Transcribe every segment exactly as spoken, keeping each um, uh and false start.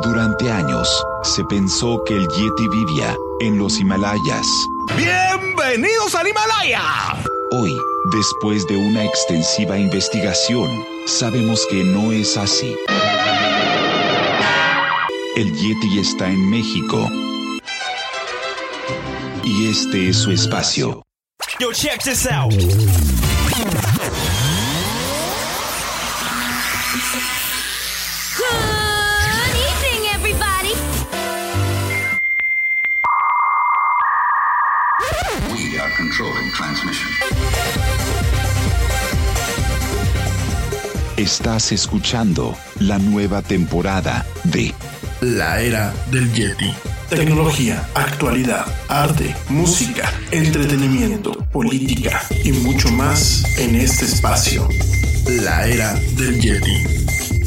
Durante años, se pensó que el Yeti vivía en los Himalayas. ¡Bienvenidos al Himalaya! Hoy, después de una extensiva investigación, sabemos que no es así. El Yeti está en México. Y este es su espacio. Yo, check this out. Good evening, everybody. We are controlling transmission. Estás escuchando la nueva temporada de La Era del Yeti. Tecnología, actualidad, arte, música, entretenimiento, política y mucho más en este espacio. La Era del Yeti.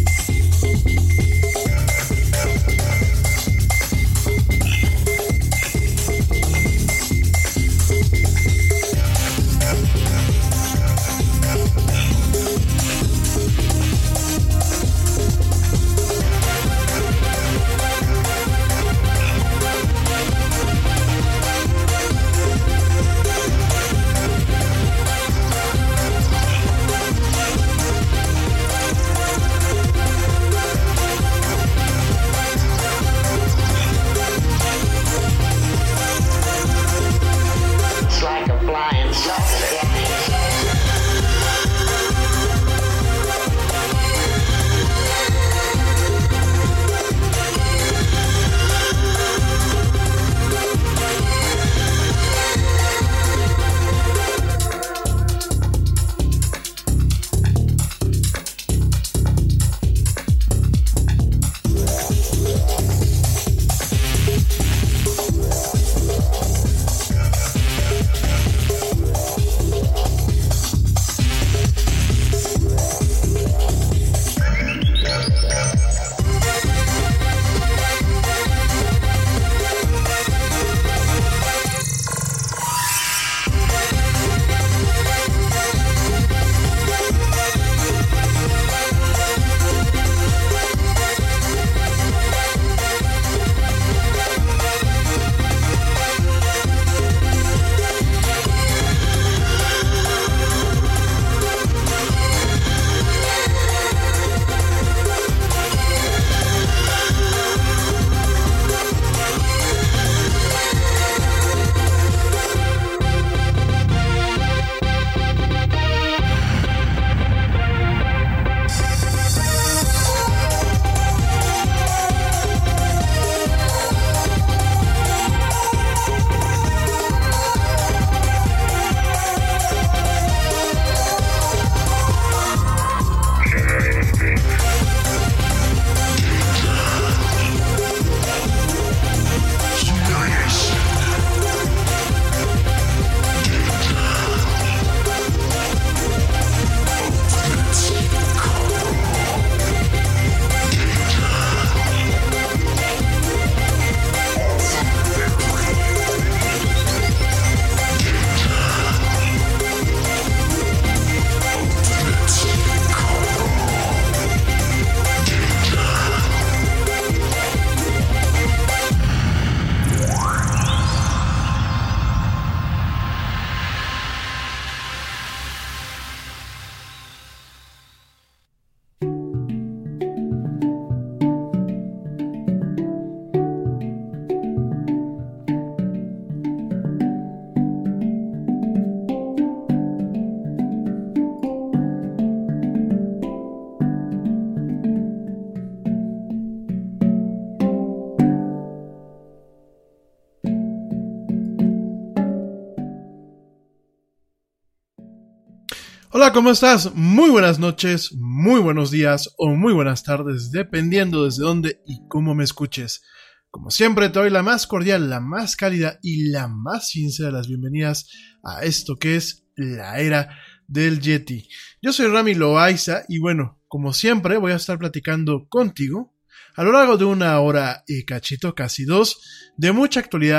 Hola, ¿cómo estás? Muy buenas noches, muy buenos días o muy buenas tardes, dependiendo desde dónde y cómo me escuches. Como siempre, te doy la más cordial, la más cálida y la más sincera de las bienvenidas a esto que es la Era del Yeti. Yo soy Rami Loaiza y bueno, como siempre voy a estar platicando contigo a lo largo de una hora y cachito, casi dos, de mucha actualidad,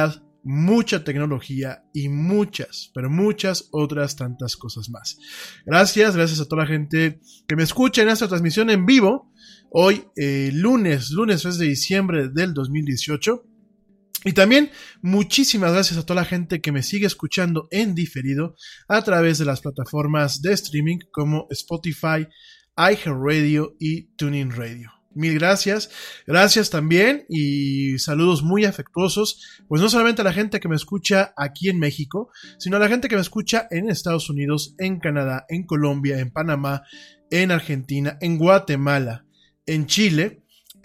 mucha tecnología y muchas, pero muchas otras tantas cosas más. Gracias, gracias a toda la gente que me escucha en esta transmisión en vivo. Hoy, eh, lunes, lunes tres de diciembre del dos mil dieciocho. Y también muchísimas gracias a toda la gente que me sigue escuchando en diferido a través de las plataformas de streaming como Spotify, iHeartRadio y TuneIn Radio. Mil gracias, gracias también y saludos muy afectuosos, pues no solamente a la gente que me escucha aquí en México, sino a la gente que me escucha en Estados Unidos, en Canadá, en Colombia, en Panamá, en Argentina, en Guatemala, en Chile,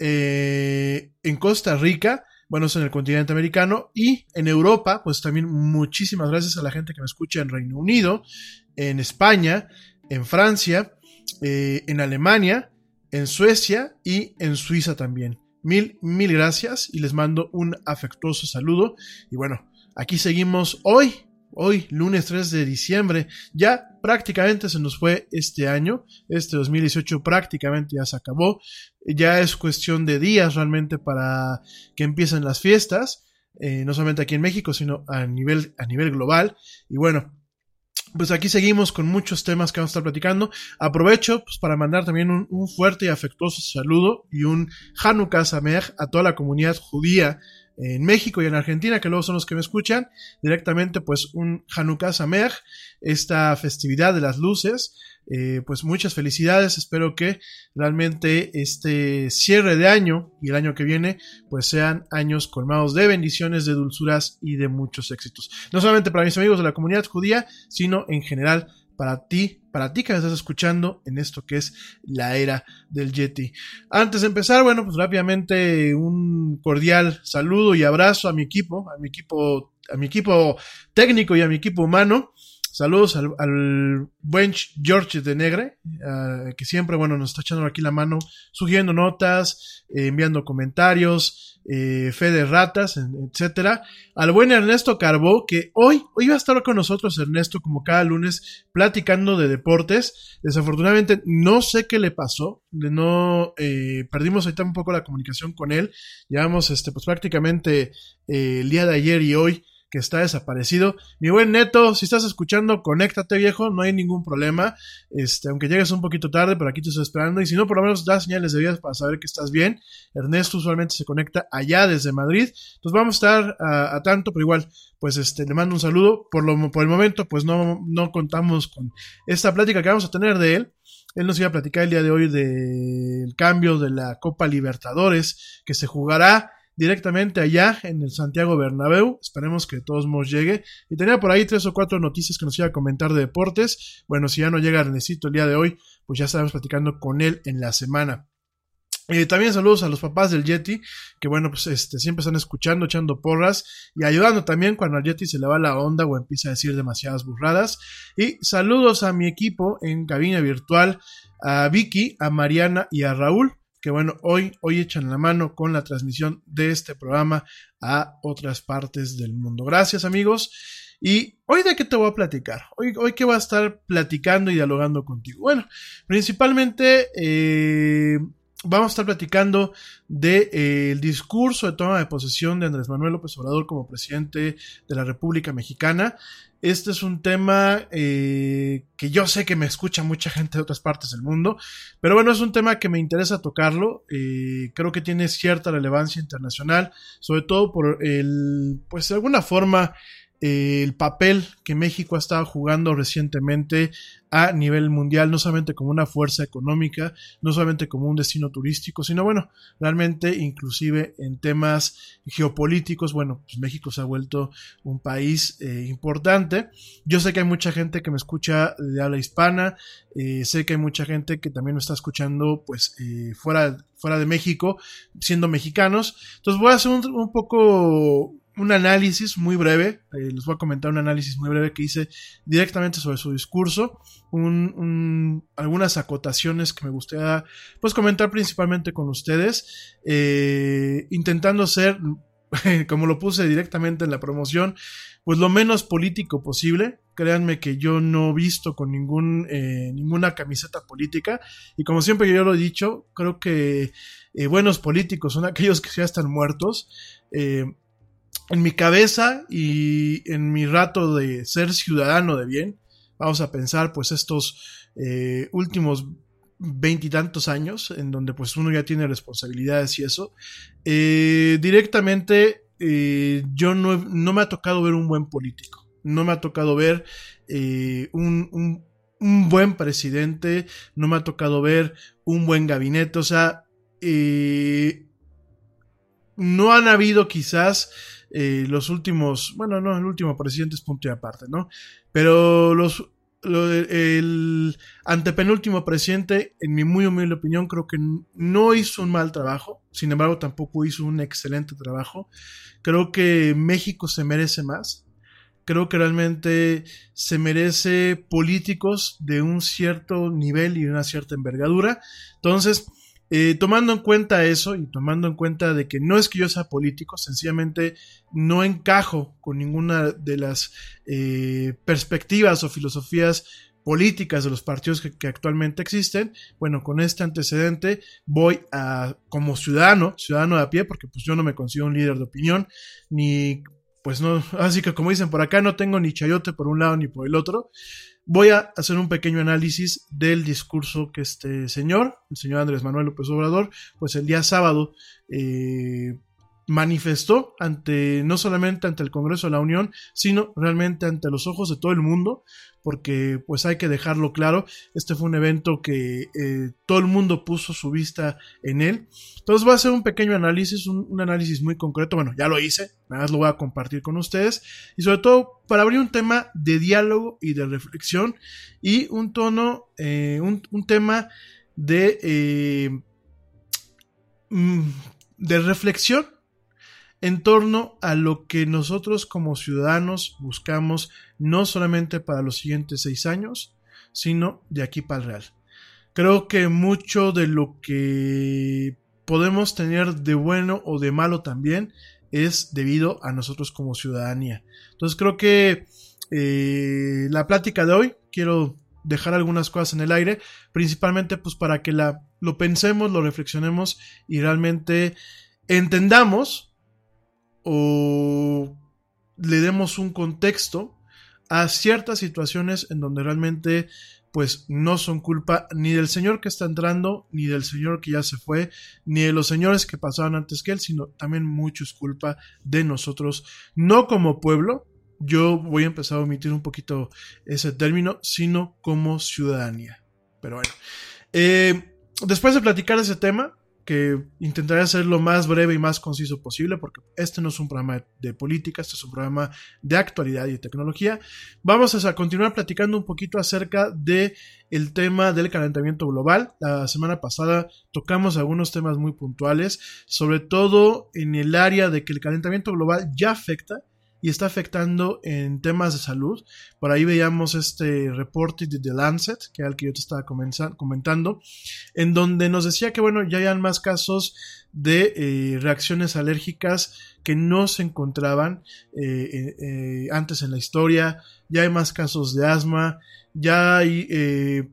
eh, en Costa Rica, bueno, es en el continente americano, y en Europa, pues también muchísimas gracias a la gente que me escucha en Reino Unido, en España, en Francia, eh, en Alemania, en Suecia y en Suiza también. Mil, mil gracias y les mando un afectuoso saludo. Y bueno, aquí seguimos hoy, hoy lunes tres de diciembre. Ya prácticamente se nos fue este año, este dos mil dieciocho prácticamente ya se acabó. Ya es cuestión de días realmente para que empiecen las fiestas, eh, no solamente aquí en México, sino a nivel, a nivel global. Y bueno, pues aquí seguimos con muchos temas que vamos a estar platicando. Aprovecho pues, para mandar también un, un fuerte y afectuoso saludo y un Hanukkah Sameach a toda la comunidad judía en México y en Argentina, que luego son los que me escuchan directamente, pues un Hanukkah Sameach, esta festividad de las luces. Eh, pues muchas felicidades, espero que realmente este cierre de año y el año que viene pues sean años colmados de bendiciones, de dulzuras y de muchos éxitos, no solamente para mis amigos de la comunidad judía, sino en general para ti, para ti que me estás escuchando en esto que es la era del Yeti. Antes de empezar, bueno, pues rápidamente un cordial saludo y abrazo a mi equipo, a mi equipo, a mi equipo técnico y a mi equipo humano. Saludos al, al buen George de Negre, uh, que siempre, bueno, nos está echando aquí la mano, sugiriendo notas, eh, enviando comentarios, eh, fe de ratas, etcétera. Al buen Ernesto Carbó, que hoy, hoy va a estar con nosotros Ernesto, como cada lunes, platicando de deportes. Desafortunadamente, no sé qué le pasó, de no, eh, perdimos ahorita un poco la comunicación con él. Llevamos, este, pues prácticamente eh, el día de ayer y hoy, que está desaparecido. Mi buen Neto, si estás escuchando, conéctate, viejo, no hay ningún problema, este, aunque llegues un poquito tarde, pero aquí te estoy esperando, y si no, por lo menos da señales de vida para saber que estás bien. Ernesto usualmente se conecta allá desde Madrid, entonces vamos a estar a, a tanto, pero igual, pues este, le mando un saludo. Por lo, por el momento, pues no, no contamos con esta plática que vamos a tener de él. Él nos iba a platicar el día de hoy del cambio de la Copa Libertadores, que se jugará directamente allá en el Santiago Bernabéu. Esperemos que de todos modos llegue. Y tenía por ahí tres o cuatro noticias que nos iba a comentar de deportes. Bueno, si ya no llega Ernestito el día de hoy, pues ya estaremos platicando con él en la semana. Eh, también saludos a los papás del Yeti, que bueno, pues este, siempre están escuchando, echando porras y ayudando también cuando al Yeti se le va la onda o empieza a decir demasiadas burradas. Y saludos a mi equipo en cabina virtual, a Vicky, a Mariana y a Raúl, que bueno, hoy, hoy echan la mano con la transmisión de este programa a otras partes del mundo. Gracias, amigos. Y hoy, ¿de qué te voy a platicar? Hoy, hoy ¿qué voy a estar platicando y dialogando contigo? Bueno, principalmente eh, vamos a estar platicando del de, eh, discurso de toma de posesión de Andrés Manuel López Obrador como presidente de la República Mexicana. Este es un tema eh, que yo sé que me escucha mucha gente de otras partes del mundo, pero bueno, es un tema que me interesa tocarlo. Eh, creo que tiene cierta relevancia internacional, sobre todo por el, pues de alguna forma, eh, el papel que México ha estado jugando recientemente a nivel mundial, no solamente como una fuerza económica, no solamente como un destino turístico, sino bueno, realmente inclusive en temas geopolíticos. Bueno, pues México se ha vuelto un país eh, importante. Yo sé que hay mucha gente que me escucha de habla hispana, eh, sé que hay mucha gente que también me está escuchando pues eh, fuera, fuera de México, siendo mexicanos. Entonces voy a hacer un, un poco un análisis muy breve, eh, les voy a comentar un análisis muy breve que hice directamente sobre su discurso, un, un, algunas acotaciones que me gustaría pues comentar principalmente con ustedes, eh, intentando ser, como lo puse directamente en la promoción, pues lo menos político posible. Créanme que yo no visto con ningún eh, ninguna camiseta política, y como siempre yo lo he dicho, creo que eh, buenos políticos son aquellos que ya están muertos. eh, en mi cabeza y en mi rato de ser ciudadano de bien, vamos a pensar pues estos eh, últimos veintitantos años, en donde pues uno ya tiene responsabilidades y eso, eh, directamente eh, yo no, no me ha tocado ver un buen político, no me ha tocado ver eh, un, un, un buen presidente, no me ha tocado ver un buen gabinete, o sea, eh, no han habido quizás eh, los últimos, bueno, no, el último presidente es punto y aparte, ¿no? Pero los, lo, el antepenúltimo presidente, en mi muy humilde opinión, creo que no hizo un mal trabajo, sin embargo tampoco hizo un excelente trabajo. Creo que México se merece más. Creo que realmente se merece políticos de un cierto nivel y de una cierta envergadura. Entonces, Eh, tomando en cuenta eso y tomando en cuenta de que no es que yo sea político, sencillamente no encajo con ninguna de las eh, perspectivas o filosofías políticas de los partidos que, que actualmente existen, bueno, con este antecedente voy a, como ciudadano, ciudadano de a pie, porque pues yo no me considero un líder de opinión, ni, pues no, así que como dicen por acá, no tengo ni chayote por un lado ni por el otro. Voy a hacer un pequeño análisis del discurso que este señor, el señor Andrés Manuel López Obrador, pues el día sábado eh, manifestó ante, no solamente ante el Congreso de la Unión, sino realmente ante los ojos de todo el mundo, porque pues hay que dejarlo claro, este fue un evento que eh, todo el mundo puso su vista en él. Entonces voy a hacer un pequeño análisis, un, un análisis muy concreto, bueno, ya lo hice, nada más lo voy a compartir con ustedes, y sobre todo para abrir un tema de diálogo y de reflexión, y un tono, eh, un, un tema de, eh, de reflexión en torno a lo que nosotros como ciudadanos buscamos, no solamente para los siguientes seis años, sino de aquí para el real. Creo que mucho de lo que podemos tener de bueno o de malo también es debido a nosotros como ciudadanía. Entonces creo que eh, la plática de hoy, quiero dejar algunas cosas en el aire, principalmente pues para que la, lo pensemos, lo reflexionemos y realmente entendamos o le demos un contexto a ciertas situaciones en donde realmente pues no son culpa ni del señor que está entrando, ni del señor que ya se fue, ni de los señores que pasaron antes que él, sino también mucho es culpa de nosotros, no como pueblo, yo voy a empezar a omitir un poquito ese término, sino como ciudadanía. Pero bueno, eh, después de platicar ese tema, que intentaré hacer lo más breve y más conciso posible, porque este no es un programa de política, este es un programa de actualidad y de tecnología. Vamos a continuar platicando un poquito acerca de el tema del calentamiento global. La semana pasada tocamos algunos temas muy puntuales, sobre todo en el área de que el calentamiento global ya afecta y está afectando en temas de salud. Por ahí veíamos este reporte de The Lancet, que era el que yo te estaba comentando, en donde nos decía que bueno, ya hay más casos de eh, reacciones alérgicas que no se encontraban eh, eh, antes en la historia, ya hay más casos de asma, ya hay eh,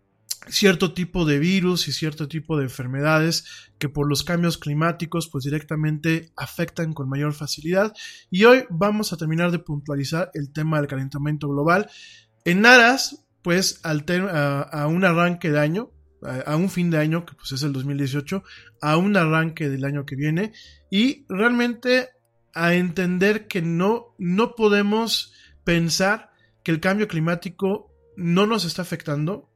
cierto tipo de virus y cierto tipo de enfermedades que por los cambios climáticos pues directamente afectan con mayor facilidad. Y hoy vamos a terminar de puntualizar el tema del calentamiento global en aras pues al a, a un arranque de año, a, a un fin de año que pues es el dos mil dieciocho, a un arranque del año que viene, y realmente a entender que no, no podemos pensar que el cambio climático no nos está afectando.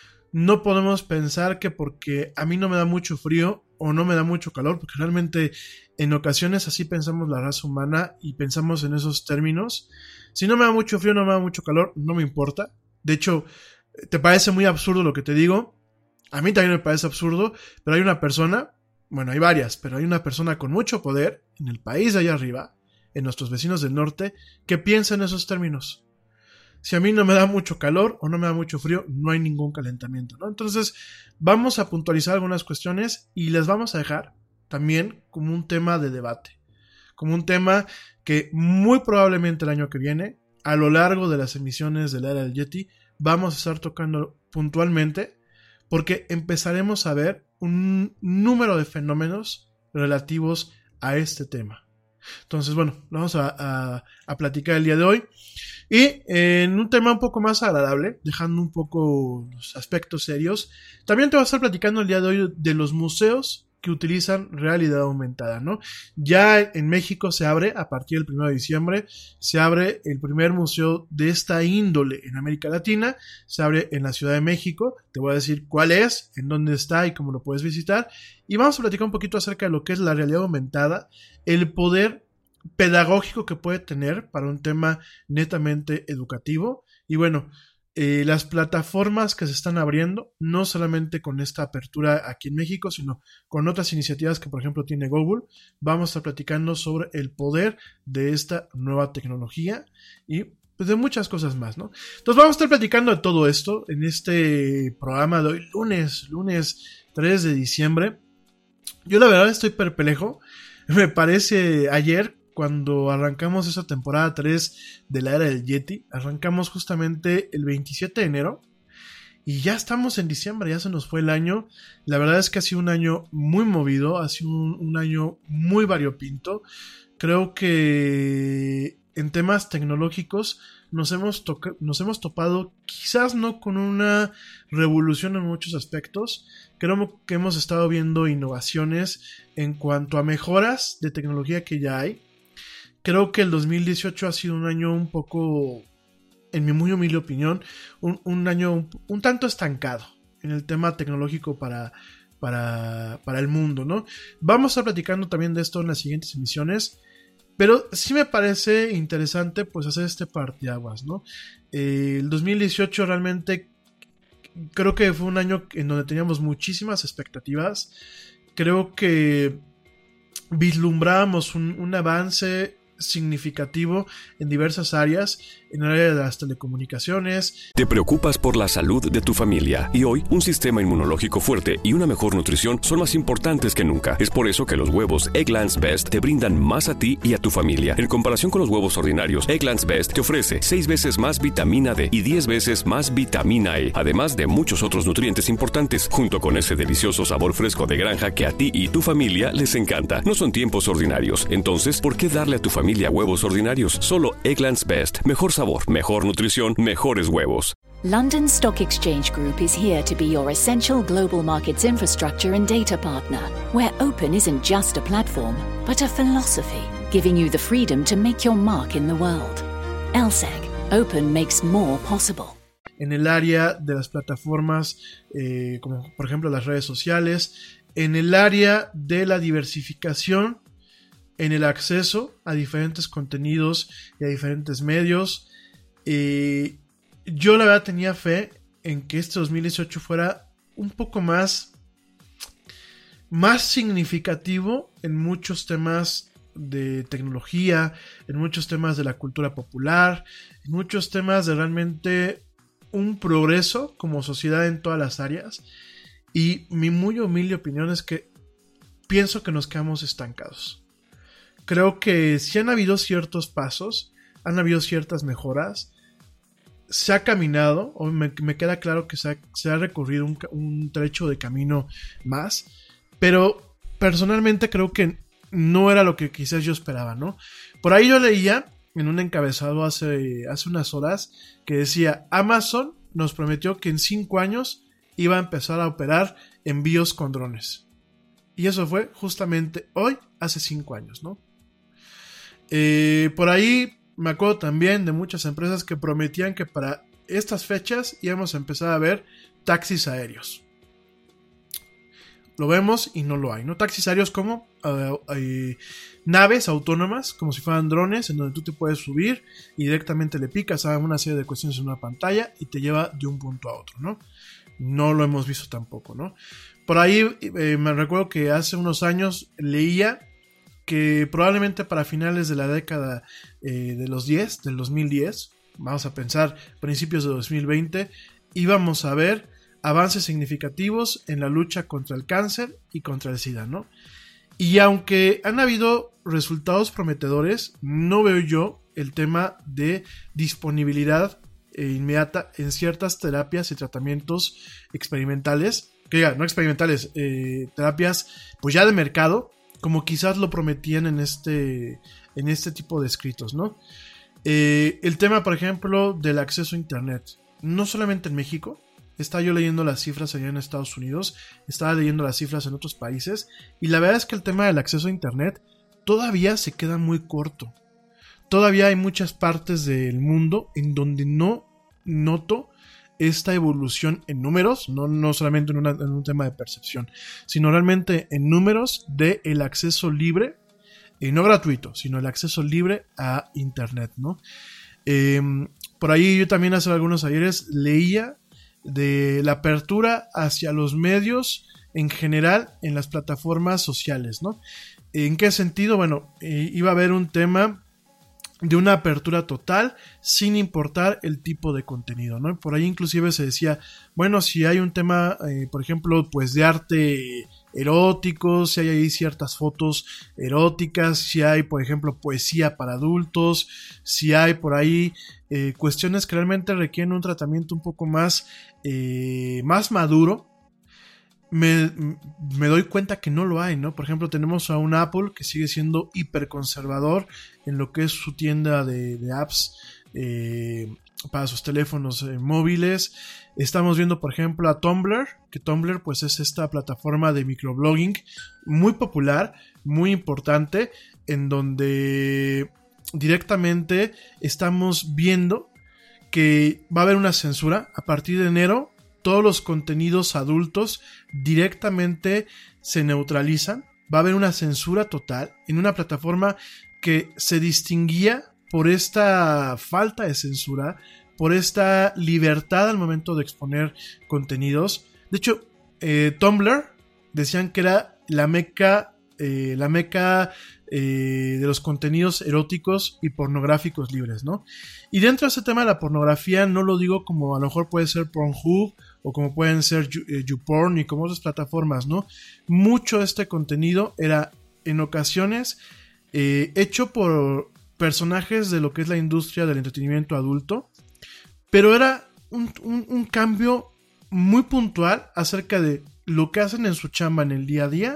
No podemos pensar que porque a mí no me da mucho frío o no me da mucho calor, porque realmente en ocasiones así pensamos la raza humana y pensamos en esos términos. Si no me da mucho frío, no me da mucho calor, no me importa. De hecho, ¿te parece muy absurdo lo que te digo? A mí también me parece absurdo, pero hay una persona, bueno, hay varias, pero hay una persona con mucho poder en el país de allá arriba, en nuestros vecinos del norte, que piensa en esos términos. Si a mí no me da mucho calor o no me da mucho frío, no hay ningún calentamiento, ¿no? Entonces, vamos a puntualizar algunas cuestiones y les vamos a dejar también como un tema de debate, como un tema que muy probablemente el año que viene, a lo largo de las emisiones de la era del Yeti, vamos a estar tocando puntualmente, porque empezaremos a ver un número de fenómenos relativos a este tema. Entonces, bueno, vamos a, a, a platicar el día de hoy. Y eh, en un tema un poco más agradable, dejando un poco los aspectos serios, también te voy a estar platicando el día de hoy de los museos que utilizan realidad aumentada, ¿no? Ya en México se abre, a partir del primero de diciembre, se abre el primer museo de esta índole en América Latina, se abre en la Ciudad de México, te voy a decir cuál es, en dónde está y cómo lo puedes visitar, y vamos a platicar un poquito acerca de lo que es la realidad aumentada, el poder pedagógico que puede tener para un tema netamente educativo, y bueno, Eh, las plataformas que se están abriendo, no solamente con esta apertura aquí en México, sino con otras iniciativas que por ejemplo tiene Google. Vamos a estar platicando sobre el poder de esta nueva tecnología y pues, de muchas cosas más, ¿no? Entonces vamos a estar platicando de todo esto en este programa de hoy, lunes, lunes tres de diciembre. Yo la verdad estoy perplejo, me parece ayer cuando arrancamos esa temporada tres de la era del Yeti, arrancamos justamente el veintisiete de enero y ya estamos en diciembre, ya se nos fue el año. La verdad es que ha sido un año muy movido, ha sido un, un año muy variopinto. Creo que en temas tecnológicos nos hemos, toca- nos hemos topado quizás no con una revolución en muchos aspectos. Creo que hemos estado viendo innovaciones en cuanto a mejoras de tecnología que ya hay. Creo que el dos mil dieciocho ha sido un año un poco, en mi muy humilde opinión, un, un año un, un tanto estancado en el tema tecnológico para, para, para el mundo, ¿no? Vamos a estar platicando también de esto en las siguientes emisiones, pero sí me parece interesante pues hacer este parteaguas, ¿no? Eh, el dos mil dieciocho realmente creo que fue un año en donde teníamos muchísimas expectativas. Creo que vislumbrábamos un, un avance significativo en diversas áreas, en el área de las telecomunicaciones. Te preocupas por la salud de tu familia y hoy un sistema inmunológico fuerte y una mejor nutrición son más importantes que nunca. Es por eso que los huevos Eggland's Best te brindan más a ti y a tu familia. En comparación con los huevos ordinarios, Eggland's Best te ofrece seis veces más vitamina D y diez veces más vitamina E, además de muchos otros nutrientes importantes, junto con ese delicioso sabor fresco de granja que a ti y tu familia les encanta. No son tiempos ordinarios, entonces, ¿por qué darle a tu familia huevos ordinarios? Solo Eggland's Best. Mejor sabor, mejor nutrición, mejores huevos. London Stock Exchange Group is here to be your essential global markets infrastructure and data partner, where open isn't just a platform, but a philosophy, giving you the freedom to make your mark in the world. L S E C, open makes more possible. En el área de las plataformas, eh, como por ejemplo las redes sociales, en el área de la diversificación, en el acceso a diferentes contenidos y a diferentes medios. Eh, yo la verdad tenía fe en que este dos mil dieciocho fuera un poco más, más significativo en muchos temas de tecnología, en muchos temas de la cultura popular, en muchos temas de realmente un progreso como sociedad en todas las áreas. Y mi muy humilde opinión es que pienso que nos quedamos estancados. Creo que sí han habido ciertos pasos, han habido ciertas mejoras, se ha caminado, o me, me queda claro que se ha, se ha recorrido un, un trecho de camino más, pero personalmente creo que no era lo que quizás yo esperaba, ¿no? Por ahí yo leía en un encabezado hace, hace unas horas que decía: Amazon nos prometió que en cinco años iba a empezar a operar envíos con drones. Y eso fue justamente hoy, hace cinco años, ¿no? Eh, por ahí me acuerdo también de muchas empresas que prometían que para estas fechas íbamos a empezar a ver taxis aéreos. Lo vemos y no lo hay, ¿no? Taxis aéreos como uh, uh, naves autónomas, como si fueran drones, en donde tú te puedes subir y directamente le picas a una serie de cuestiones en una pantalla y te lleva de un punto a otro, ¿no? No lo hemos visto tampoco, ¿no? Por ahí eh, me recuerdo que hace unos años leía que probablemente para finales de la década eh, de los diez, del dos mil diez, vamos a pensar principios de dos mil veinte, íbamos a ver avances significativos en la lucha contra el cáncer y contra el SIDA, ¿no? Y aunque han habido resultados prometedores, no veo yo el tema de disponibilidad eh, inmediata en ciertas terapias y tratamientos experimentales, que diga, no experimentales, eh, terapias pues ya de mercado, como quizás lo prometían en este, en este tipo de escritos, ¿no? Eh, el tema, por ejemplo, del acceso a internet, no solamente en México. Estaba yo leyendo las cifras allá en Estados Unidos, estaba leyendo las cifras en otros países, y la verdad es que el tema del acceso a internet todavía se queda muy corto. Todavía hay muchas partes del mundo en donde no noto esta evolución en números, no, no solamente en, una, en un tema de percepción, sino realmente en números del acceso libre, eh, no gratuito, sino el acceso libre a internet, ¿no? Eh, por ahí yo también hace algunos ayeres leía de la apertura hacia los medios en general en las plataformas sociales, ¿no? ¿En qué sentido? Bueno, eh, iba a haber un tema de una apertura total sin importar el tipo de contenido, ¿no? Por ahí inclusive se decía, bueno, si hay un tema, eh, por ejemplo, pues de arte erótico, si hay ahí ciertas fotos eróticas, si hay, por ejemplo, poesía para adultos, si hay por ahí eh, cuestiones que realmente requieren un tratamiento un poco más, eh, más maduro, me, me doy cuenta que no lo hay, ¿no? Por ejemplo, tenemos a un Apple que sigue siendo hiperconservador en lo que es su tienda de, de apps eh, para sus teléfonos eh, móviles. Estamos viendo, por ejemplo, a Tumblr, que Tumblr pues es esta plataforma de microblogging muy popular, muy importante, en donde directamente estamos viendo que va a haber una censura a partir de enero. Todos los contenidos adultos directamente se neutralizan. Va a haber una censura total en una plataforma que se distinguía por esta falta de censura, por esta libertad al momento de exponer contenidos. De hecho, eh, Tumblr decían que era la meca, eh, la meca eh, de los contenidos eróticos y pornográficos libres, ¿no? Y dentro de ese tema de la pornografía no lo digo como a lo mejor puede ser Pornhub o como pueden ser YouPorn y como otras plataformas, ¿no? Mucho de este contenido era en ocasiones eh, hecho por personajes de lo que es la industria del entretenimiento adulto, pero era un, un, un cambio muy puntual acerca de lo que hacen en su chamba en el día a día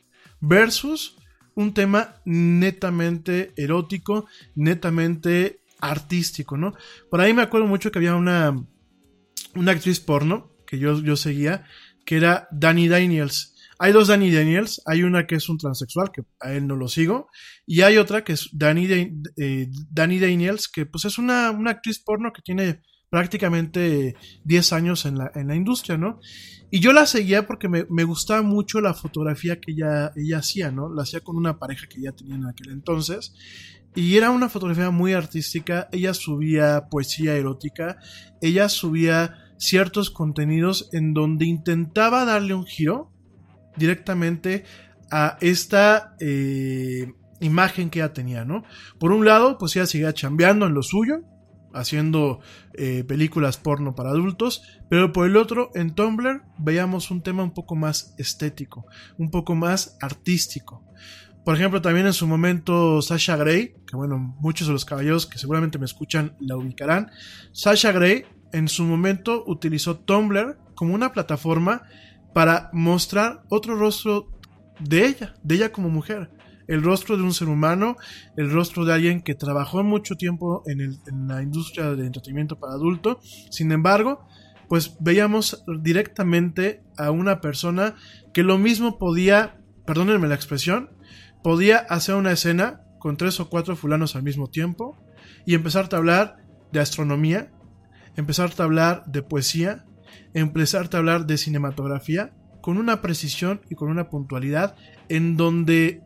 versus un tema netamente erótico, netamente artístico, ¿no? Por ahí me acuerdo mucho que había una, una actriz porno que yo, yo seguía, que era Dani Daniels. Hay dos Dani Daniels, hay una que es un transexual, que a él no lo sigo, y hay otra que es Dani, eh, Dani Daniels, que pues es una, una actriz porno que tiene prácticamente diez años en la, en la industria, ¿no? Y yo la seguía porque me, me gustaba mucho la fotografía que ella, ella hacía, ¿no? La hacía con una pareja que ya tenía en aquel entonces, y era una fotografía muy artística. Ella subía poesía erótica, ella subía ciertos contenidos en donde intentaba darle un giro directamente a esta eh, imagen que ella tenía, ¿no? Por un lado, pues ella seguía chambeando en lo suyo, haciendo eh, películas porno para adultos, pero por el otro, en Tumblr veíamos un tema un poco más estético, un poco más artístico. Por ejemplo, también en su momento Sasha Grey, que bueno, muchos de los caballeros que seguramente me escuchan la ubicarán. Sasha Grey en su momento utilizó Tumblr como una plataforma para mostrar otro rostro de ella, de ella como mujer. El rostro de un ser humano, el rostro de alguien que trabajó mucho tiempo en, el, en la industria del entretenimiento para adulto. Sin embargo, pues veíamos directamente a una persona que lo mismo podía, perdónenme la expresión, podía hacer una escena con tres o cuatro fulanos al mismo tiempo y empezarte a hablar de astronomía, empezarte a hablar de poesía, empezarte a hablar de cinematografía con una precisión y con una puntualidad en donde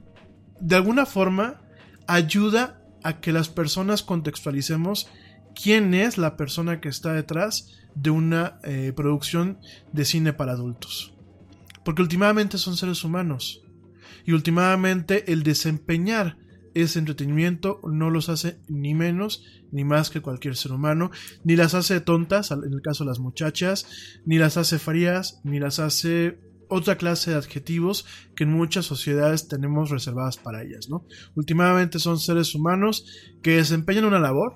de alguna forma ayuda a que las personas contextualicemos quién es la persona que está detrás de una eh, producción de cine para adultos. Porque últimamente son seres humanos. Y últimamente el desempeñar ese entretenimiento no los hace ni menos ni más que cualquier ser humano, ni las hace tontas, en el caso de las muchachas, ni las hace frías, ni las hace otra clase de adjetivos que en muchas sociedades tenemos reservadas para ellas, ¿no? Últimamente son seres humanos que desempeñan una labor,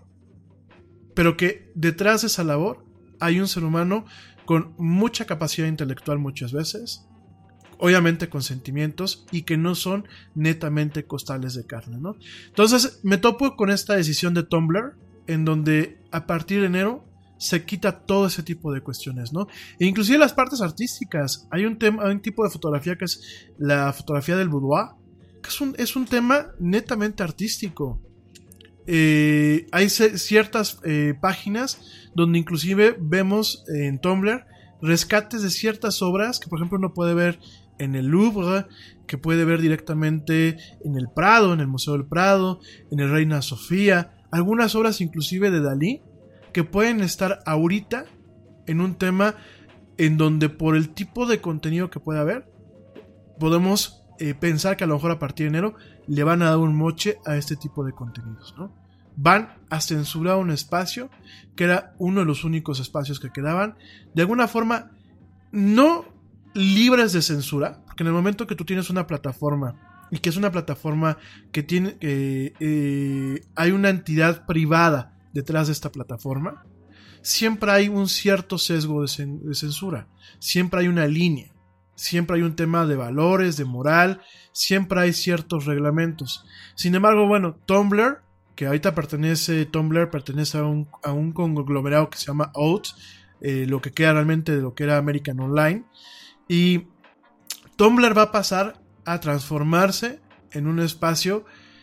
pero que detrás de esa labor hay un ser humano con mucha capacidad intelectual muchas veces, obviamente con sentimientos y que no son netamente costales de carne, ¿no? Entonces me topo con esta decisión de Tumblr, en donde a partir de enero se quita todo ese tipo de cuestiones, ¿no? E inclusive las partes artísticas. Hay un tema, hay un tipo de fotografía que es la fotografía del boudoir, que es un, es un tema netamente artístico. Eh, hay c- ciertas eh, páginas donde inclusive vemos eh, en Tumblr rescates de ciertas obras que por ejemplo uno puede ver en el Louvre, que puede ver directamente en el Prado, en el Museo del Prado, en el Reina Sofía, algunas obras inclusive de Dalí que pueden estar ahorita en un tema en donde por el tipo de contenido que puede haber podemos eh, pensar que a lo mejor a partir de enero le van a dar un moche a este tipo de contenidos, ¿no? Van a censurar un espacio que era uno de los únicos espacios que quedaban, de alguna forma no libres de censura, porque en el momento que tú tienes una plataforma y que es una plataforma que tiene eh, eh, hay una entidad privada detrás de esta plataforma, siempre hay un cierto sesgo de, cen- de censura, siempre hay una línea, siempre hay un tema de valores, de moral, siempre hay ciertos reglamentos. Sin embargo, bueno, Tumblr, que ahorita pertenece, Tumblr pertenece a un, a un conglomerado que se llama Out, eh, lo que queda realmente de lo que era American Online, y Tumblr va a pasar a transformarse en un espacio,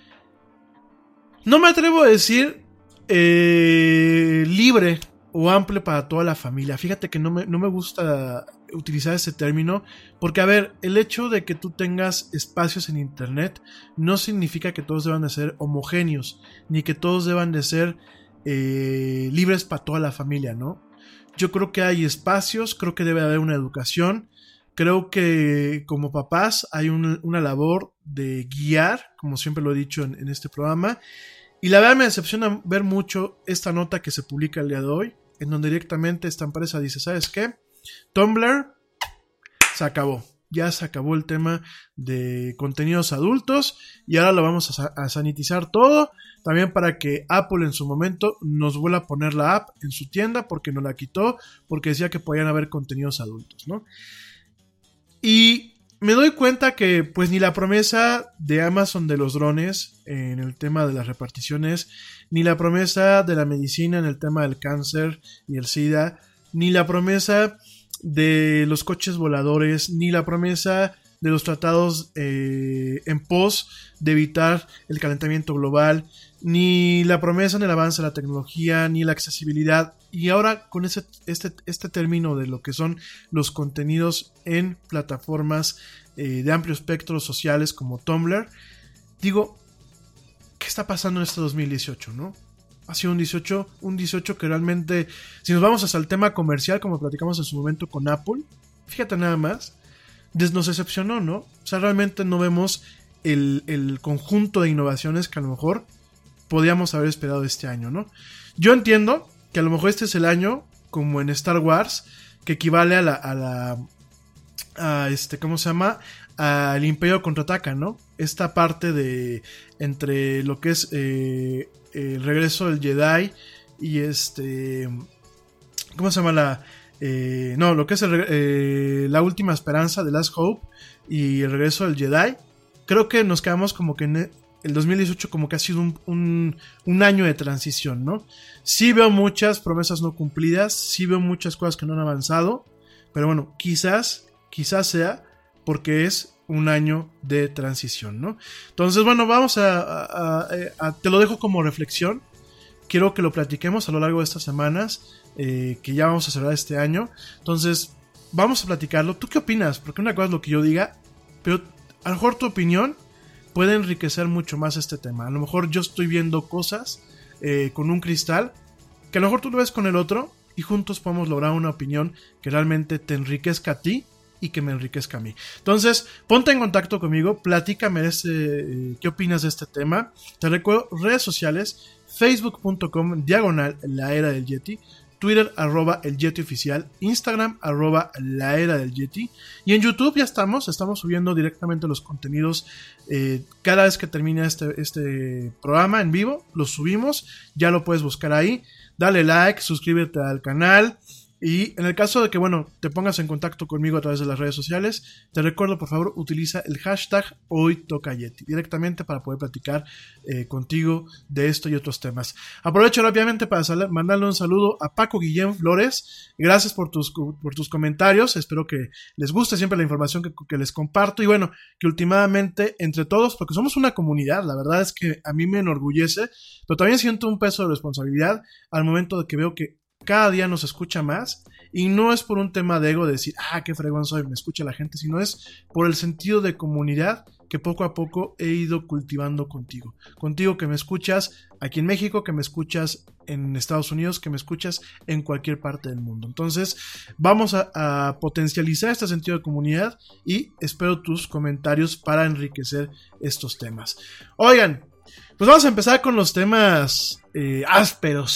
no me atrevo a decir eh, libre o amplio para toda la familia. Fíjate que no me, no me gusta utilizar ese término, porque a ver, el hecho de que tú tengas espacios en internet no significa que todos deban de ser homogéneos, ni que todos deban de ser eh, libres para toda la familia, ¿no? Yo creo que hay espacios, creo que debe haber una educación, creo que como papás hay un, una labor de guiar, como siempre lo he dicho en, en este programa, y la verdad me decepciona ver mucho esta nota que se publica el día de hoy, en donde directamente esta empresa dice, ¿sabes qué? Tumblr se acabó, ya se acabó el tema de contenidos adultos y ahora lo vamos a, a sanitizar todo, también para que Apple en su momento nos vuelva a poner la app en su tienda porque nos la quitó, porque decía que podían haber contenidos adultos, ¿no? Y me doy cuenta que pues ni la promesa de Amazon de los drones en el tema de las reparticiones, ni la promesa de la medicina en el tema del cáncer y el SIDA, ni la promesa de los coches voladores, ni la promesa de los tratados eh, en pos de evitar el calentamiento global, ni la promesa en el avance de la tecnología, ni la accesibilidad, y ahora con ese, este, este término de lo que son los contenidos en plataformas eh, de amplio espectro sociales como Tumblr, digo, ¿qué está pasando en este dos mil dieciocho, no? Ha sido un dieciocho, un dieciocho que realmente, si nos vamos hasta el tema comercial, como platicamos en su momento con Apple, fíjate nada más, des, nos decepcionó, ¿no? O sea, realmente no vemos el, el conjunto de innovaciones que a lo mejor podíamos haber esperado este año, ¿no? Yo entiendo que a lo mejor este es el año, como en Star Wars, que equivale a la, a la, a este, ¿cómo se llama? Al Imperio Contraataca, ¿no? Esta parte de, entre lo que es eh, el regreso del Jedi y este, ¿cómo se llama la? Eh, no, lo que es el, eh, la última esperanza de Last Hope y el regreso del Jedi. Creo que nos quedamos como que en el dos mil dieciocho como que ha sido un, un, un año de transición, ¿no? Sí veo muchas promesas no cumplidas, sí veo muchas cosas que no han avanzado, pero bueno, quizás, quizás sea porque es un año de transición, ¿no? Entonces, bueno, vamos a, a, a, a te lo dejo como reflexión. Quiero que lo platiquemos a lo largo de estas semanas, eh, que ya vamos a cerrar este año. Entonces, vamos a platicarlo. ¿Tú qué opinas? Porque una cosa es lo que yo diga, pero a lo mejor tu opinión puede enriquecer mucho más este tema. A lo mejor yo estoy viendo cosas eh, con un cristal que a lo mejor tú lo ves con el otro y juntos podemos lograr una opinión que realmente te enriquezca a ti y que me enriquezca a mí. Entonces, ponte en contacto conmigo, platícame ese, eh, qué opinas de este tema. Te recuerdo redes sociales, facebook punto com diagonal la era del Yeti, Twitter arroba el Yeti oficial, Instagram arroba la era del Yeti, y en YouTube ya estamos, estamos subiendo directamente los contenidos eh, cada vez que termina este, este programa en vivo, los subimos, ya lo puedes buscar ahí, dale like, suscríbete al canal, Y en el caso de que, bueno, te pongas en contacto conmigo a través de las redes sociales, te recuerdo, por favor, utiliza el hashtag Hoy Toca Yeti directamente para poder platicar eh, contigo de esto y otros temas. Aprovecho rápidamente para sal- mandarle un saludo a Paco Guillén Flores. Gracias por tus, por tus comentarios. Espero que les guste siempre la información que, que les comparto. Y bueno, que últimamente entre todos, porque somos una comunidad, la verdad es que a mí me enorgullece, pero también siento un peso de responsabilidad al momento de que veo que cada día nos escucha más, y no es por un tema de ego de decir, ah, qué fregón soy, me escucha la gente, sino es por el sentido de comunidad que poco a poco he ido cultivando contigo. Contigo que me escuchas aquí en México, que me escuchas en Estados Unidos, que me escuchas en cualquier parte del mundo. Entonces, vamos a, a potencializar este sentido de comunidad y espero tus comentarios para enriquecer estos temas. Oigan, pues vamos a empezar con los temas eh, ásperos.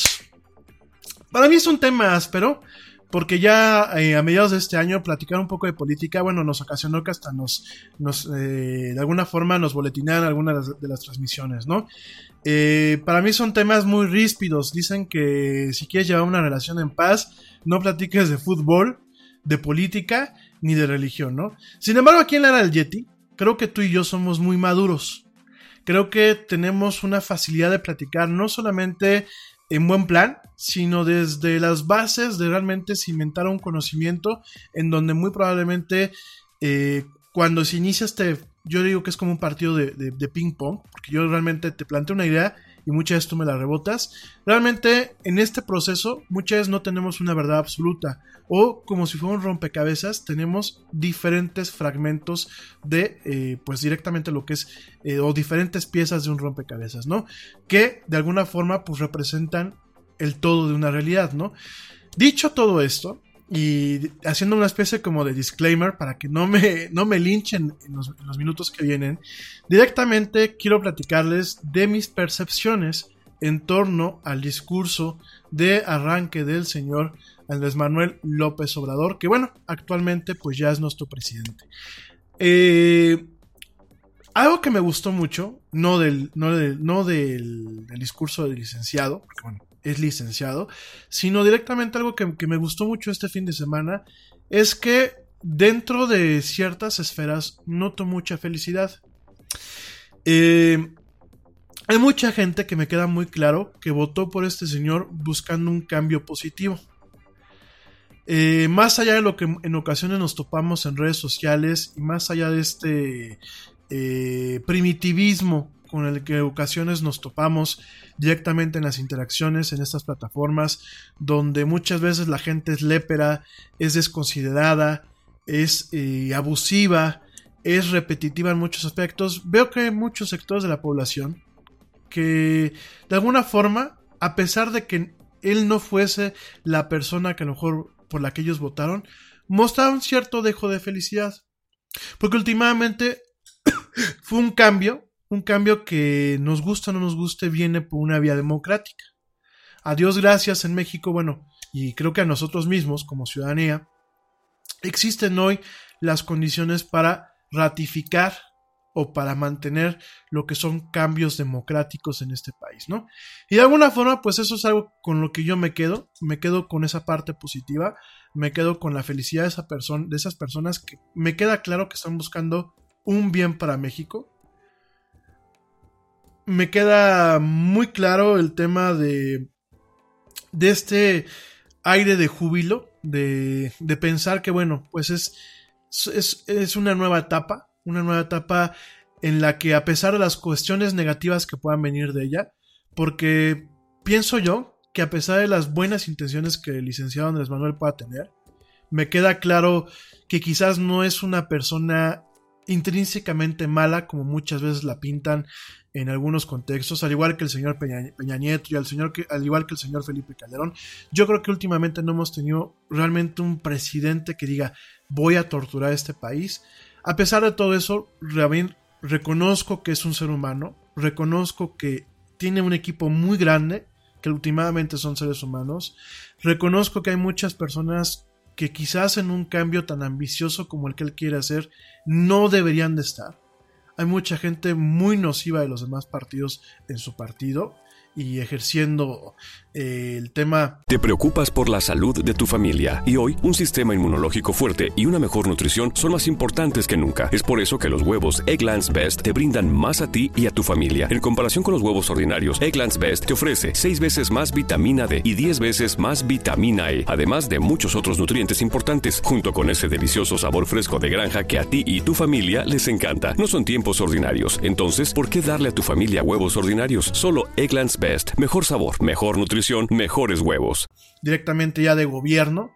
Para mí es un tema áspero, porque ya eh, a mediados de este año platicar un poco de política, bueno, nos ocasionó que hasta nos, nos eh, de alguna forma nos boletinaran algunas de las, de las transmisiones, ¿no? Eh, para mí son temas muy ríspidos. Dicen que si quieres llevar una relación en paz, no platiques de fútbol, de política, ni de religión, ¿no? Sin embargo, aquí en la era del Yeti, creo que tú y yo somos muy maduros. Creo que tenemos una facilidad de platicar, no solamente en buen plan, sino desde las bases de realmente cimentar un conocimiento en donde muy probablemente eh, cuando se inicia este, yo digo que es como un partido de, de, de ping pong, porque yo realmente te planteo una idea y muchas veces tú me la rebotas. Realmente en este proceso muchas veces no tenemos una verdad absoluta, o como si fuera un rompecabezas tenemos diferentes fragmentos de eh, pues directamente lo que es eh, o diferentes piezas de un rompecabezas, ¿no? Que de alguna forma pues representan el todo de una realidad, ¿no? Dicho todo esto, y haciendo una especie como de disclaimer para que no me, no me linchen en los, en los minutos que vienen, directamente quiero platicarles de mis percepciones en torno al discurso de arranque del señor Andrés Manuel López Obrador, que bueno, actualmente pues ya es nuestro presidente. Eh, algo que me gustó mucho, no del, no del, no del, del discurso del licenciado, porque bueno, es licenciado, sino directamente algo que, que me gustó mucho este fin de semana, es que dentro de ciertas esferas noto mucha felicidad. Eh, hay mucha gente que me queda muy claro que votó por este señor buscando un cambio positivo. Eh, más allá de lo que en ocasiones nos topamos en redes sociales y más allá de este eh, primitivismo con el que en ocasiones nos topamos directamente en las interacciones en estas plataformas, donde muchas veces la gente es lépera, es desconsiderada, es eh, abusiva, es repetitiva en muchos aspectos. Veo que hay muchos sectores de la población que de alguna forma, a pesar de que él no fuese la persona que a lo mejor por la que ellos votaron, mostraron cierto dejo de felicidad, porque últimamente fue un cambio Un cambio que nos gusta o no nos guste viene por una vía democrática. A Dios gracias en México, bueno, y creo que a nosotros mismos como ciudadanía, existen hoy las condiciones para ratificar o para mantener lo que son cambios democráticos en este país, ¿no? Y de alguna forma, pues eso es algo con lo que yo me quedo, me quedo con esa parte positiva, me quedo con la felicidad de, esa persona, de esas personas que me queda claro que están buscando un bien para México. Me queda muy claro el tema de, de este aire de júbilo, de, de pensar que bueno, pues es, es, es una nueva etapa, una nueva etapa en la que a pesar de las cuestiones negativas que puedan venir de ella, porque pienso yo que a pesar de las buenas intenciones que el licenciado Andrés Manuel pueda tener, me queda claro que quizás no es una persona intrínsecamente mala como muchas veces la pintan en algunos contextos, al igual que el señor Peña, Peña Nieto y al, señor que, al igual que el señor Felipe Calderón. Yo creo que últimamente no hemos tenido realmente un presidente que diga voy a torturar a este país. A pesar de todo eso, Rabín, reconozco que es un ser humano, reconozco que tiene un equipo muy grande, que últimamente son seres humanos, reconozco que hay muchas personas que quizás en un cambio tan ambicioso como el que él quiere hacer no deberían de estar. Hay mucha gente muy nociva de los demás partidos en su partido y ejerciendo eh, el tema. Te preocupas por la salud de tu familia y hoy un sistema inmunológico fuerte y una mejor nutrición son más importantes que nunca. Es por eso que los huevos Egglands Best te brindan más a ti y a tu familia. En comparación con los huevos ordinarios, Egglands Best te ofrece seis veces más vitamina D y diez veces más vitamina E, además de muchos otros nutrientes importantes, junto con ese delicioso sabor fresco de granja que a ti y tu familia les encanta. No son tiempos ordinarios, entonces, ¿por qué darle a tu familia huevos ordinarios? Solo Egglands Best. Mejor sabor, mejor nutrición, mejores huevos. Directamente ya de gobierno.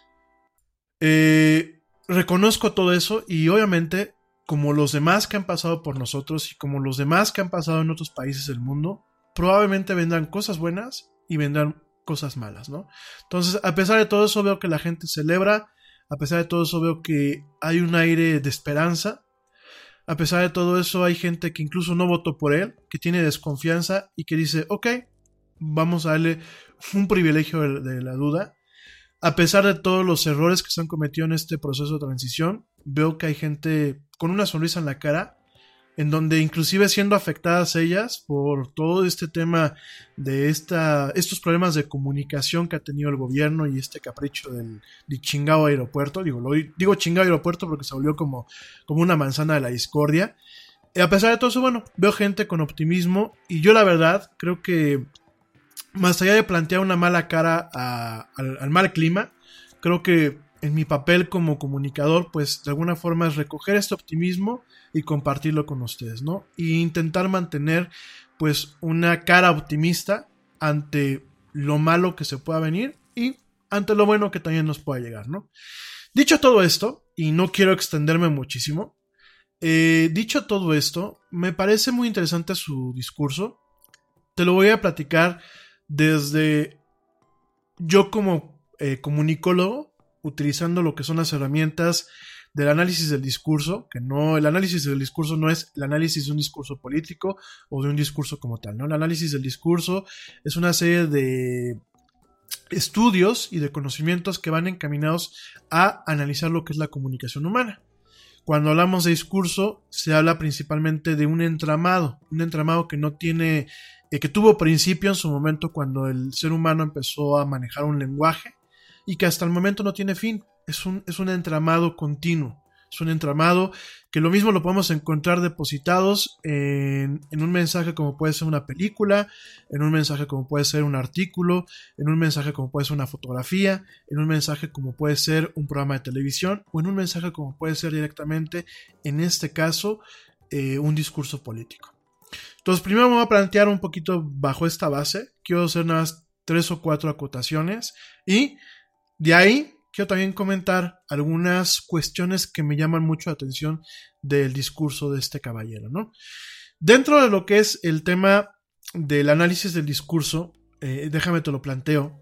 Eh, reconozco todo eso y obviamente, como los demás que han pasado por nosotros y como los demás que han pasado en otros países del mundo, probablemente vendrán cosas buenas y vendrán cosas malas, ¿no? Entonces, a pesar de todo eso, veo que la gente celebra, a pesar de todo eso, veo que hay un aire de esperanza, a pesar de todo eso, hay gente que incluso no votó por él, que tiene desconfianza y que dice, ok, vamos a darle un privilegio de, de la duda. A pesar de todos los errores que se han cometido en este proceso de transición, veo que hay gente con una sonrisa en la cara, en donde inclusive siendo afectadas ellas por todo este tema de esta, estos problemas de comunicación que ha tenido el gobierno y este capricho del, del chingado aeropuerto, digo, lo, digo chingado aeropuerto porque se volvió como, como una manzana de la discordia. Y a pesar de todo eso, bueno, veo gente con optimismo y yo la verdad creo que más allá de plantear una mala cara a, al, al mal clima, creo que en mi papel como comunicador, pues de alguna forma es recoger este optimismo y compartirlo con ustedes, ¿no? Y intentar mantener pues una cara optimista ante lo malo que se pueda venir y ante lo bueno que también nos pueda llegar, ¿no? Dicho todo esto, y no quiero extenderme muchísimo, eh, dicho todo esto, me parece muy interesante su discurso. Te lo voy a platicar desde yo como eh, comunicólogo, utilizando lo que son las herramientas del análisis del discurso, que no, el análisis del discurso no es el análisis de un discurso político o de un discurso como tal, ¿no? El análisis del discurso es una serie de estudios y de conocimientos que van encaminados a analizar lo que es la comunicación humana. Cuando hablamos de discurso, se habla principalmente de un entramado, un entramado que no tiene, eh, que tuvo principio en su momento cuando el ser humano empezó a manejar un lenguaje, y que hasta el momento no tiene fin. Es un, es un entramado continuo, es un entramado que lo mismo lo podemos encontrar depositados en, en un mensaje como puede ser una película, en un mensaje como puede ser un artículo, en un mensaje como puede ser una fotografía, en un mensaje como puede ser un programa de televisión o en un mensaje como puede ser directamente, en este caso, eh, un discurso político. Entonces primero me voy a plantear un poquito bajo esta base, quiero hacer nada más tres o cuatro acotaciones y de ahí quiero también comentar algunas cuestiones que me llaman mucho la atención del discurso de este caballero, ¿no? Dentro de lo que es el tema del análisis del discurso, eh, déjame te lo planteo.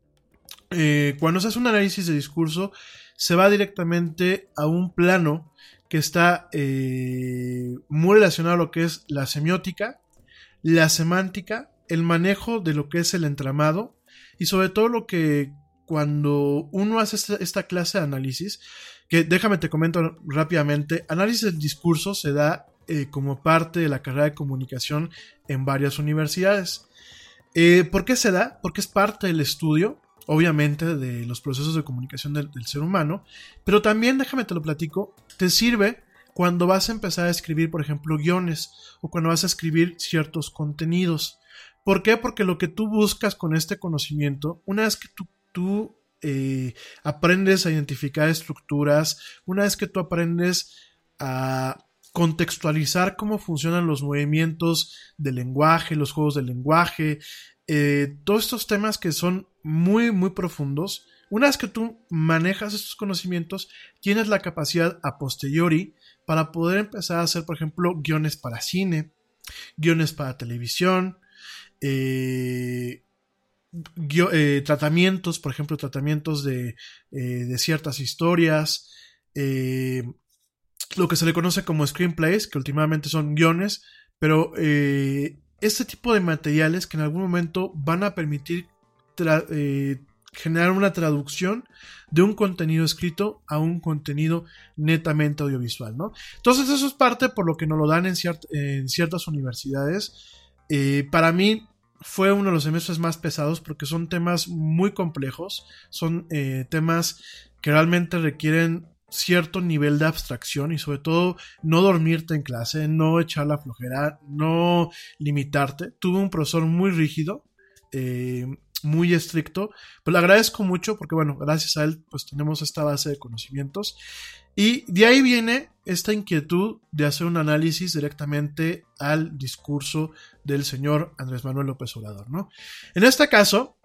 Eh, cuando se hace un análisis de discurso, se va directamente a un plano que está eh, muy relacionado a lo que es la semiótica, la semántica, el manejo de lo que es el entramado y sobre todo lo que cuando uno hace esta, esta clase de análisis, que déjame te comento rápidamente, análisis del discurso se da eh, como parte de la carrera de comunicación en varias universidades. Eh, ¿Por qué se da? Porque es parte del estudio, obviamente, de los procesos de comunicación del, del ser humano, pero también, déjame te lo platico, te sirve cuando vas a empezar a escribir, por ejemplo, guiones, o cuando vas a escribir ciertos contenidos. ¿Por qué? Porque lo que tú buscas con este conocimiento, una vez que tú tú eh, aprendes a identificar estructuras, una vez que tú aprendes a contextualizar cómo funcionan los movimientos del lenguaje, los juegos del lenguaje, eh, todos estos temas que son muy, muy profundos, una vez que tú manejas estos conocimientos, tienes la capacidad a posteriori para poder empezar a hacer, por ejemplo, guiones para cine, guiones para televisión, eh, Guio, eh, tratamientos, por ejemplo, tratamientos de, eh, de ciertas historias, eh, lo que se le conoce como screenplays, que últimamente son guiones, pero eh, este tipo de materiales que en algún momento van a permitir tra- eh, generar una traducción de un contenido escrito a un contenido netamente audiovisual, ¿no? Entonces eso es parte por lo que nos lo dan en, ciert- en ciertas universidades. Eh, para mí fue uno de los semestres más pesados porque son temas muy complejos, son eh, temas que realmente requieren cierto nivel de abstracción y sobre todo no dormirte en clase, no echar la flojera, no limitarte. Tuve un profesor muy rígido, eh, muy estricto, pero le agradezco mucho porque bueno, gracias a él pues tenemos esta base de conocimientos y de ahí viene esta inquietud de hacer un análisis directamente al discurso del señor Andrés Manuel López Obrador, ¿no? En este caso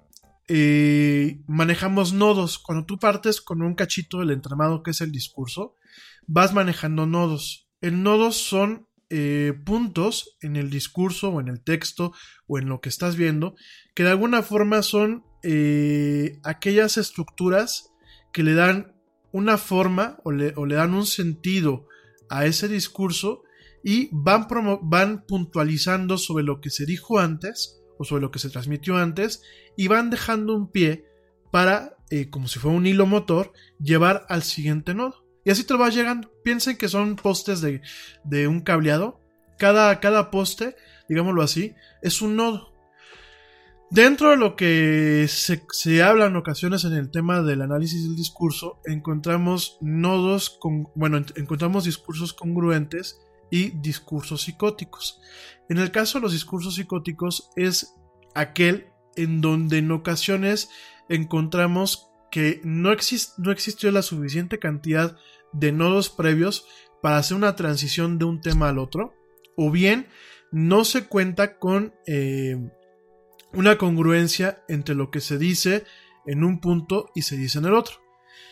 Eh, manejamos nodos. Cuando tú partes con un cachito del entramado que es el discurso, vas manejando nodos. En nodos son eh, puntos en el discurso o en el texto o en lo que estás viendo que de alguna forma son eh, aquellas estructuras que le dan una forma o le, o le dan un sentido a ese discurso y van, promo- van puntualizando sobre lo que se dijo antes o sobre lo que se transmitió antes, y van dejando un pie para, eh, como si fuera un hilo motor, llevar al siguiente nodo. Y así te lo vas llegando. Piensen que son postes de, de un cableado. Cada, cada poste, digámoslo así, es un nodo. Dentro de lo que se, se habla en ocasiones en el tema del análisis del discurso, encontramos nodos, con, bueno, encontramos discursos congruentes y discursos psicóticos. En el caso de los discursos psicóticos es aquel en donde en ocasiones encontramos que no, exist- no existió la suficiente cantidad de nodos previos para hacer una transición de un tema al otro, o bien no se cuenta con eh, una congruencia entre lo que se dice en un punto y se dice en el otro.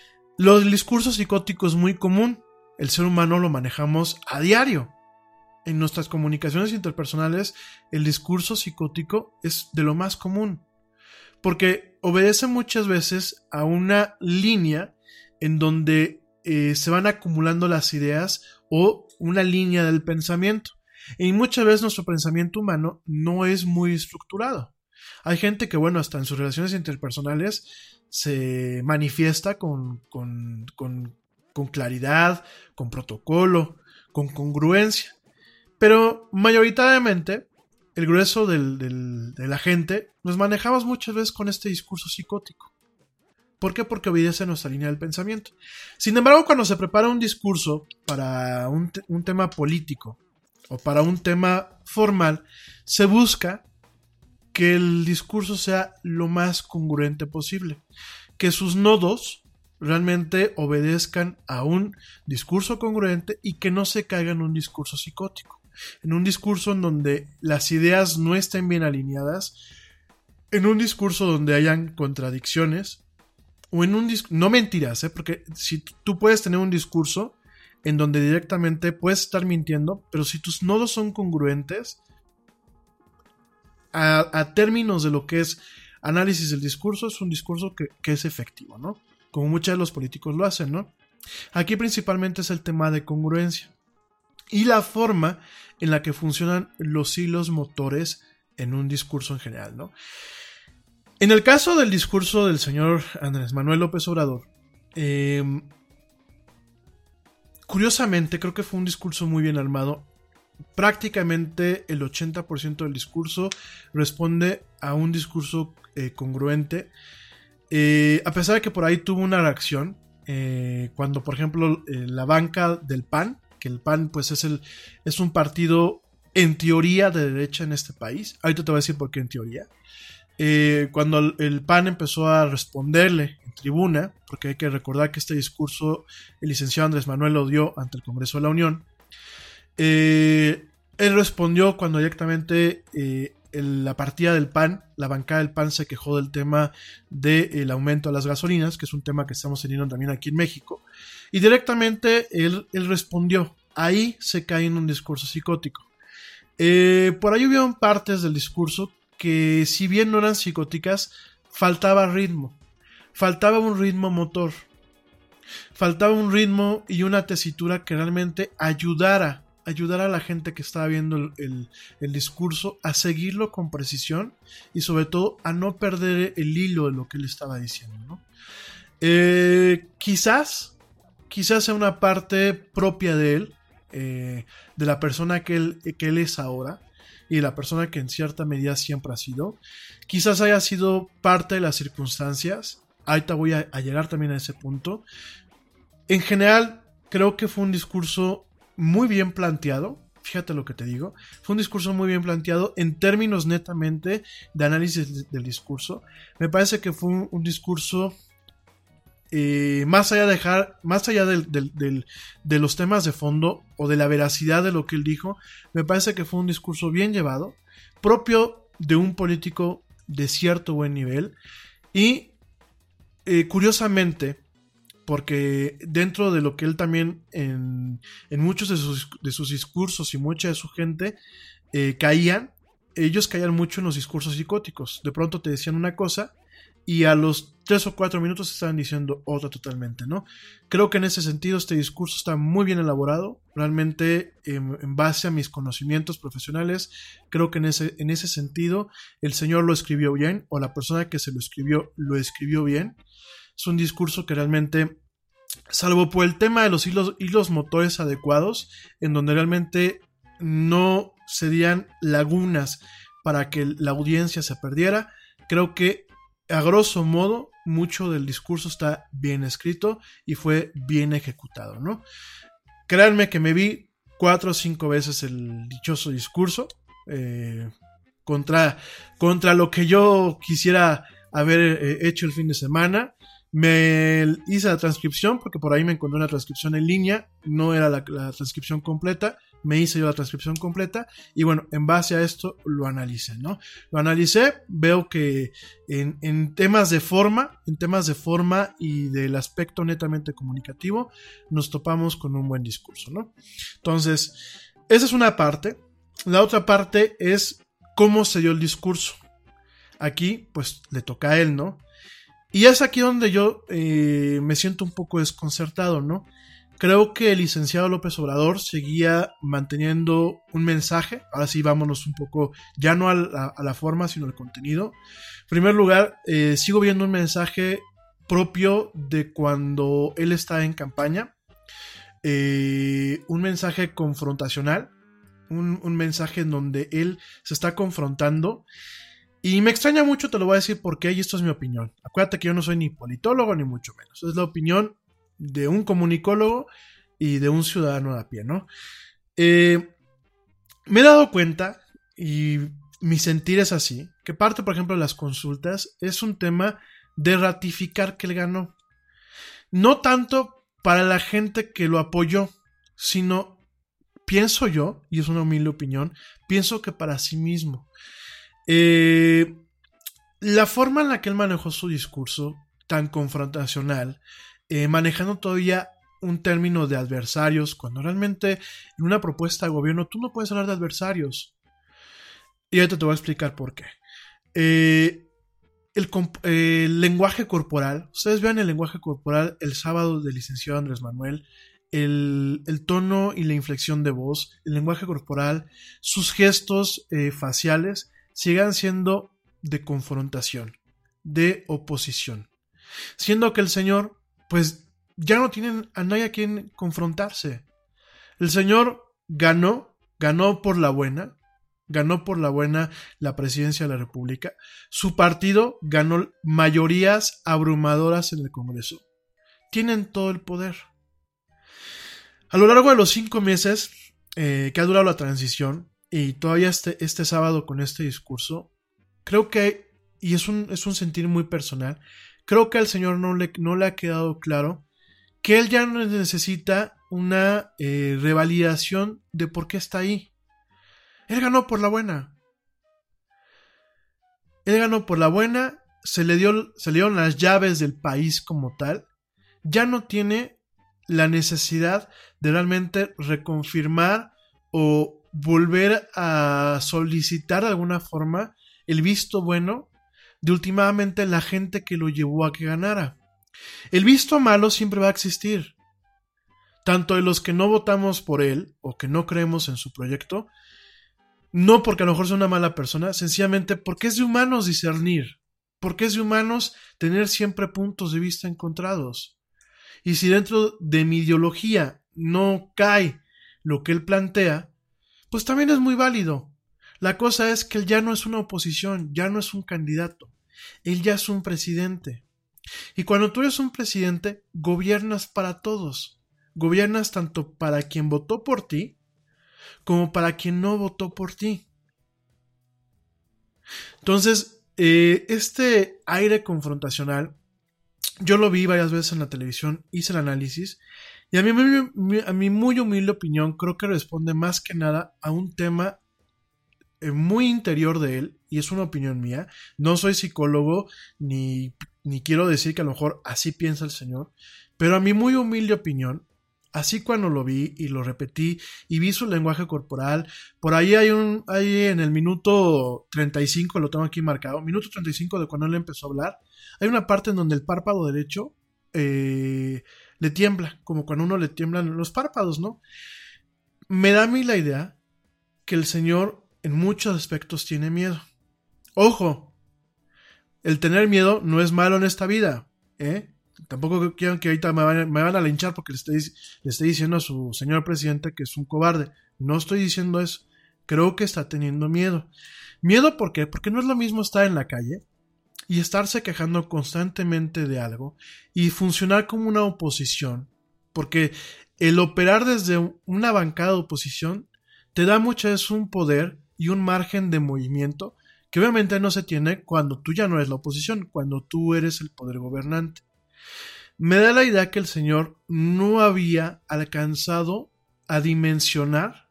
Los discursos psicóticos es muy común, el ser humano lo manejamos a diario. En nuestras comunicaciones interpersonales, el discurso psicótico es de lo más común, porque obedece muchas veces a una línea en donde eh, se van acumulando las ideas o una línea del pensamiento. Y muchas veces nuestro pensamiento humano no es muy estructurado. Hay gente que, bueno, hasta en sus relaciones interpersonales se manifiesta con, con, con, con claridad, con protocolo, con congruencia. Pero mayoritariamente el grueso del, del, de la gente nos manejamos muchas veces con este discurso psicótico. ¿Por qué? Porque obedece a nuestra línea del pensamiento. Sin embargo, cuando se prepara un discurso para un, te- un tema político o para un tema formal, se busca que el discurso sea lo más congruente posible, que sus nodos realmente obedezcan a un discurso congruente y que no se caiga en un discurso psicótico. En un discurso en donde las ideas no estén bien alineadas, en un discurso donde hayan contradicciones, o en un discurso, no mentiras, ¿eh? Porque si tú puedes tener un discurso en donde directamente puedes estar mintiendo, pero si tus nodos son congruentes, a, a términos de lo que es análisis del discurso, es un discurso que, que es efectivo, ¿no? Como muchos de los políticos lo hacen, ¿no? Aquí principalmente es el tema de congruencia y la forma en la que funcionan los hilos motores en un discurso en general, ¿no? En el caso del discurso del señor Andrés Manuel López Obrador, eh, curiosamente creo que fue un discurso muy bien armado. Prácticamente el ochenta por ciento del discurso responde a un discurso eh, congruente, eh, a pesar de que por ahí tuvo una reacción, eh, cuando por ejemplo eh, la banca del P A N, que el P A N pues es, el, es un partido en teoría de derecha en este país, ahorita te voy a decir por qué en teoría, eh, cuando el, el P A N empezó a responderle en tribuna, porque hay que recordar que este discurso el licenciado Andrés Manuel lo dio ante el Congreso de la Unión, eh, él respondió cuando directamente eh, el, la partida del P A N, la bancada del P A N se quejó del tema del aumento a las gasolinas, que es un tema que estamos teniendo también aquí en México, y directamente él, él respondió. Ahí se cae en un discurso psicótico. Eh, por ahí hubieron partes del discurso que, si bien no eran psicóticas, faltaba ritmo, faltaba un ritmo motor, faltaba un ritmo y una tesitura que realmente ayudara ayudar a la gente que estaba viendo el, el, el discurso a seguirlo con precisión y sobre todo a no perder el hilo de lo que él estaba diciendo, ¿no? Eh, quizás, quizás sea una parte propia de él, eh, de la persona que él, que él es ahora, y de la persona que en cierta medida siempre ha sido. Quizás haya sido parte de las circunstancias. Ahorita voy a, a llegar también a ese punto. En general, creo que fue un discurso muy bien planteado. Fíjate lo que te digo. Fue un discurso muy bien planteado en términos netamente de análisis del discurso. Me parece que fue un, un discurso eh, más allá de dejar, más allá del, del, del, de los temas de fondo o de la veracidad de lo que él dijo. Me parece que fue un discurso bien llevado, propio de un político de cierto buen nivel y eh, curiosamente, porque dentro de lo que él también en, en muchos de sus, de sus discursos y mucha de su gente eh, caían, ellos caían mucho en los discursos psicóticos. De pronto te decían una cosa y a los tres o cuatro minutos estaban diciendo otra totalmente, ¿no? Creo que en ese sentido este discurso está muy bien elaborado, realmente en, en base a mis conocimientos profesionales, creo que en ese, en ese sentido el señor lo escribió bien, o la persona que se lo escribió lo escribió bien. Es un discurso que realmente, salvo por el tema de los hilos, hilos motores adecuados, en donde realmente no serían lagunas para que la audiencia se perdiera, creo que a grosso modo mucho del discurso está bien escrito y fue bien ejecutado, ¿no? Créanme que me vi cuatro o cinco veces el dichoso discurso eh, contra, contra lo que yo quisiera haber eh, hecho el fin de semana. Me hice la transcripción porque por ahí me encontré una transcripción en línea, no era la, la transcripción completa, me hice yo la transcripción completa y bueno, en base a esto lo analicé, ¿no? Lo analicé, veo que en, en temas de forma, en temas de forma y del aspecto netamente comunicativo, nos topamos con un buen discurso, ¿no? Entonces, esa es una parte. La otra parte es cómo se dio el discurso. Aquí, pues, le toca a él, ¿no? Y es aquí donde yo eh, me siento un poco desconcertado, ¿no? Creo que el licenciado López Obrador seguía manteniendo un mensaje. Ahora sí, vámonos un poco, ya no a la, a la forma, sino al contenido. En primer lugar, eh, sigo viendo un mensaje propio de cuando él está en campaña. Eh, un mensaje confrontacional. Un, un mensaje en donde él se está confrontando. Y me extraña mucho, te lo voy a decir porque y esto es mi opinión. Acuérdate que yo no soy ni politólogo ni mucho menos. Es la opinión de un comunicólogo y de un ciudadano de a pie, ¿no? Eh, me he dado cuenta, y mi sentir es así, que parte, por ejemplo, de las consultas es un tema de ratificar que él ganó. No tanto para la gente que lo apoyó, sino, pienso yo, y es una humilde opinión, pienso que para sí mismo. Eh, la forma en la que él manejó su discurso tan confrontacional, eh, manejando todavía un término de adversarios, cuando realmente en una propuesta de gobierno tú no puedes hablar de adversarios. Y ahorita te voy a explicar por qué. Eh, el, eh, el lenguaje corporal, ustedes vean el lenguaje corporal el sábado del licenciado Andrés Manuel, el, el tono y la inflexión de voz, el lenguaje corporal, sus gestos eh, faciales, sigan siendo de confrontación, de oposición. Siendo que el señor, pues, ya no tiene a nadie a quien confrontarse. El señor ganó, ganó por la buena, ganó por la buena la presidencia de la República. Su partido ganó mayorías abrumadoras en el Congreso. Tienen todo el poder. A lo largo de los cinco meses eh, que ha durado la transición, y todavía este, este sábado con este discurso, creo que, y es un, es un sentir muy personal, creo que al señor no le, no le ha quedado claro que él ya no necesita una eh, revalidación de por qué está ahí. Él ganó por la buena. Él ganó por la buena, se le dio, se le dieron las llaves del país como tal, ya no tiene la necesidad de realmente reconfirmar o volver a solicitar de alguna forma el visto bueno de últimamente la gente que lo llevó a que ganara. El visto malo siempre va a existir, tanto de los que no votamos por él o que no creemos en su proyecto, no porque a lo mejor sea una mala persona, sencillamente porque es de humanos discernir, porque es de humanos tener siempre puntos de vista encontrados. Y si dentro de mi ideología no cae lo que él plantea, pues también es muy válido. La cosa es que él ya no es una oposición, ya no es un candidato, él ya es un presidente. Y cuando tú eres un presidente, gobiernas para todos, gobiernas tanto para quien votó por ti, como para quien no votó por ti. Entonces, eh, este aire confrontacional, yo lo vi varias veces en la televisión, hice el análisis, y a mí, a mi muy humilde opinión, creo que responde más que nada a un tema eh, muy interior de él, y es una opinión mía. No soy psicólogo, ni, ni quiero decir que a lo mejor así piensa el señor, pero a mi muy humilde opinión, así cuando lo vi y lo repetí y vi su lenguaje corporal, por ahí hay un, hay en el minuto treinta y cinco, lo tengo aquí marcado, minuto treinta y cinco de cuando él empezó a hablar, hay una parte en donde el párpado derecho eh, le tiembla, como cuando uno le tiemblan los párpados, ¿no? Me da a mí la idea que el señor en muchos aspectos tiene miedo. Ojo, el tener miedo no es malo en esta vida, ¿eh? Tampoco quiero que ahorita me van, me van a linchar porque le estoy, le estoy diciendo a su señor presidente que es un cobarde. No estoy diciendo eso. Creo que está teniendo miedo. ¿Miedo por qué? Porque no es lo mismo estar en la calle y estarse quejando constantemente de algo y funcionar como una oposición. Porque el operar desde una bancada de oposición te da muchas veces un poder y un margen de movimiento que obviamente no se tiene cuando tú ya no eres la oposición, cuando tú eres el poder gobernante. Me da la idea que el señor no había alcanzado a dimensionar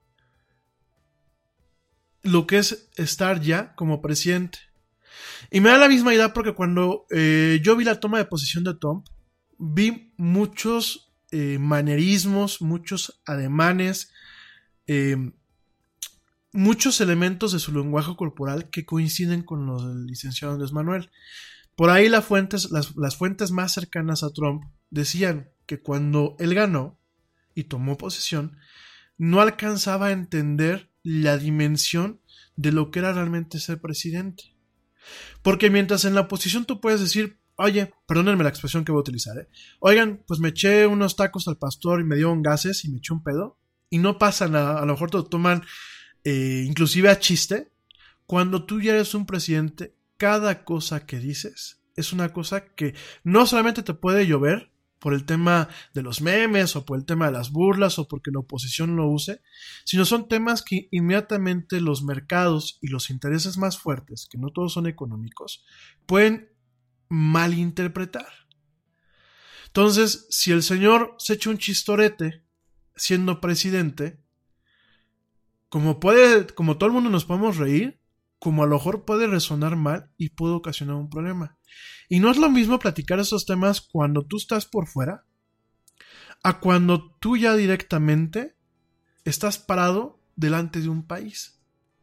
lo que es estar ya como presidente. Y me da la misma idea porque cuando eh, yo vi la toma de posición de Trump, vi muchos eh, manerismos, muchos ademanes, eh, muchos elementos de su lenguaje corporal que coinciden con los del licenciado Andrés Manuel. Por ahí las fuentes, las, las fuentes más cercanas a Trump decían que cuando él ganó y tomó posesión, no alcanzaba a entender la dimensión de lo que era realmente ser presidente. Porque mientras en la oposición tú puedes decir, oye, perdónenme la expresión que voy a utilizar, ¿eh? Oigan, pues me eché unos tacos al pastor y me dio un gases y me eché un pedo, y no pasa nada, a lo mejor te lo toman eh, inclusive a chiste. Cuando tú ya eres un presidente, cada cosa que dices es una cosa que no solamente te puede llover por el tema de los memes o por el tema de las burlas o porque la oposición lo use, sino son temas que inmediatamente los mercados y los intereses más fuertes, que no todos son económicos, pueden malinterpretar. Entonces, si el señor se echa un chistorete siendo presidente, como puede, como todo el mundo nos podemos reír, como a lo mejor puede resonar mal y puede ocasionar un problema. Y no es lo mismo platicar esos temas cuando tú estás por fuera, a cuando tú ya directamente estás parado delante de un país,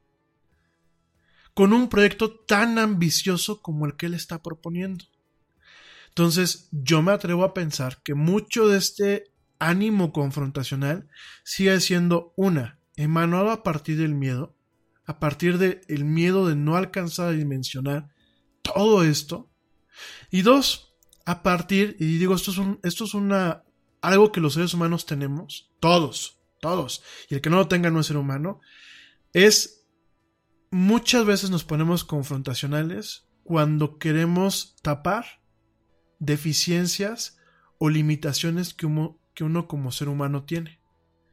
con un proyecto tan ambicioso como el que él está proponiendo. Entonces, yo me atrevo a pensar que mucho de este ánimo confrontacional sigue siendo una, emanado a partir del miedo, a partir del miedo de no alcanzar a dimensionar todo esto. Y dos, a partir, y digo, esto es, un, esto es una, algo que los seres humanos tenemos, todos, todos, y el que no lo tenga no es ser humano, es muchas veces nos ponemos confrontacionales cuando queremos tapar deficiencias o limitaciones que uno, que uno como ser humano tiene.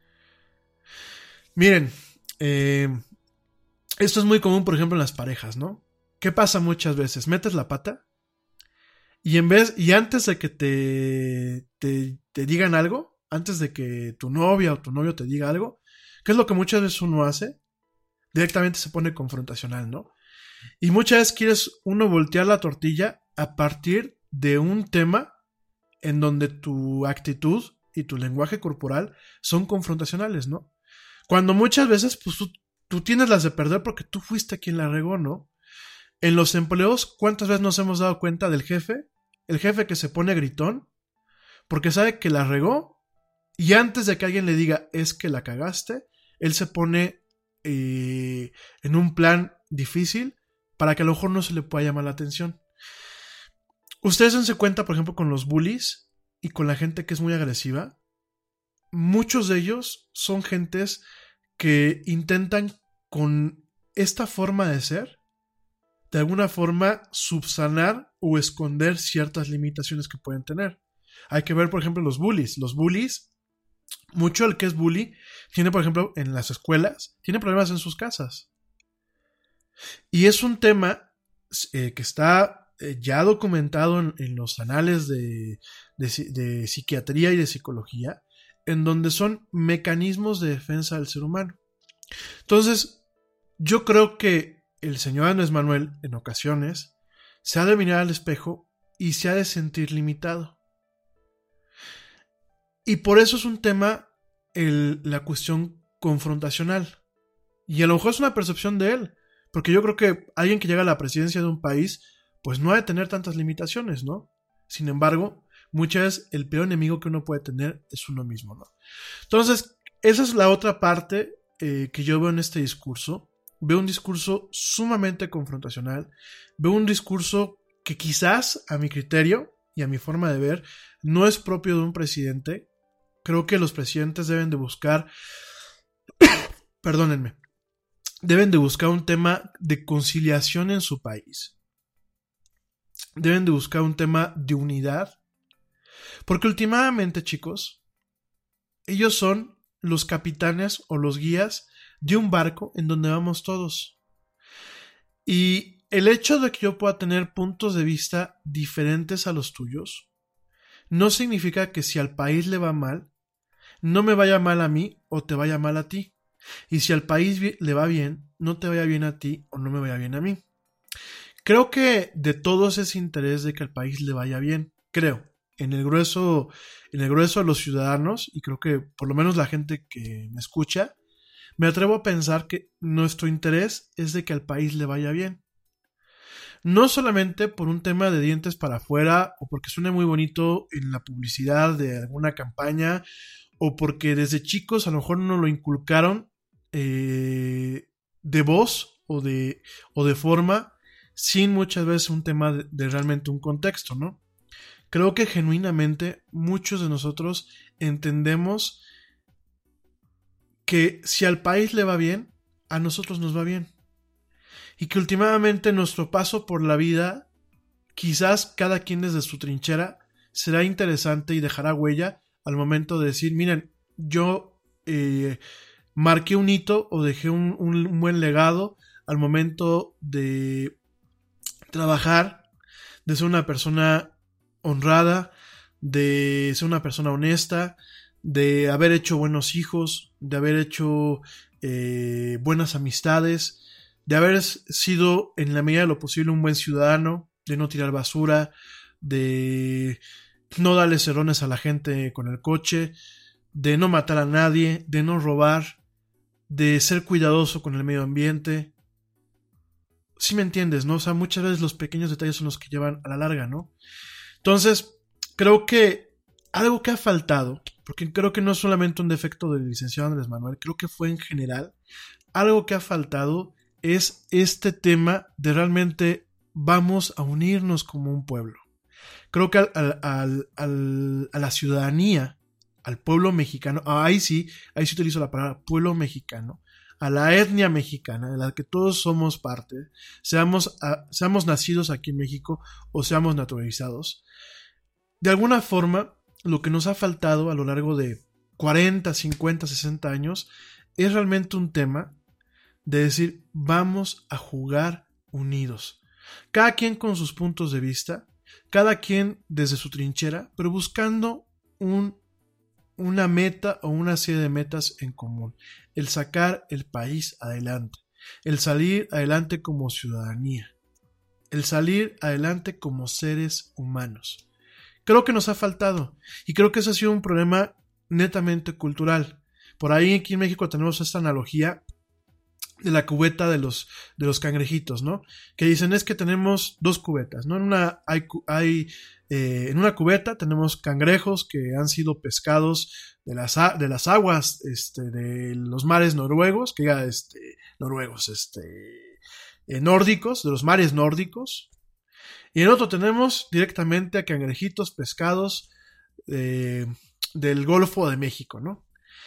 Miren, eh, esto es muy común, por ejemplo, en las parejas, ¿no? ¿Qué pasa muchas veces? Metes la pata y en vez, y antes de que te, te, te digan algo, antes de que tu novia o tu novio te diga algo, ¿qué es lo que muchas veces uno hace? Directamente se pone confrontacional, ¿no? Y muchas veces quieres uno voltear la tortilla a partir de un tema en donde tu actitud y tu lenguaje corporal son confrontacionales, ¿no? Cuando muchas veces, pues tú, tú tienes las de perder porque tú fuiste quien la regó, ¿no? En los empleos, ¿cuántas veces nos hemos dado cuenta del jefe? El jefe que se pone gritón porque sabe que la regó y antes de que alguien le diga es que la cagaste, él se pone eh, en un plan difícil para que a lo mejor no se le pueda llamar la atención. Ustedes dense cuenta, por ejemplo, con los bullies y con la gente que es muy agresiva. Muchos de ellos son gentes que intentan con esta forma de ser, de alguna forma, subsanar o esconder ciertas limitaciones que pueden tener. Hay que ver, por ejemplo, los bullies. Los bullies, mucho el que es bully, tiene, por ejemplo, en las escuelas, tiene problemas en sus casas. Y es un tema eh, que está eh, ya documentado en, en los anales de, de, de psiquiatría y de psicología, en donde son mecanismos de defensa del ser humano. Entonces, yo creo que el señor Andrés Manuel, en ocasiones, se ha de mirar al espejo y se ha de sentir limitado. Y por eso es un tema el, la cuestión confrontacional. Y a lo mejor es una percepción de él, porque yo creo que alguien que llega a la presidencia de un país, pues no ha de tener tantas limitaciones, ¿no? Sin embargo, muchas veces el peor enemigo que uno puede tener es uno mismo, ¿no? Entonces, esa es la otra parte eh, que yo veo en este discurso. Veo un discurso sumamente confrontacional, veo un discurso que quizás, a mi criterio y a mi forma de ver, no es propio de un presidente. Creo que los presidentes deben de buscar, perdónenme, deben de buscar un tema de conciliación en su país. Deben de buscar un tema de unidad. Porque últimamente, chicos, ellos son los capitanes o los guías de un barco en donde vamos todos. Y el hecho de que yo pueda tener puntos de vista diferentes a los tuyos no significa que si al país le va mal, no me vaya mal a mí o te vaya mal a ti. Y si al país le va bien, no te vaya bien a ti o no me vaya bien a mí. Creo que de todos es interés de que al país le vaya bien. Creo. En el grueso, en el grueso de los ciudadanos, y creo que por lo menos la gente que me escucha, me atrevo a pensar que nuestro interés es de que al país le vaya bien. No solamente por un tema de dientes para afuera, o porque suene muy bonito en la publicidad de alguna campaña, o porque desde chicos a lo mejor no lo inculcaron eh, de voz o de, o de forma, sin muchas veces un tema de, de realmente un contexto, ¿no? Creo que genuinamente muchos de nosotros entendemos que si al país le va bien, a nosotros nos va bien. Y que últimamente nuestro paso por la vida, quizás cada quien desde su trinchera, será interesante y dejará huella al momento de decir, miren, yo eh, marqué un hito o dejé un, un, un buen legado al momento de trabajar, de ser una persona honrada, de ser una persona honesta, de haber hecho buenos hijos, de haber hecho eh, buenas amistades, de haber sido en la medida de lo posible un buen ciudadano, de no tirar basura, de no darle cerones a la gente con el coche, de no matar a nadie, de no robar, de ser cuidadoso con el medio ambiente. Sí me entiendes, ¿no? O sea, muchas veces los pequeños detalles son los que llevan a la larga, ¿no? Entonces, creo que algo que ha faltado, porque creo que no es solamente un defecto del licenciado Andrés Manuel, creo que fue en general, algo que ha faltado es este tema de realmente vamos a unirnos como un pueblo. Creo que al, al, al, al, a la ciudadanía, al pueblo mexicano, ahí sí, ahí sí utilizo la palabra pueblo mexicano, a la etnia mexicana, de la que todos somos parte, seamos, a, seamos nacidos aquí en México o seamos naturalizados. De alguna forma, lo que nos ha faltado a lo largo de cuarenta, cincuenta, sesenta años es realmente un tema de decir, vamos a jugar unidos. Cada quien con sus puntos de vista, cada quien desde su trinchera, pero buscando un una meta o una serie de metas en común, el sacar el país adelante, el salir adelante como ciudadanía, el salir adelante como seres humanos. Creo que nos ha faltado y creo que ese ha sido un problema netamente cultural. Por ahí aquí en México tenemos esta analogía de la cubeta de los, de los cangrejitos, ¿no? Que dicen es que tenemos dos cubetas, ¿no? En una hay, hay eh, en una cubeta tenemos cangrejos que han sido pescados de las, de las aguas este, de los mares noruegos, que ya este, noruegos, este, eh, nórdicos, de los mares nórdicos. Y en otro tenemos directamente a cangrejitos pescados eh, del Golfo de México, ¿no?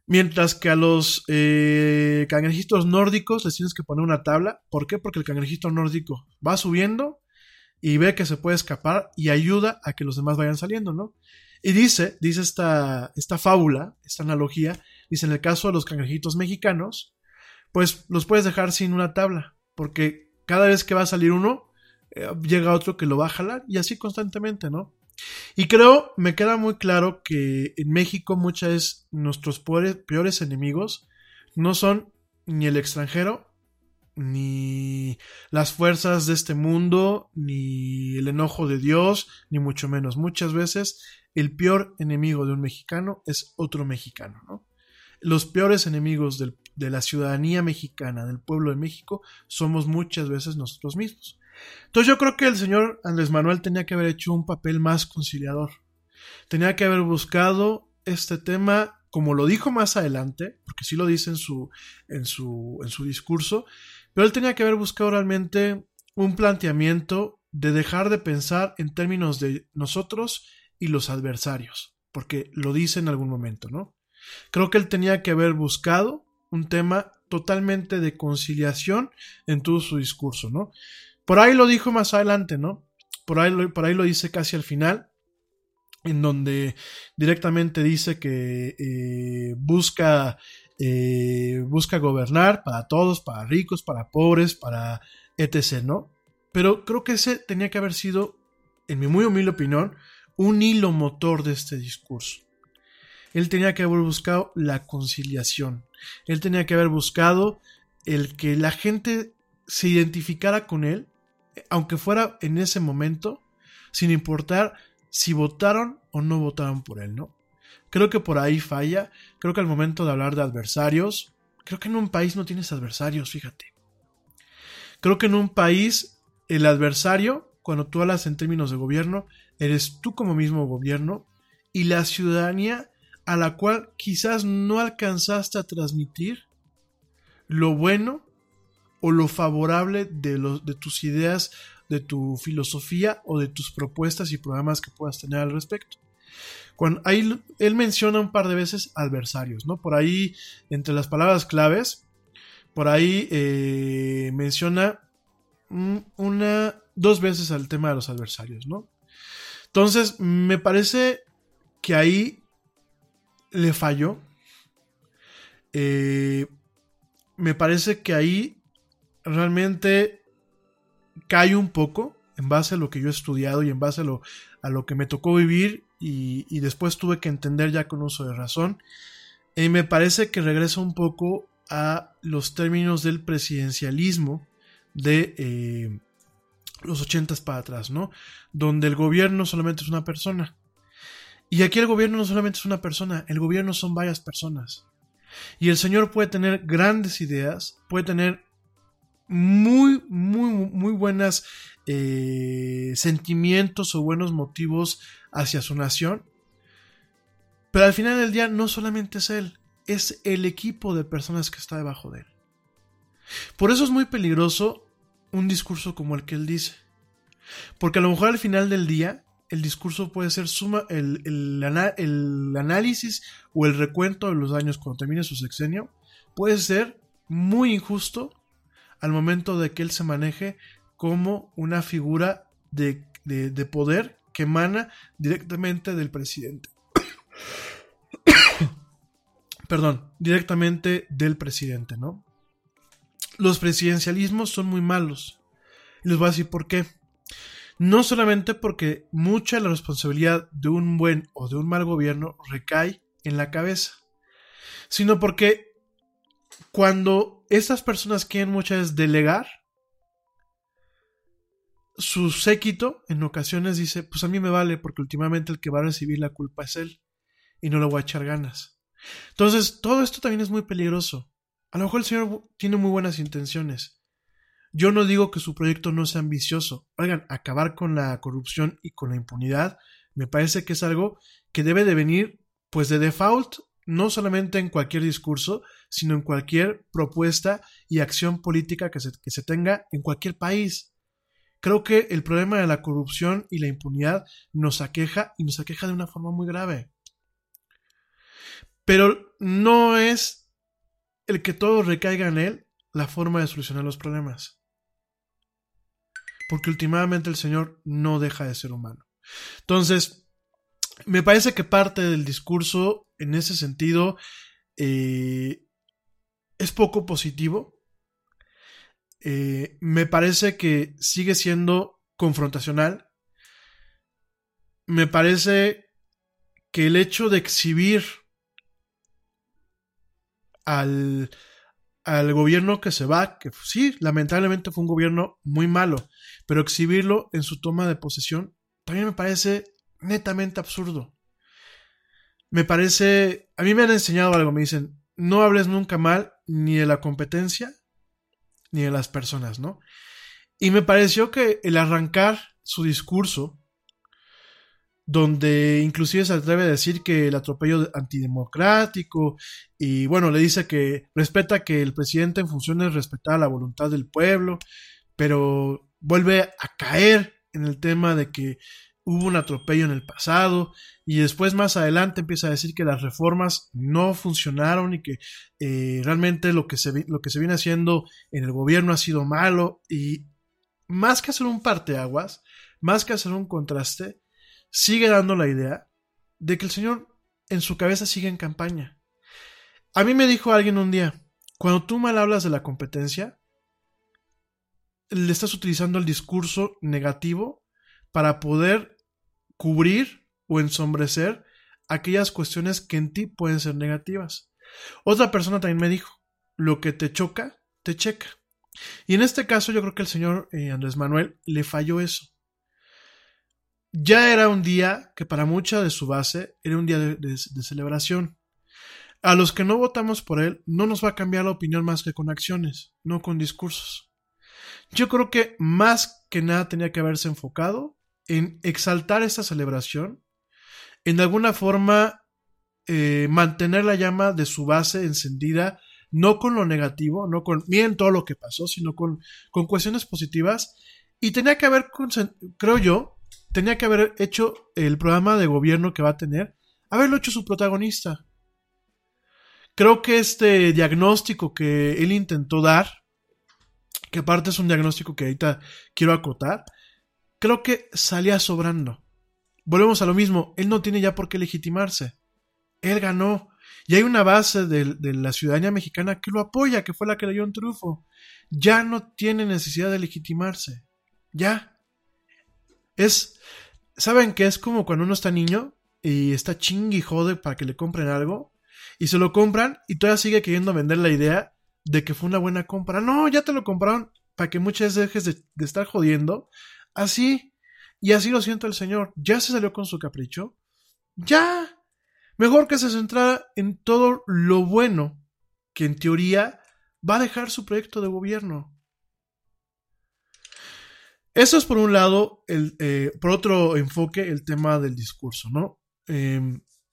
Mientras que a los eh, cangrejitos nórdicos les tienes que poner una tabla. ¿Por qué? Porque el cangrejito nórdico va subiendo y ve que se puede escapar y ayuda a que los demás vayan saliendo, ¿no? Y dice, dice esta, esta fábula, esta analogía, dice, en el caso de los cangrejitos mexicanos, pues los puedes dejar sin una tabla, porque cada vez que va a salir uno, eh, llega otro que lo va a jalar, y así constantemente, ¿no? Y creo, me queda muy claro que en México muchas veces nuestros peores, peores enemigos no son ni el extranjero, ni las fuerzas de este mundo, ni el enojo de Dios, ni mucho menos. Muchas veces el peor enemigo de un mexicano es otro mexicano, ¿no? Los peores enemigos del, de la ciudadanía mexicana, del pueblo de México, somos muchas veces nosotros mismos. Entonces yo creo que el señor Andrés Manuel tenía que haber hecho un papel más conciliador. Tenía que haber buscado este tema, como lo dijo más adelante, porque sí lo dice en su, en su, en su discurso, pero él tenía que haber buscado realmente un planteamiento de dejar de pensar en términos de nosotros y los adversarios, porque lo dice en algún momento, ¿no? Creo que él tenía que haber buscado un tema totalmente de conciliación en todo su discurso, ¿no? Por ahí lo dijo más adelante, ¿no? Por ahí, por ahí lo dice casi al final, en donde directamente dice que eh, busca, eh, busca gobernar para todos, para ricos, para pobres, para etcétera, ¿no? Pero creo que ese tenía que haber sido, en mi muy humilde opinión, un hilo motor de este discurso. Él tenía que haber buscado la conciliación. Él tenía que haber buscado el que la gente se identificara con él, aunque fuera en ese momento, sin importar si votaron o no votaron por él, ¿no? Creo que por ahí falla. Creo que al momento de hablar de adversarios, creo que en un país no tienes adversarios, fíjate. Creo que en un país el adversario, cuando tú hablas en términos de gobierno, eres tú como mismo gobierno y la ciudadanía a la cual quizás no alcanzaste a transmitir lo bueno o lo favorable de, los, de tus ideas, de tu filosofía o de tus propuestas y programas que puedas tener al respecto. Cuando ahí él menciona un par de veces adversarios, ¿no? Por ahí, entre las palabras claves, por ahí eh, menciona una, dos veces al tema de los adversarios, ¿no? Entonces, me parece que ahí le falló. Eh, me parece que ahí realmente cae un poco en base a lo que yo he estudiado y en base a lo, a lo que me tocó vivir y, y después tuve que entender ya con uso de razón. Eh, me parece que regresa un poco a los términos del presidencialismo de eh, los ochentas para atrás, ¿no? Donde el gobierno solamente es una persona. Y aquí el gobierno no solamente es una persona, el gobierno son varias personas. Y el señor puede tener grandes ideas, puede tener muy, muy, muy buenas eh, sentimientos o buenos motivos hacia su nación. Pero al final del día no solamente es él, es el equipo de personas que está debajo de él. Por eso es muy peligroso un discurso como el que él dice. Porque a lo mejor al final del día el discurso puede ser suma, el, el, el análisis o el recuento de los años cuando termine su sexenio puede ser muy injusto al momento de que él se maneje como una figura de, de, de poder que emana directamente del presidente. Perdón, directamente del presidente, ¿no? Los presidencialismos son muy malos. Y les voy a decir por qué. No solamente porque mucha de la responsabilidad de un buen o de un mal gobierno recae en la cabeza, sino porque cuando estas personas quieren muchas veces delegar, su séquito en ocasiones dice, pues a mí me vale porque últimamente el que va a recibir la culpa es él y no le voy a echar ganas. Entonces todo esto también es muy peligroso. A lo mejor el señor tiene muy buenas intenciones. Yo no digo que su proyecto no sea ambicioso. Oigan, acabar con la corrupción y con la impunidad me parece que es algo que debe de venir pues de default, no solamente en cualquier discurso, sino en cualquier propuesta y acción política que se, que se tenga en cualquier país. Creo que el problema de la corrupción y la impunidad nos aqueja y nos aqueja de una forma muy grave. Pero no es el que todo recaiga en él la forma de solucionar los problemas. Porque últimamente el Señor no deja de ser humano. Entonces, me parece que parte del discurso en ese sentido eh, es poco positivo. Eh, me parece que sigue siendo confrontacional. Me parece que el hecho de exhibir al, al gobierno que se va, que sí, lamentablemente fue un gobierno muy malo, pero exhibirlo en su toma de posesión también me parece netamente absurdo. Me parece, a mí me han enseñado algo, me dicen, no hables nunca mal ni de la competencia ni de las personas, ¿no? Y me pareció que el arrancar su discurso, donde inclusive se atreve a decir que el atropello antidemocrático, y bueno, le dice que respeta que el presidente en funciones respetaba la voluntad del pueblo, pero vuelve a caer en el tema de que hubo un atropello en el pasado, y después más adelante empieza a decir que las reformas no funcionaron y que eh, realmente lo que, se, lo que se viene haciendo en el gobierno ha sido malo, y más que hacer un parteaguas, más que hacer un contraste, sigue dando la idea de que el señor en su cabeza sigue en campaña. A mí me dijo alguien un día, cuando tú mal hablas de la competencia, le estás utilizando el discurso negativo para poder cubrir o ensombrecer aquellas cuestiones que en ti pueden ser negativas. Otra persona también me dijo, lo que te choca, te checa. Y en este caso yo creo que el señor eh, Andrés Manuel le falló eso. Ya era un día que para mucha de su base era un día de, de, de celebración. A los que no votamos por él no nos va a cambiar la opinión más que con acciones, no con discursos. Yo creo que más que nada tenía que haberse enfocado en exaltar esta celebración, en de alguna forma eh, mantener la llama de su base encendida, no con lo negativo, no con miren todo lo que pasó, sino con, con cuestiones positivas, y tenía que haber, creo yo, tenía que haber hecho el programa de gobierno que va a tener, haberlo hecho su protagonista. Creo que este diagnóstico que él intentó dar, que aparte es un diagnóstico que ahorita quiero acotar, creo que salía sobrando. Volvemos a lo mismo, él no tiene ya por qué legitimarse. Él ganó. Y hay una base de, de la ciudadanía mexicana que lo apoya, que fue la que le dio un triunfo. Ya no tiene necesidad de legitimarse. Ya. Es, ¿saben qué? Es como cuando uno está niño y está chingue y jode para que le compren algo y se lo compran y todavía sigue queriendo vender la idea de que fue una buena compra. No, ya te lo compraron para que muchas veces dejes de, de estar jodiendo. Así, y así lo siento el señor. Ya se salió con su capricho. Ya. Mejor que se centrara en todo lo bueno que en teoría va a dejar su proyecto de gobierno. Eso es por un lado, el, eh, por otro enfoque, el tema del discurso, ¿no? Eh,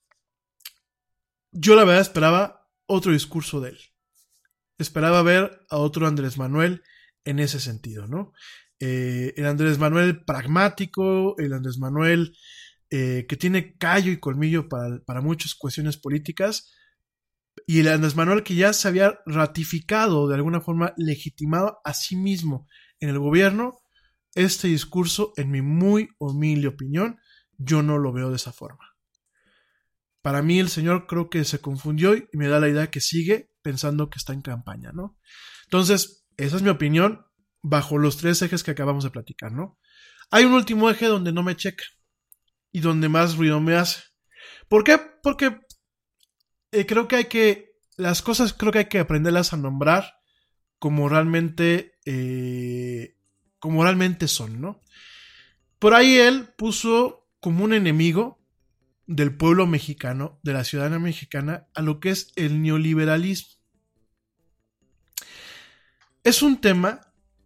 yo la verdad esperaba otro discurso de él. Esperaba ver a otro Andrés Manuel en ese sentido, ¿no? Eh, el Andrés Manuel pragmático, el Andrés Manuel eh, que tiene callo y colmillo para, para muchas cuestiones políticas, y el Andrés Manuel que ya se había ratificado, de alguna forma legitimado a sí mismo en el gobierno. Este discurso, en mi muy humilde opinión, yo no lo veo de esa forma. Para mí el señor creo que se confundió y me da la idea que sigue pensando que está en campaña, ¿no? Entonces, esa es mi opinión bajo los tres ejes que acabamos de platicar, ¿no? Hay un último eje donde no me checa y donde más ruido me hace. ¿Por qué? Porque eh, creo que hay que, las cosas creo que hay que aprenderlas a nombrar como realmente... Eh, como realmente son, ¿no? Por ahí él puso como un enemigo del pueblo mexicano, de la ciudadanía mexicana, a lo que es el neoliberalismo. Es un tema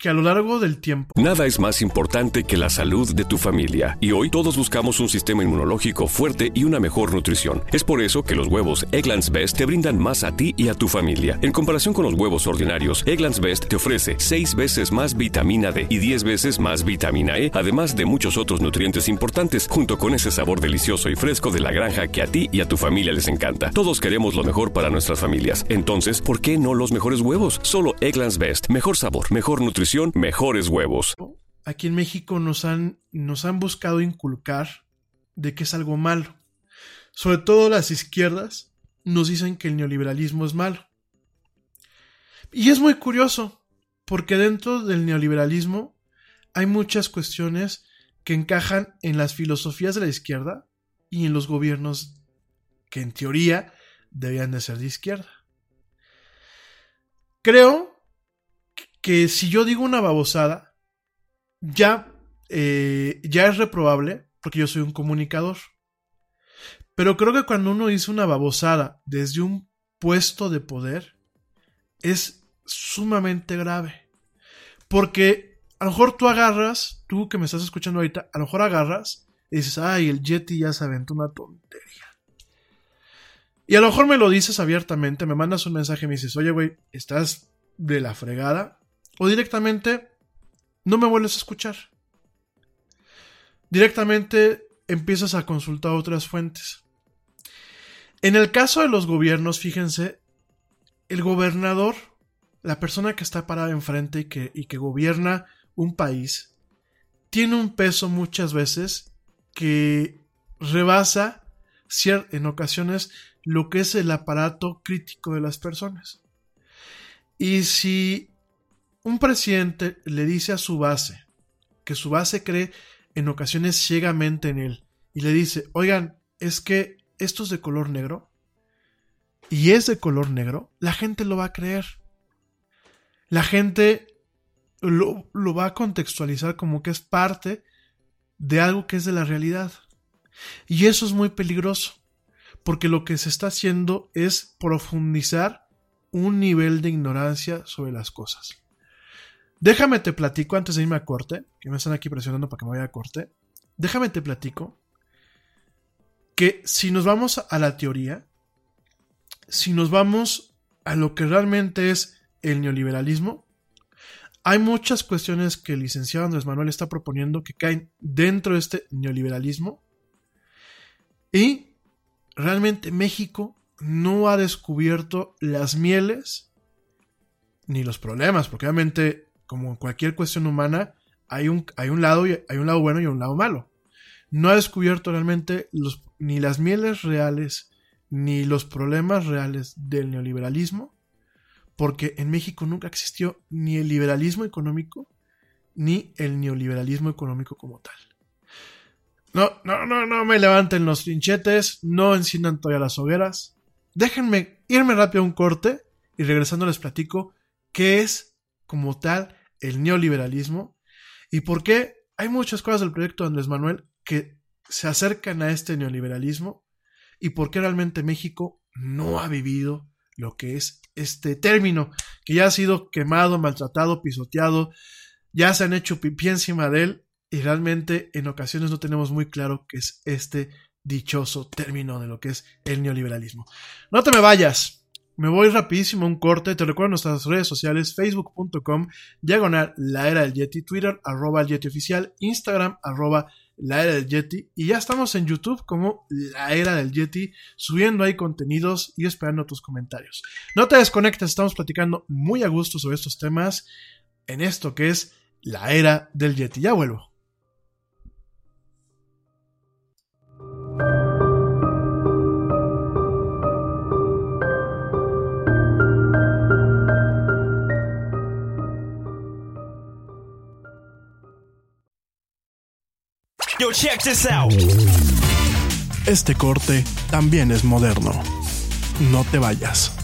que a lo largo del tiempo... Nada es más importante que la salud de tu familia. Y hoy todos buscamos un sistema inmunológico fuerte y una mejor nutrición. Es por eso que los huevos Eggland's Best te brindan más a ti y a tu familia. En comparación con los huevos ordinarios, Eggland's Best te ofrece seis veces más vitamina D y diez veces más vitamina E, además de muchos otros nutrientes importantes, junto con ese sabor delicioso y fresco de la granja que a ti y a tu familia les encanta. Todos queremos lo mejor para nuestras familias. Entonces, ¿por qué no los mejores huevos? Solo Eggland's Best. Mejor sabor, mejor nutrición, mejores huevos. Aquí en México nos han, nos han buscado inculcar de que es algo malo. Sobre todo las izquierdas nos dicen que el neoliberalismo es malo. Y es muy curioso, porque dentro del neoliberalismo hay muchas cuestiones que encajan en las filosofías de la izquierda y en los gobiernos que en teoría debían de ser de izquierda. Creo que si yo digo una babosada, ya, eh, ya es reprobable, porque yo soy un comunicador. Pero creo que cuando uno dice una babosada desde un puesto de poder, es sumamente grave. Porque a lo mejor tú agarras, tú que me estás escuchando ahorita, a lo mejor agarras y dices, ay, el Yeti ya se aventó una tontería. Y a lo mejor me lo dices abiertamente, me mandas un mensaje y me dices, oye, güey, estás de la fregada. O directamente, no me vuelves a escuchar. Directamente empiezas a consultar otras fuentes. En el caso de los gobiernos, fíjense, el gobernador, la persona que está parada enfrente y que, y que gobierna un país, tiene un peso muchas veces que rebasa en ocasiones lo que es el aparato crítico de las personas. Y si un presidente le dice a su base, que su base cree en ocasiones ciegamente en él, y le dice, oigan, es que esto es de color negro, y es de color negro, la gente lo va a creer. La gente lo, lo va a contextualizar como que es parte de algo que es de la realidad. Y eso es muy peligroso, porque lo que se está haciendo es profundizar un nivel de ignorancia sobre las cosas. Déjame te platico antes de irme a corte, que me están aquí presionando para que me vaya a corte. Déjame te platico que si nos vamos a la teoría, si nos vamos a lo que realmente es el neoliberalismo, hay muchas cuestiones que el licenciado Andrés Manuel está proponiendo que caen dentro de este neoliberalismo y realmente México no ha descubierto las mieles ni los problemas, porque obviamente como en cualquier cuestión humana, hay un, hay un lado y hay un lado bueno y un lado malo. No ha descubierto realmente los, ni las mieles reales, ni los problemas reales del neoliberalismo, porque en México nunca existió ni el liberalismo económico, ni el neoliberalismo económico como tal. No, no, no, no me levanten los trinchetes, no enciendan todavía las hogueras. Déjenme irme rápido a un corte y regresando les platico qué es como tal el neoliberalismo y por qué hay muchas cosas del proyecto de Andrés Manuel que se acercan a este neoliberalismo y por qué realmente México no ha vivido lo que es este término que ya ha sido quemado, maltratado, pisoteado, ya se han hecho pipí encima de él y realmente en ocasiones no tenemos muy claro qué es este dichoso término de lo que es el neoliberalismo. No te me vayas. Me voy rapidísimo a un corte. Te recuerdo nuestras redes sociales, facebook punto com, diagonal la era del Yeti, Twitter, arroba el Yeti oficial, Instagram, arroba la era del Yeti, y ya estamos en YouTube como la era del Yeti, subiendo ahí contenidos y esperando tus comentarios. No te desconectes, estamos platicando muy a gusto sobre estos temas en esto que es la era del Yeti. Ya vuelvo. Yo, check this out. Este corte también es moderno. No te vayas.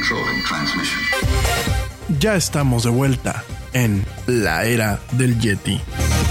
controlling transmission. Ya estamos de vuelta en la era del Yeti.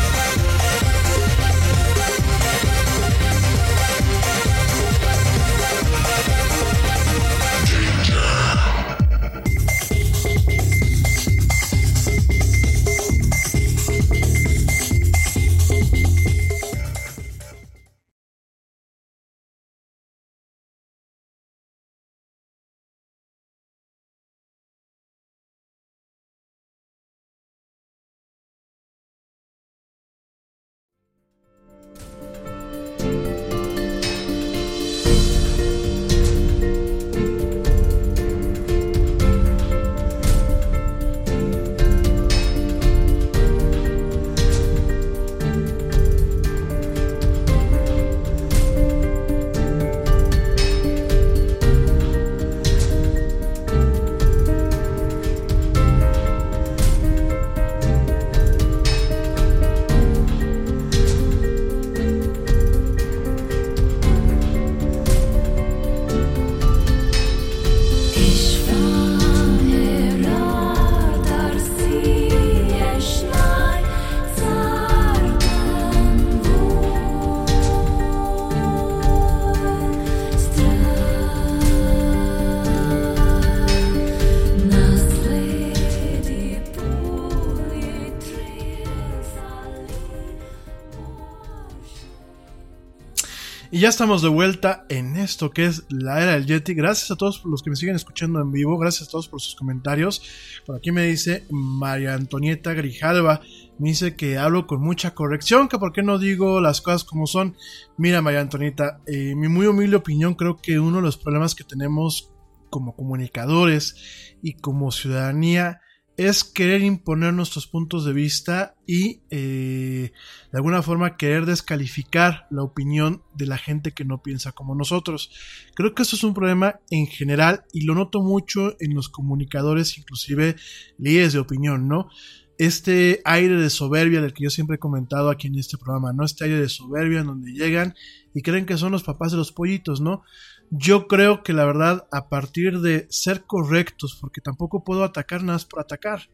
Y ya estamos de vuelta en esto que es la era del Yeti. Gracias a todos los que me siguen escuchando en vivo. Gracias a todos por sus comentarios. Por aquí me dice María Antonieta Grijalva. Me dice que hablo con mucha corrección, que por qué no digo las cosas como son. Mira, María Antonieta, eh, mi muy humilde opinión, creo que uno de los problemas que tenemos como comunicadores y como ciudadanía es querer imponer nuestros puntos de vista y eh, de alguna forma querer descalificar la opinión de la gente que no piensa como nosotros. Creo que eso es un problema en general y lo noto mucho en los comunicadores, inclusive líderes de opinión, ¿no? Este aire de soberbia del que yo siempre he comentado aquí en este programa, ¿no? Este aire de soberbia en donde llegan y creen que son los papás de los pollitos, ¿no? Yo creo que la verdad, a partir de ser correctos, porque tampoco puedo atacar nada más por atacar,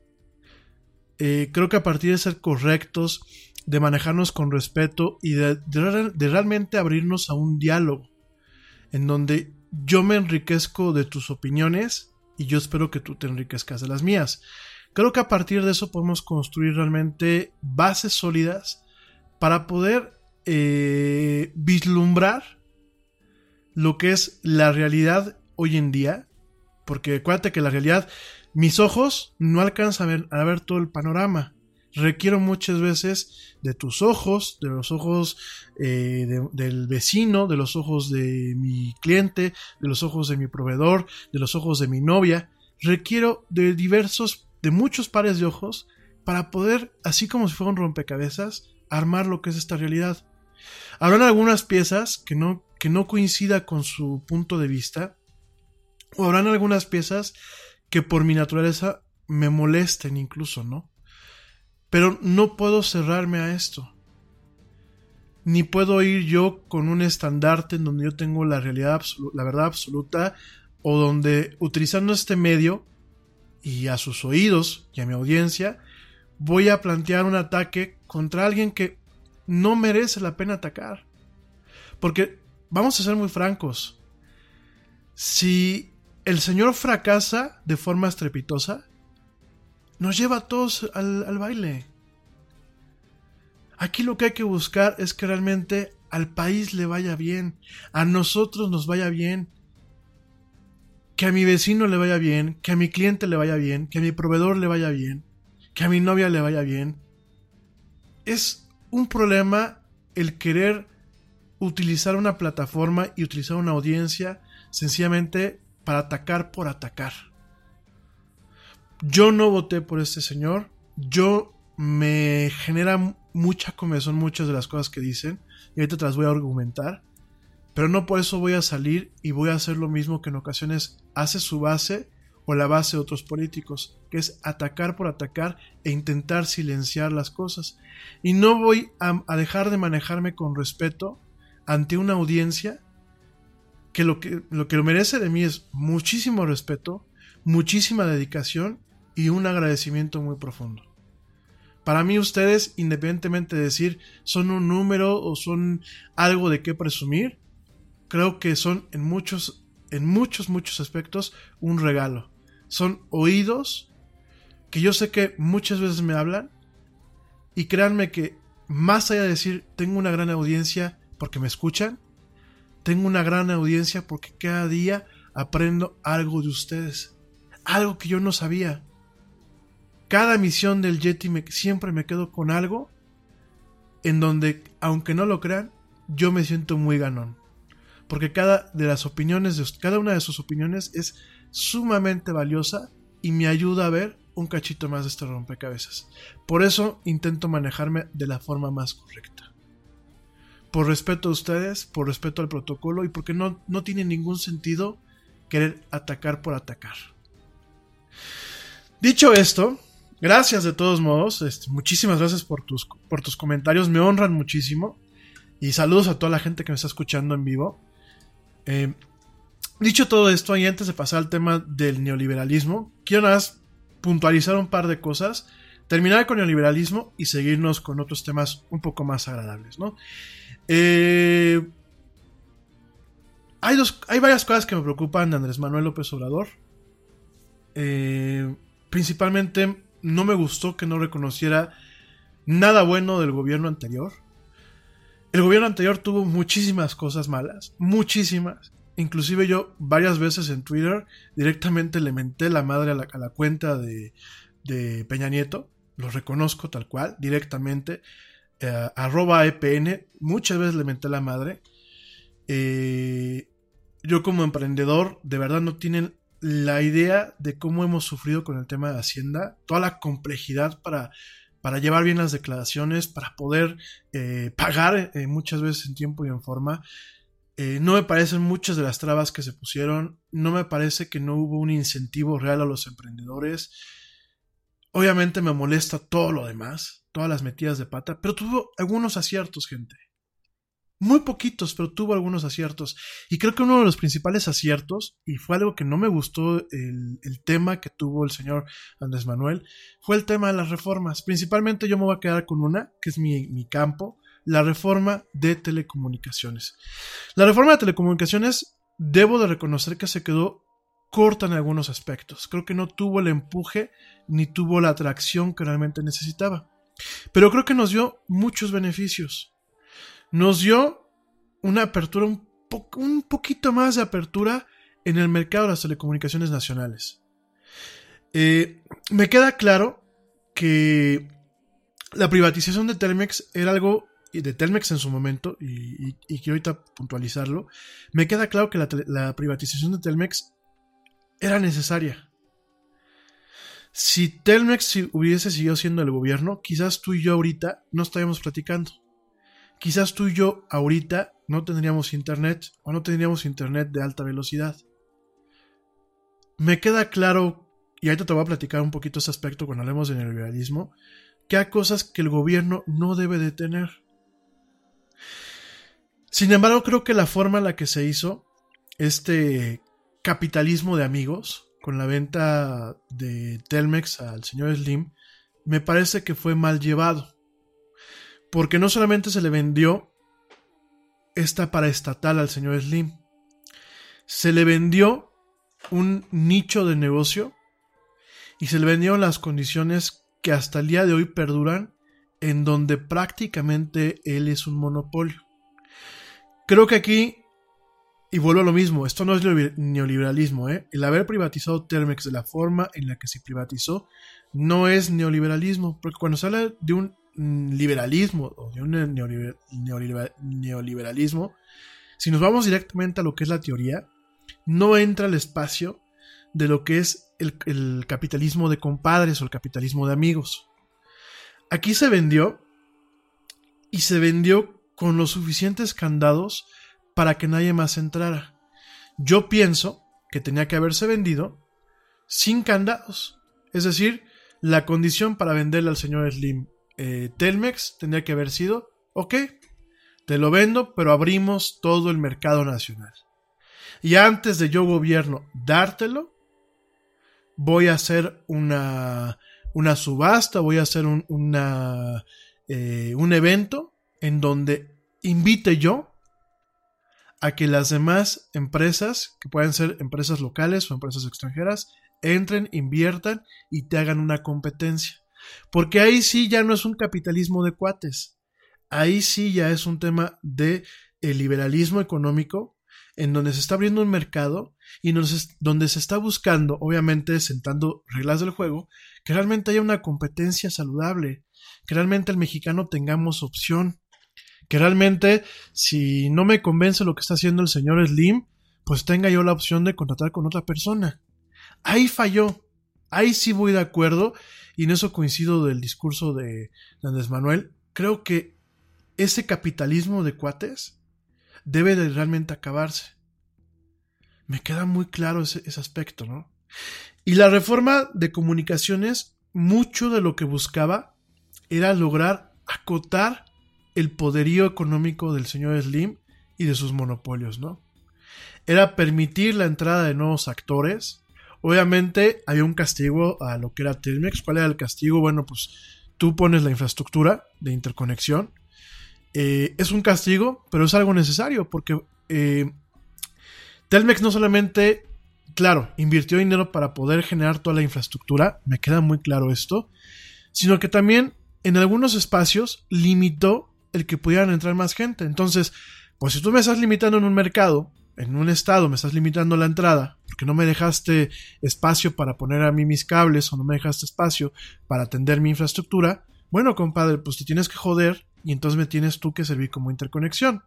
eh, creo que a partir de ser correctos, de manejarnos con respeto y de, de, de realmente abrirnos a un diálogo, en donde yo me enriquezco de tus opiniones y yo espero que tú te enriquezcas de las mías. Creo que a partir de eso podemos construir realmente bases sólidas para poder eh, vislumbrar lo que es la realidad hoy en día, porque acuérdate que la realidad, mis ojos no alcanzan a ver, a ver todo el panorama. Requiero muchas veces de tus ojos, de los ojos eh, de, del vecino, de los ojos de mi cliente, de los ojos de mi proveedor, de los ojos de mi novia. Requiero de diversos, de muchos pares de ojos para poder, así como si fuera un rompecabezas, armar lo que es esta realidad. Habrán algunas piezas que no, que no coincida con su punto de vista, o habrán algunas piezas que por mi naturaleza me molesten incluso, ¿no? Pero no puedo cerrarme a esto. Ni puedo ir yo con un estandarte en donde yo tengo la realidad absolu- la verdad absoluta, o donde utilizando este medio y a sus oídos y a mi audiencia voy a plantear un ataque contra alguien que no merece la pena atacar. Porque vamos a ser muy francos, si el Señor fracasa de forma estrepitosa, nos lleva a todos al, al baile. Aquí lo que hay que buscar es que realmente al país le vaya bien, a nosotros nos vaya bien, que a mi vecino le vaya bien, que a mi cliente le vaya bien, que a mi proveedor le vaya bien, que a mi novia le vaya bien. Es un problema el querer utilizar una plataforma y utilizar una audiencia sencillamente para atacar por atacar. Yo no voté por este señor, yo me genera mucha comezón muchas de las cosas que dicen y ahorita te las voy a argumentar, pero no por eso voy a salir y voy a hacer lo mismo que en ocasiones hace su base o la base de otros políticos, que es atacar por atacar e intentar silenciar las cosas. Y no voy a, a dejar de manejarme con respeto ante una audiencia que lo que lo que merece de mí es muchísimo respeto, muchísima dedicación y un agradecimiento muy profundo. Para mí ustedes, independientemente de decir son un número o son algo de qué presumir, creo que son en muchos, en muchos, muchos aspectos un regalo. Son oídos que yo sé que muchas veces me hablan, y créanme que más allá de decir tengo una gran audiencia porque me escuchan, tengo una gran audiencia porque cada día aprendo algo de ustedes, algo que yo no sabía. Cada emisión del Yeti me, siempre me quedo con algo en donde, aunque no lo crean, yo me siento muy ganón, porque cada de las opiniones, de, cada una de sus opiniones es sumamente valiosa y me ayuda a ver un cachito más de este rompecabezas. Por eso intento manejarme de la forma más correcta. Por respeto a ustedes, por respeto al protocolo y porque no, no tiene ningún sentido querer atacar por atacar. Dicho esto, gracias de todos modos, este, muchísimas gracias por tus, por tus comentarios, me honran muchísimo. Y saludos a toda la gente que me está escuchando en vivo. Eh, dicho todo esto, y antes de pasar al tema del neoliberalismo, quiero nada más puntualizar un par de cosas, terminar con el neoliberalismo y seguirnos con otros temas un poco más agradables, ¿no? Eh, hay, dos, hay varias cosas que me preocupan de Andrés Manuel López Obrador. Eh, principalmente no me gustó que no reconociera nada bueno del gobierno anterior. El gobierno anterior tuvo muchísimas cosas malas, muchísimas. Inclusive yo varias veces en Twitter directamente le menté la madre a la, a la cuenta de, de Peña Nieto. Lo reconozco tal cual, directamente. Eh, arroba E P N, muchas veces le menté la madre. Eh, yo como emprendedor, de verdad no tienen la idea de cómo hemos sufrido con el tema de Hacienda. Toda la complejidad para... para llevar bien las declaraciones, para poder eh, pagar eh, muchas veces en tiempo y en forma. Eh, no me parecen muchas de las trabas que se pusieron, no me parece que no hubo un incentivo real a los emprendedores. Obviamente me molesta todo lo demás, todas las metidas de pata, pero tuvo algunos aciertos, gente. Muy poquitos, pero tuvo algunos aciertos. Y creo que uno de los principales aciertos, y fue algo que no me gustó el, el tema que tuvo el señor Andrés Manuel, fue el tema de las reformas. Principalmente yo me voy a quedar con una, que es mi, mi campo, la reforma de telecomunicaciones. La reforma de telecomunicaciones, debo de reconocer que se quedó corta en algunos aspectos. Creo que no tuvo el empuje, ni tuvo la atracción que realmente necesitaba. Pero creo que nos dio muchos beneficios. Nos dio una apertura, un, po- un poquito más de apertura en el mercado de las telecomunicaciones nacionales. Eh, me queda claro que la privatización de Telmex era algo, de Telmex en su momento, y, y, y quiero ahorita puntualizarlo, me queda claro que la, la privatización de Telmex era necesaria. Si Telmex hubiese seguido siendo el gobierno, quizás tú y yo ahorita no estaríamos platicando. Quizás tú y yo ahorita no tendríamos internet o no tendríamos internet de alta velocidad. Me queda claro, y ahorita te voy a platicar un poquito ese aspecto cuando hablemos de neoliberalismo, que hay cosas que el gobierno no debe de tener. Sin embargo, creo que la forma en la que se hizo este capitalismo de amigos con la venta de Telmex al señor Slim, me parece que fue mal llevado. Porque no solamente se le vendió esta paraestatal al señor Slim, se le vendió un nicho de negocio y se le vendieron las condiciones que hasta el día de hoy perduran, en donde prácticamente él es un monopolio. Creo que aquí, y vuelvo a lo mismo, esto no es neoliberalismo, ¿eh? El haber privatizado Telmex de la forma en la que se privatizó no es neoliberalismo, porque cuando se habla de un liberalismo o de un neoliber, neoliber, neoliberalismo, si nos vamos directamente a lo que es la teoría, no entra el espacio de lo que es el, el capitalismo de compadres o el capitalismo de amigos. Aquí se vendió y se vendió con los suficientes candados para que nadie más entrara. Yo pienso que tenía que haberse vendido sin candados, es decir, la condición para venderle al señor Slim Eh, Telmex tendría que haber sido, ok, te lo vendo, pero abrimos todo el mercado nacional. Y antes de yo gobierno dártelo, voy a hacer una, una subasta, voy a hacer un, una, eh, un evento en donde invite yo a que las demás empresas, que pueden ser empresas locales o empresas extranjeras, entren, inviertan y te hagan una competencia. Porque ahí sí ya no es un capitalismo de cuates. Ahí sí ya es un tema de el liberalismo económico, en donde se está abriendo un mercado y donde se está buscando, obviamente sentando reglas del juego, que realmente haya una competencia saludable, que realmente el mexicano tengamos opción, que realmente si no me convence lo que está haciendo el señor Slim, pues tenga yo la opción de contratar con otra persona. Ahí falló, ahí sí voy de acuerdo, y en eso coincido del discurso de Andrés Manuel. Creo que ese capitalismo de cuates debe de realmente acabarse. Me queda muy claro ese, ese aspecto, ¿no? Y la reforma de comunicaciones, mucho de lo que buscaba era lograr acotar el poderío económico del señor Slim y de sus monopolios, ¿no? Era permitir la entrada de nuevos actores. Obviamente había un castigo a lo que era Telmex. ¿Cuál era el castigo? Bueno, pues tú pones la infraestructura de interconexión. Eh, es un castigo, pero es algo necesario porque eh, Telmex no solamente, claro, invirtió dinero para poder generar toda la infraestructura, me queda muy claro esto, sino que también en algunos espacios limitó el que pudieran entrar más gente. Entonces, pues si tú me estás limitando en un mercado, en un estado me estás limitando la entrada, porque no me dejaste espacio para poner a mí mis cables, o no me dejaste espacio para atender mi infraestructura, bueno, compadre, pues te tienes que joder, y entonces me tienes tú que servir como interconexión.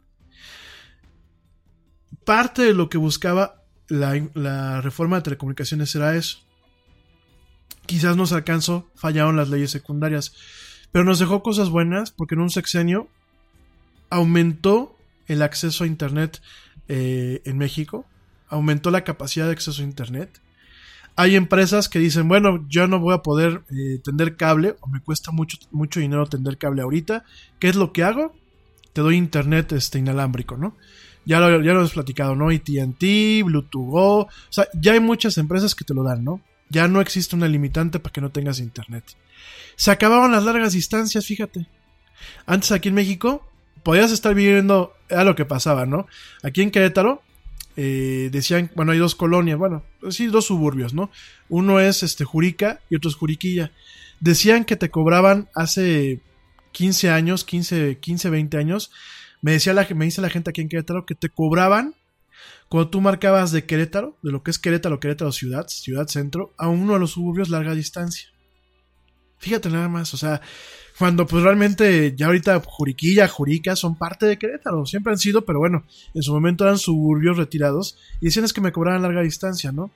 Parte de lo que buscaba la, la reforma de telecomunicaciones era eso. Quizás nos alcanzó, fallaron las leyes secundarias, pero nos dejó cosas buenas, porque en un sexenio aumentó el acceso a internet eh, en México, aumentó la capacidad de acceso a internet. Hay empresas que dicen, bueno, yo no voy a poder eh, tender cable, o me cuesta mucho, mucho dinero tender cable ahorita. ¿Qué es lo que hago? Te doy internet este, inalámbrico, ¿no? Ya lo, ya lo hemos platicado, ¿no? A T and T, Bluetooth Go, o sea, ya hay muchas empresas que te lo dan, ¿no? Ya no existe una limitante para que no tengas internet. Se acababan las largas distancias, fíjate. Antes aquí en México podías estar viviendo, era lo que pasaba, ¿no? Aquí en Querétaro eh, decían, bueno, hay dos colonias, bueno, sí, dos suburbios, ¿no? Uno es este Jurica y otro es Juriquilla. Decían que te cobraban hace quince años, quince, veinte años, me decía la, me dice la gente aquí en Querétaro que te cobraban cuando tú marcabas de Querétaro, de lo que es Querétaro, Querétaro ciudad, ciudad centro, a uno de los suburbios larga distancia. Fíjate nada más, o sea, cuando pues realmente ya ahorita Juriquilla, Jurica son parte de Querétaro, siempre han sido, pero bueno, en su momento eran suburbios retirados y decían es que me cobraban larga distancia, ¿no?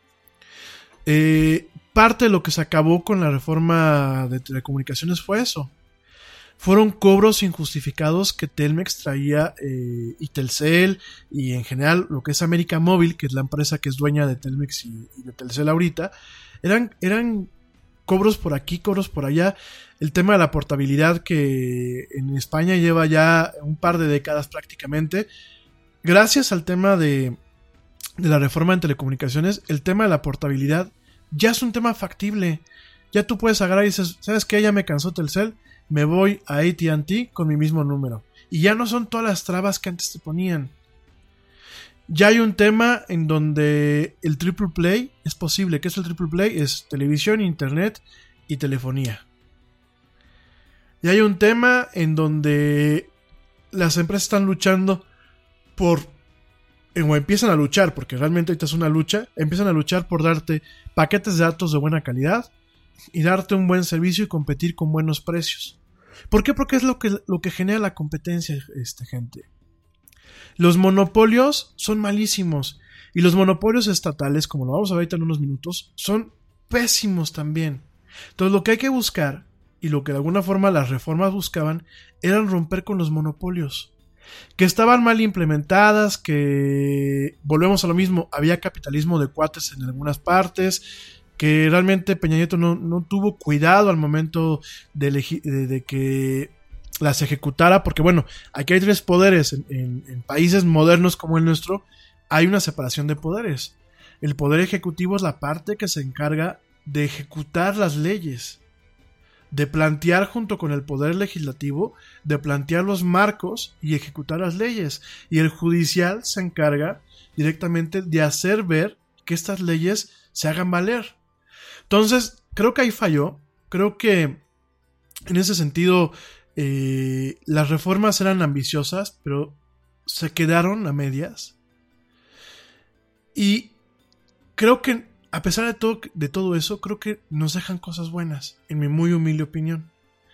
Eh, parte de lo que se acabó con la reforma de telecomunicaciones fue eso. Fueron cobros injustificados que Telmex traía eh, y Telcel y en general lo que es América Móvil, que es la empresa que es dueña de Telmex y, y de Telcel ahorita, eran, eran cobros por aquí, cobros por allá. El tema de la portabilidad que en España lleva ya un par de décadas prácticamente. Gracias al tema de, de la reforma en telecomunicaciones, el tema de la portabilidad ya es un tema factible. Ya tú puedes agarrar y dices, ¿sabes qué? Ya me cansó Telcel, me voy a A T and T con mi mismo número. Y ya no son todas las trabas que antes te ponían. Ya hay un tema en donde el triple play es posible. ¿Qué es el triple play? Es televisión, internet y telefonía. Y hay un tema en donde las empresas están luchando por, o empiezan a luchar, porque realmente ahorita es una lucha, empiezan a luchar por darte paquetes de datos de buena calidad y darte un buen servicio y competir con buenos precios. ¿Por qué? Porque es lo que, lo que genera la competencia, este, gente. Los monopolios son malísimos y los monopolios estatales, como lo vamos a ver ahorita en unos minutos, son pésimos también. Entonces lo que hay que buscar, y lo que de alguna forma las reformas buscaban, eran romper con los monopolios, que estaban mal implementadas, que, volvemos a lo mismo, había capitalismo de cuates en algunas partes, que realmente Peña Nieto no, no tuvo cuidado al momento de, elegir, de, de que las ejecutara, porque bueno, aquí hay tres poderes, en, en, en países modernos como el nuestro, hay una separación de poderes. El poder ejecutivo es la parte que se encarga de ejecutar las leyes, de plantear junto con el poder legislativo, de plantear los marcos y ejecutar las leyes. Y el judicial se encarga directamente de hacer ver que estas leyes se hagan valer. Entonces, creo que ahí falló. Creo que en ese sentido eh, las reformas eran ambiciosas, pero se quedaron a medias. Y creo que a pesar de todo, de todo eso, creo que nos dejan cosas buenas, en mi muy humilde opinión.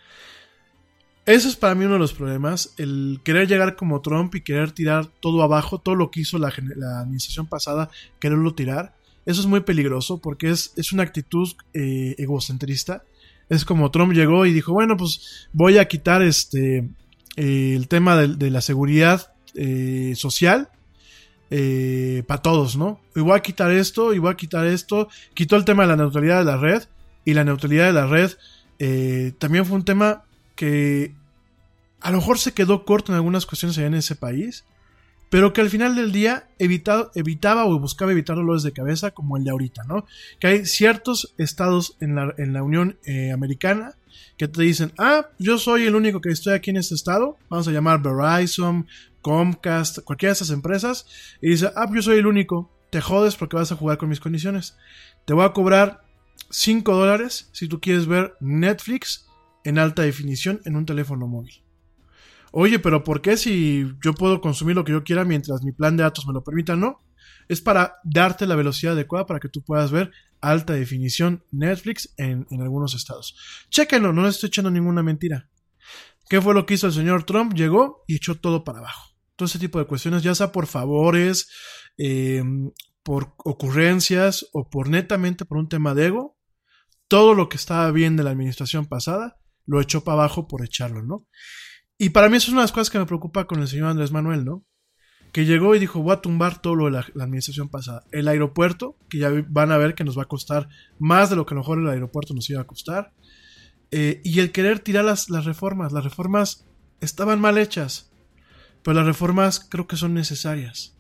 Eso es para mí uno de los problemas, el querer llegar como Trump y querer tirar todo abajo, todo lo que hizo la, la administración pasada, quererlo tirar. Eso es muy peligroso porque es, es una actitud eh, egocentrista. Es como Trump llegó y dijo, bueno, pues voy a quitar este eh, el tema de, de la seguridad eh, social. Eh, para todos, ¿no? Y voy a quitar esto, y voy a quitar esto. Quitó el tema de la neutralidad de la red. Y la neutralidad de la red eh, también fue un tema que a lo mejor se quedó corto en algunas cuestiones allá en ese país, pero que al final del día evitado, evitaba o buscaba evitar dolores de cabeza como el de ahorita, ¿no? Que hay ciertos estados en la, en la Unión eh, Americana que te dicen, ah, yo soy el único que estoy aquí en este estado, vamos a llamar Verizon, Comcast, cualquiera de esas empresas, y dice, ah, yo soy el único, te jodes porque vas a jugar con mis condiciones. Te voy a cobrar cinco dólares si tú quieres ver Netflix en alta definición en un teléfono móvil. Oye, pero ¿por qué si yo puedo consumir lo que yo quiera mientras mi plan de datos me lo permita? No, es para darte la velocidad adecuada para que tú puedas ver alta definición Netflix en, en algunos estados. Chéquenlo, no les estoy echando ninguna mentira. ¿Qué fue lo que hizo el señor Trump? Llegó y echó todo para abajo. Todo ese tipo de cuestiones, ya sea por favores, eh, por ocurrencias o por netamente por un tema de ego, todo lo que estaba bien de la administración pasada lo echó para abajo por echarlo, ¿no? Y para mí eso es una de las cosas que me preocupa con el señor Andrés Manuel, ¿no? Que llegó y dijo, voy a tumbar todo lo de la, la administración pasada. El aeropuerto, que ya van a ver que nos va a costar más de lo que a lo mejor el aeropuerto nos iba a costar. Eh, y el querer tirar las, las reformas. Las reformas estaban mal hechas, pero las reformas creo que son necesarias.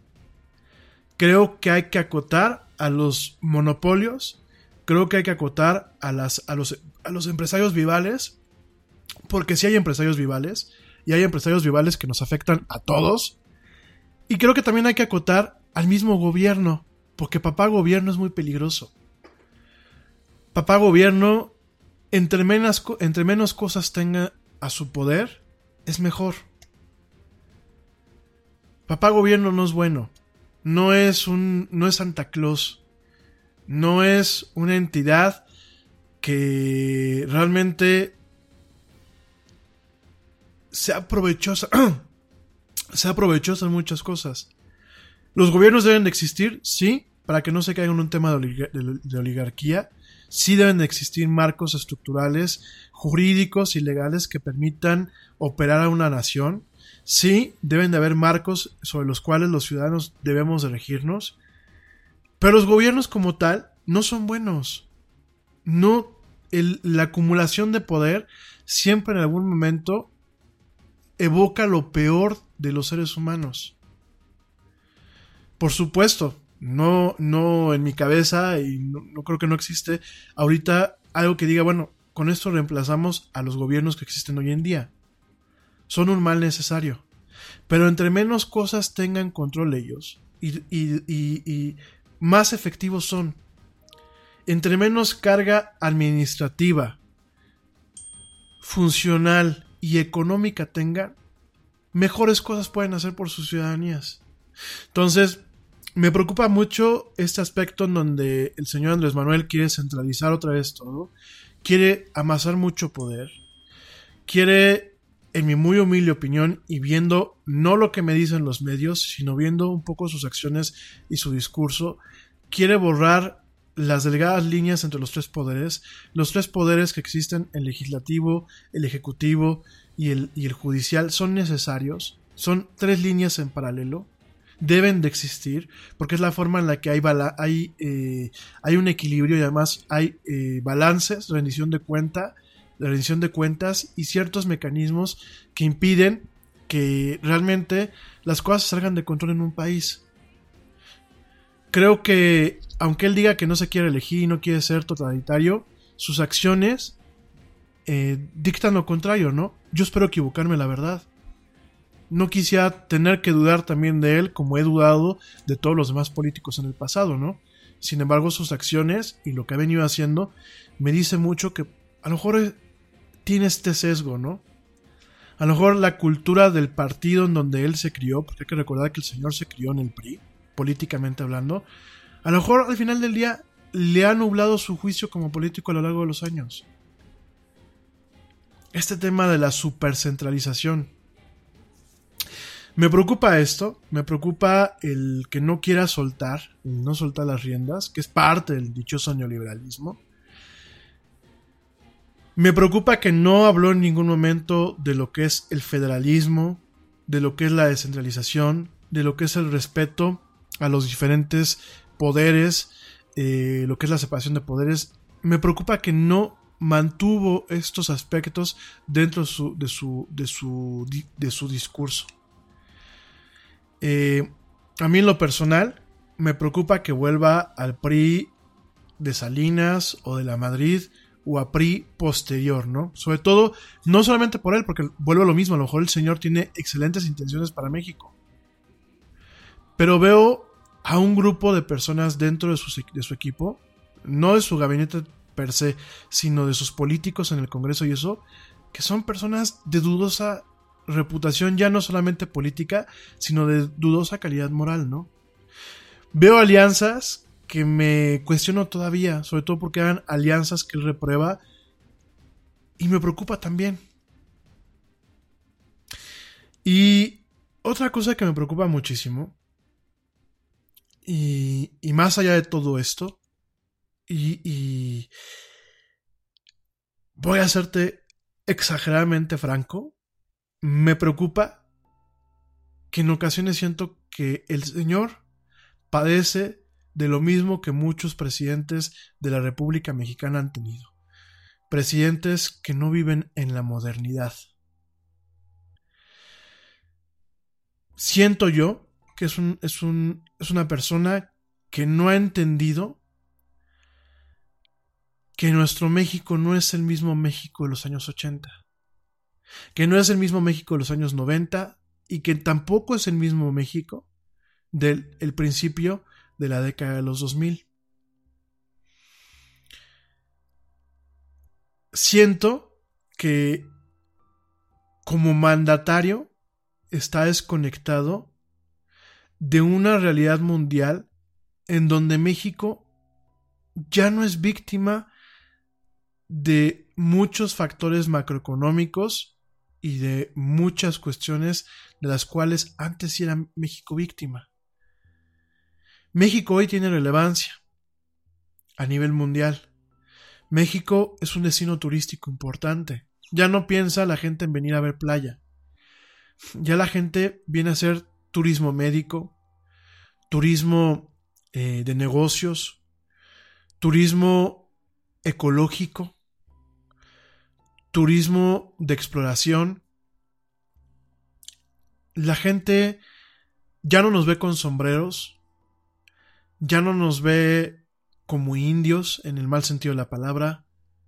Creo que hay que acotar a los monopolios. Creo que hay que acotar a, las, a, los, a los empresarios vivales. Porque sí hay empresarios vivales. Y hay empresarios vivales que nos afectan a todos. Y creo que también hay que acotar al mismo gobierno. Porque papá gobierno es muy peligroso. Papá gobierno, entre menos, entre menos cosas tenga a su poder, es mejor. Papá gobierno no es bueno. No es un, no es Santa Claus. No es una entidad que realmente sea provechosa. sea provechosa en muchas cosas. Los gobiernos deben de existir, sí, para que no se caiga en un tema de, oligar- de, de oligarquía. Sí deben de existir marcos estructurales, jurídicos y legales que permitan operar a una nación. Sí, deben de haber marcos sobre los cuales los ciudadanos debemos de regirnos. Pero los gobiernos como tal no son buenos. No, el, la acumulación de poder siempre en algún momento evoca lo peor de los seres humanos. Por supuesto, no, no en mi cabeza, y no, no creo que no existe ahorita algo que diga, bueno, con esto reemplazamos a los gobiernos que existen hoy en día. Son un mal necesario. Pero entre menos cosas tengan control ellos, y, y, y, y más efectivos son. Entre menos carga administrativa, funcional y económica tengan, mejores cosas pueden hacer por sus ciudadanías. Entonces, me preocupa mucho este aspecto en donde el señor Andrés Manuel quiere centralizar otra vez todo, quiere amasar mucho poder, quiere, en mi muy humilde opinión, y viendo no lo que me dicen los medios, sino viendo un poco sus acciones y su discurso, quiere borrar las delgadas líneas entre los tres poderes, los tres poderes que existen, el legislativo, el ejecutivo y el, y el judicial, son necesarios, son tres líneas en paralelo, deben de existir, porque es la forma en la que hay, bala- hay, eh, hay un equilibrio y además hay eh, balances, rendición de cuenta, la rendición de cuentas y ciertos mecanismos que impiden que realmente las cosas salgan de control en un país. creo que aunque él diga que no se quiere elegir y no quiere ser totalitario, sus acciones eh, dictan lo contrario, ¿no? Yo espero equivocarme, la verdad. No quisiera tener que dudar también de él, como he dudado de todos los demás políticos en el pasado, ¿no? Sin embargo, sus acciones y lo que ha venido haciendo me dice mucho que a lo mejor tiene este sesgo, ¿no? A lo mejor la cultura del partido en donde él se crió, porque hay que recordar que el señor se crió en el P R I, políticamente hablando, a lo mejor al final del día le ha nublado su juicio como político a lo largo de los años. Este tema de la supercentralización. Me preocupa esto, me preocupa el que no quiera soltar, el no soltar las riendas, que es parte del dichoso neoliberalismo. Me preocupa que no habló en ningún momento de lo que es el federalismo, de lo que es la descentralización, de lo que es el respeto a los diferentes poderes, eh, lo que es la separación de poderes. Me preocupa que no mantuvo estos aspectos dentro de su, de su, de su, de su discurso. Eh, a mí en lo personal me preocupa que vuelva al P R I de Salinas o de la Madrid o a P R I posterior, ¿no? Sobre todo, no solamente por él, porque vuelvo a lo mismo, a lo mejor el señor tiene excelentes intenciones para México, pero veo a un grupo de personas dentro de su, de su equipo, no de su gabinete per se, sino de sus políticos en el Congreso y eso, que son personas de dudosa reputación, ya no solamente política, sino de dudosa calidad moral, ¿no? Veo alianzas que me cuestiono todavía, sobre todo porque eran alianzas que él reprueba, y me preocupa también. Y otra cosa que me preocupa muchísimo, y, y más allá de todo esto, y, y voy a hacerte exageradamente franco, me preocupa que en ocasiones siento que el señor padece de lo mismo que muchos presidentes de la República Mexicana han tenido. Presidentes que no viven en la modernidad. Siento yo que es, un, es, un, es una persona que no ha entendido que nuestro México no es el mismo México de los años ochenta. Que no es el mismo México de los años noventa y que tampoco es el mismo México del el principio de la década de los dos mil. Siento que como mandatario está desconectado de una realidad mundial en donde México ya no es víctima de muchos factores macroeconómicos y de muchas cuestiones de las cuales antes sí era México víctima. México hoy tiene relevancia a nivel mundial. México es un destino turístico importante. Ya no piensa la gente en venir a ver playa. Ya la gente viene a hacer turismo médico, turismo eh, de negocios, turismo ecológico, turismo de exploración. La gente ya no nos ve con sombreros, ya no nos ve como indios en el mal sentido de la palabra.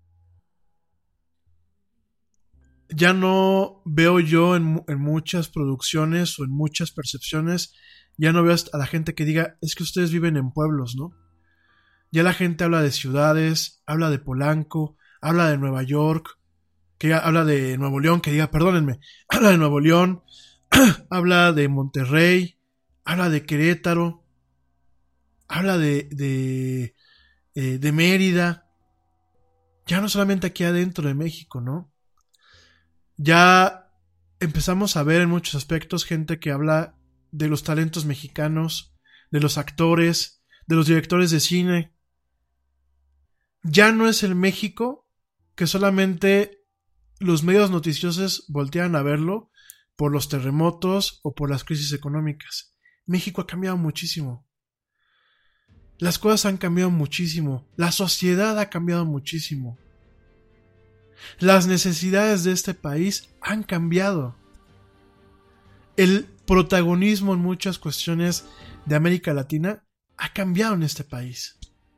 Ya no veo yo en, en muchas producciones o en muchas percepciones, ya no veo a la gente que diga, es que ustedes viven en pueblos, ¿no? Ya la gente habla de ciudades, habla de Polanco, habla de Nueva York, que habla de Nuevo León, que diga, perdónenme, habla de Nuevo León, habla de Monterrey, habla de Querétaro, habla de, de, eh, de Mérida, ya no solamente aquí adentro de México, ¿no? Ya empezamos a ver en muchos aspectos gente que habla de los talentos mexicanos, de los actores, de los directores de cine. Ya no es el México que solamente los medios noticiosos voltean a verlo por los terremotos o por las crisis económicas. México ha cambiado muchísimo. Las cosas han cambiado muchísimo. La sociedad ha cambiado muchísimo. Las necesidades de este país han cambiado. El protagonismo en muchas cuestiones de América Latina ha cambiado en este país.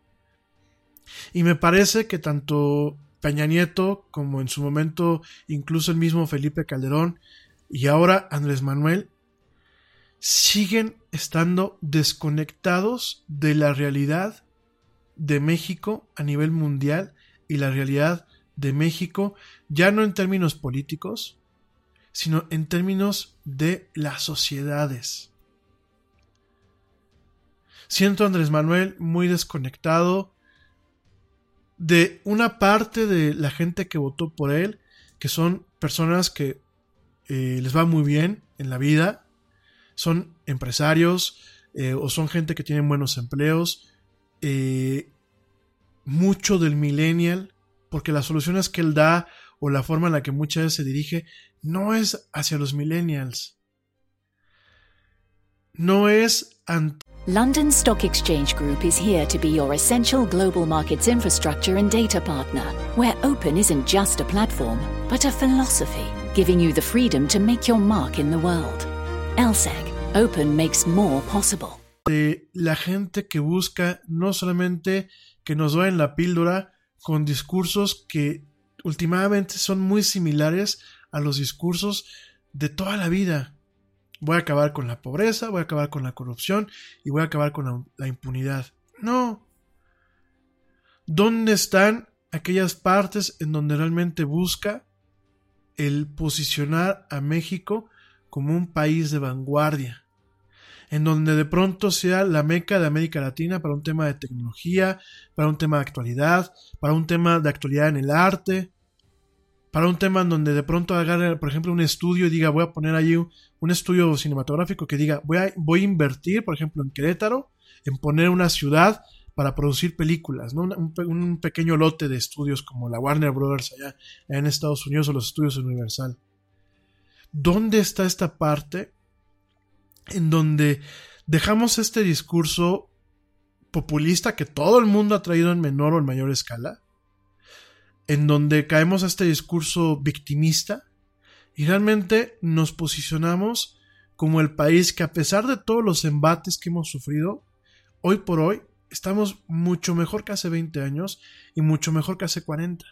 Y me parece que tanto Peña Nieto como en su momento incluso el mismo Felipe Calderón y ahora Andrés Manuel siguen estando desconectados de la realidad de México a nivel mundial y la realidad de México ya no en términos políticos, sino en términos de las sociedades. Siento a Andrés Manuel muy desconectado de una parte de la gente que votó por él, que son personas que eh, les va muy bien en la vida, son empresarios eh, o son gente que tiene buenos empleos, eh, mucho del millennial, porque las soluciones que él da o la forma en la que muchas veces se dirige no es hacia los millennials, no es ante London Stock Exchange Group is here to be your essential global markets infrastructure and data partner, where open isn't just a platform, but a philosophy, giving you the freedom to make your mark in the world. L S E C, open makes more possible. De la gente que busca no solamente que nos den la píldora con discursos que últimamente son muy similares a los discursos de toda la vida. Voy a acabar con la pobreza, voy a acabar con la corrupción y voy a acabar con la, la impunidad. No. ¿Dónde están aquellas partes en donde realmente busca el posicionar a México como un país de vanguardia? En donde de pronto sea la meca de América Latina para un tema de tecnología, para un tema de actualidad, para un tema de actualidad en el arte, para un tema en donde de pronto agarre, por ejemplo, un estudio y diga, voy a poner ahí un, un estudio cinematográfico que diga, voy a, voy a invertir, por ejemplo, en Querétaro, en poner una ciudad para producir películas, ¿no? Un, un pequeño lote de estudios como la Warner Brothers allá, allá en Estados Unidos o los estudios Universal. ¿Dónde está esta parte en donde dejamos este discurso populista que todo el mundo ha traído en menor o en mayor escala? En donde caemos a este discurso victimista y realmente nos posicionamos como el país que, a pesar de todos los embates que hemos sufrido, hoy por hoy estamos mucho mejor que hace veinte años y mucho mejor que hace cuarenta.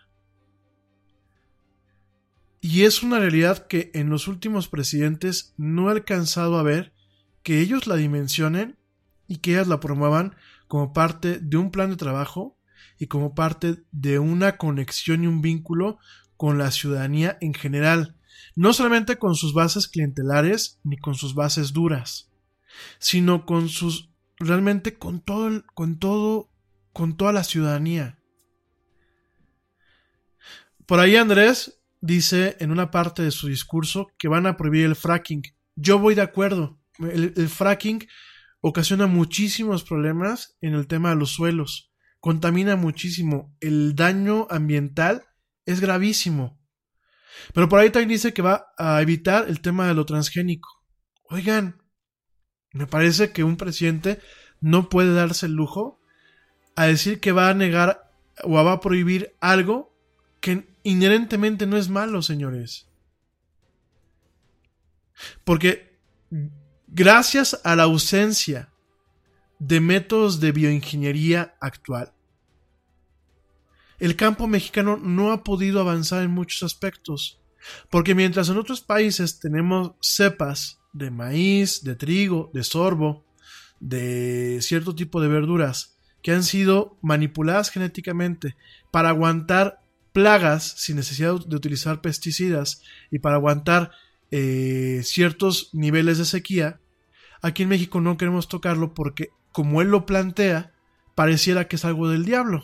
Y es una realidad que en los últimos presidentes no he alcanzado a ver que ellos la dimensionen y que ellas la promuevan como parte de un plan de trabajo y como parte de una conexión y un vínculo con la ciudadanía en general, no solamente con sus bases clientelares ni con sus bases duras, sino con sus realmente con todo el, con todo con toda la ciudadanía. Por ahí Andrés dice en una parte de su discurso que van a prohibir el fracking. Yo voy de acuerdo. El, el fracking ocasiona muchísimos problemas en el tema de los suelos. Contamina muchísimo, el daño ambiental es gravísimo. Pero por ahí también dice que va a evitar el tema de lo transgénico. Oigan, me parece que un presidente no puede darse el lujo a decir que va a negar o va a prohibir algo que inherentemente no es malo, señores. Porque gracias a la ausencia de métodos de bioingeniería actual, el campo mexicano no ha podido avanzar en muchos aspectos, porque mientras en otros países tenemos cepas de maíz, de trigo, de sorgo, de cierto tipo de verduras que han sido manipuladas genéticamente para aguantar plagas sin necesidad de utilizar pesticidas y para aguantar eh, ciertos niveles de sequía, aquí en México no queremos tocarlo porque, como él lo plantea, pareciera que es algo del diablo.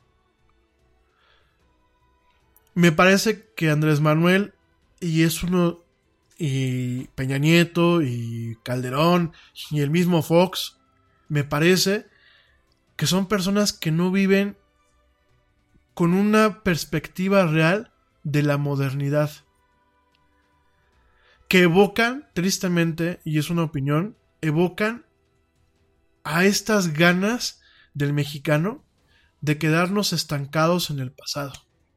Me parece que Andrés Manuel, y es uno, y Peña Nieto, y Calderón, y el mismo Fox, me parece que son personas que no viven con una perspectiva real de la modernidad, que evocan, tristemente, y es una opinión, evocan a estas ganas del mexicano de quedarnos estancados en el pasado,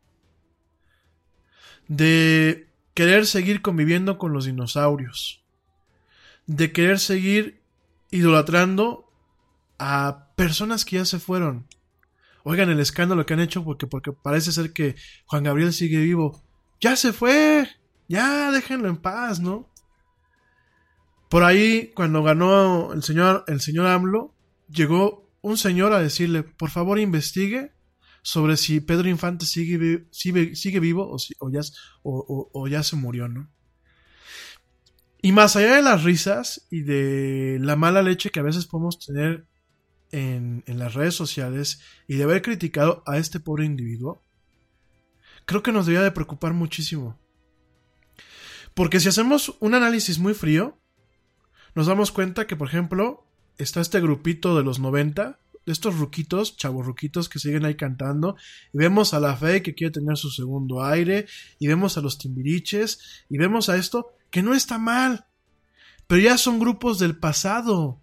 de querer seguir conviviendo con los dinosaurios, de querer seguir idolatrando a personas que ya se fueron. Oigan el escándalo que han hecho porque, porque parece ser que Juan Gabriel sigue vivo. Ya se fue, ya déjenlo en paz, ¿no? Por ahí, cuando ganó el señor, el señor AMLO, llegó un señor a decirle, por favor investigue sobre si Pedro Infante sigue, sigue, sigue vivo o, si, o, ya, o, o, o ya se murió, ¿no? Y más allá de las risas y de la mala leche que a veces podemos tener en, en las redes sociales y de haber criticado a este pobre individuo, creo que nos debería de preocupar muchísimo. Porque si hacemos un análisis muy frío, nos damos cuenta que, por ejemplo, está este grupito de los noventa, de estos ruquitos, chavos ruquitos que siguen ahí cantando, y vemos a la Fe que quiere tener su segundo aire, y vemos a los Timbiriches, y vemos a esto, que no está mal, pero ya son grupos del pasado.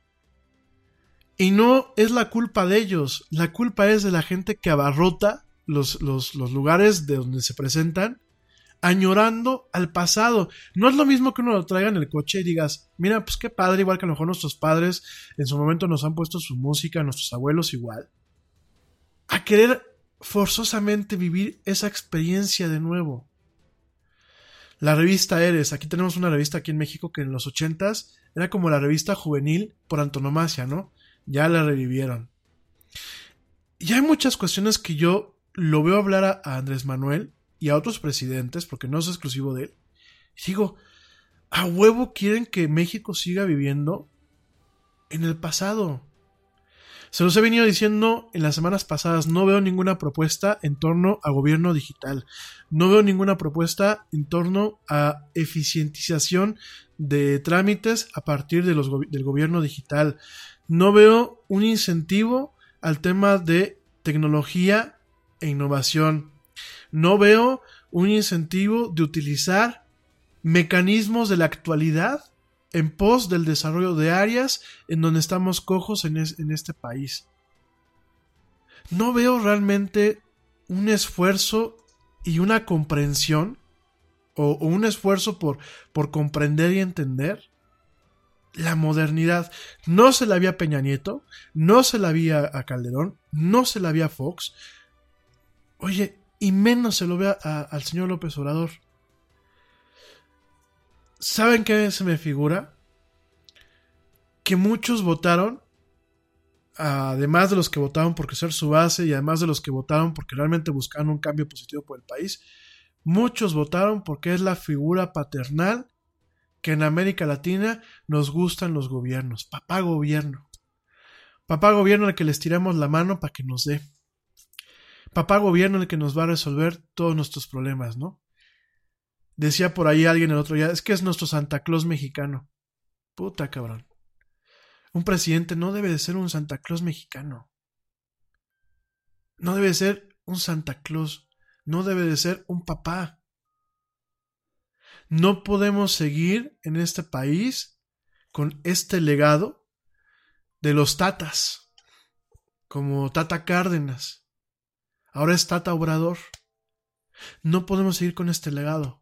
Y no es la culpa de ellos, la culpa es de la gente que abarrota los, los, los lugares de donde se presentan, añorando al pasado. No es lo mismo que uno lo traiga en el coche y digas, mira, pues qué padre, igual que a lo mejor nuestros padres en su momento nos han puesto su música, nuestros abuelos igual, a querer forzosamente vivir esa experiencia de nuevo. La revista Eres, aquí tenemos una revista aquí en México que en los ochentas era como la revista juvenil por antonomasia, ¿no? Ya la revivieron. Y hay muchas cuestiones que yo lo veo hablar a, a Andrés Manuel y a otros presidentes, porque no es exclusivo de él. Y digo, a huevo quieren que México siga viviendo en el pasado. Se los he venido diciendo en las semanas pasadas, no veo ninguna propuesta en torno a gobierno digital. No veo ninguna propuesta en torno a eficientización de trámites a partir de los, del gobierno digital. No veo un incentivo al tema de tecnología e innovación. No veo un incentivo de utilizar mecanismos de la actualidad en pos del desarrollo de áreas en donde estamos cojos en, es, en este país. No veo realmente un esfuerzo y una comprensión o, o un esfuerzo por, por comprender y entender la modernidad. No se la vi a Peña Nieto, no se la vi a, a Calderón, no se la vi a Fox. Oye, y menos se lo ve a, a, al señor López Obrador. ¿Saben qué se me figura? Que muchos votaron, además de los que votaron por crecer su base y además de los que votaron porque realmente buscaban un cambio positivo por el país, muchos votaron porque es la figura paternal que en América Latina nos gustan los gobiernos. Papá gobierno. Papá gobierno al que les tiramos la mano para que nos dé. Papá gobierno el que nos va a resolver todos nuestros problemas, ¿no? Decía por ahí alguien el otro día, es que es nuestro Santa Claus mexicano. Puta cabrón. Un presidente no debe de ser un Santa Claus mexicano. No debe de ser un Santa Claus. No debe de ser un papá. No podemos seguir en este país con este legado de los tatas, como Tata Cárdenas. Ahora es Tata Obrador. No podemos seguir con este legado.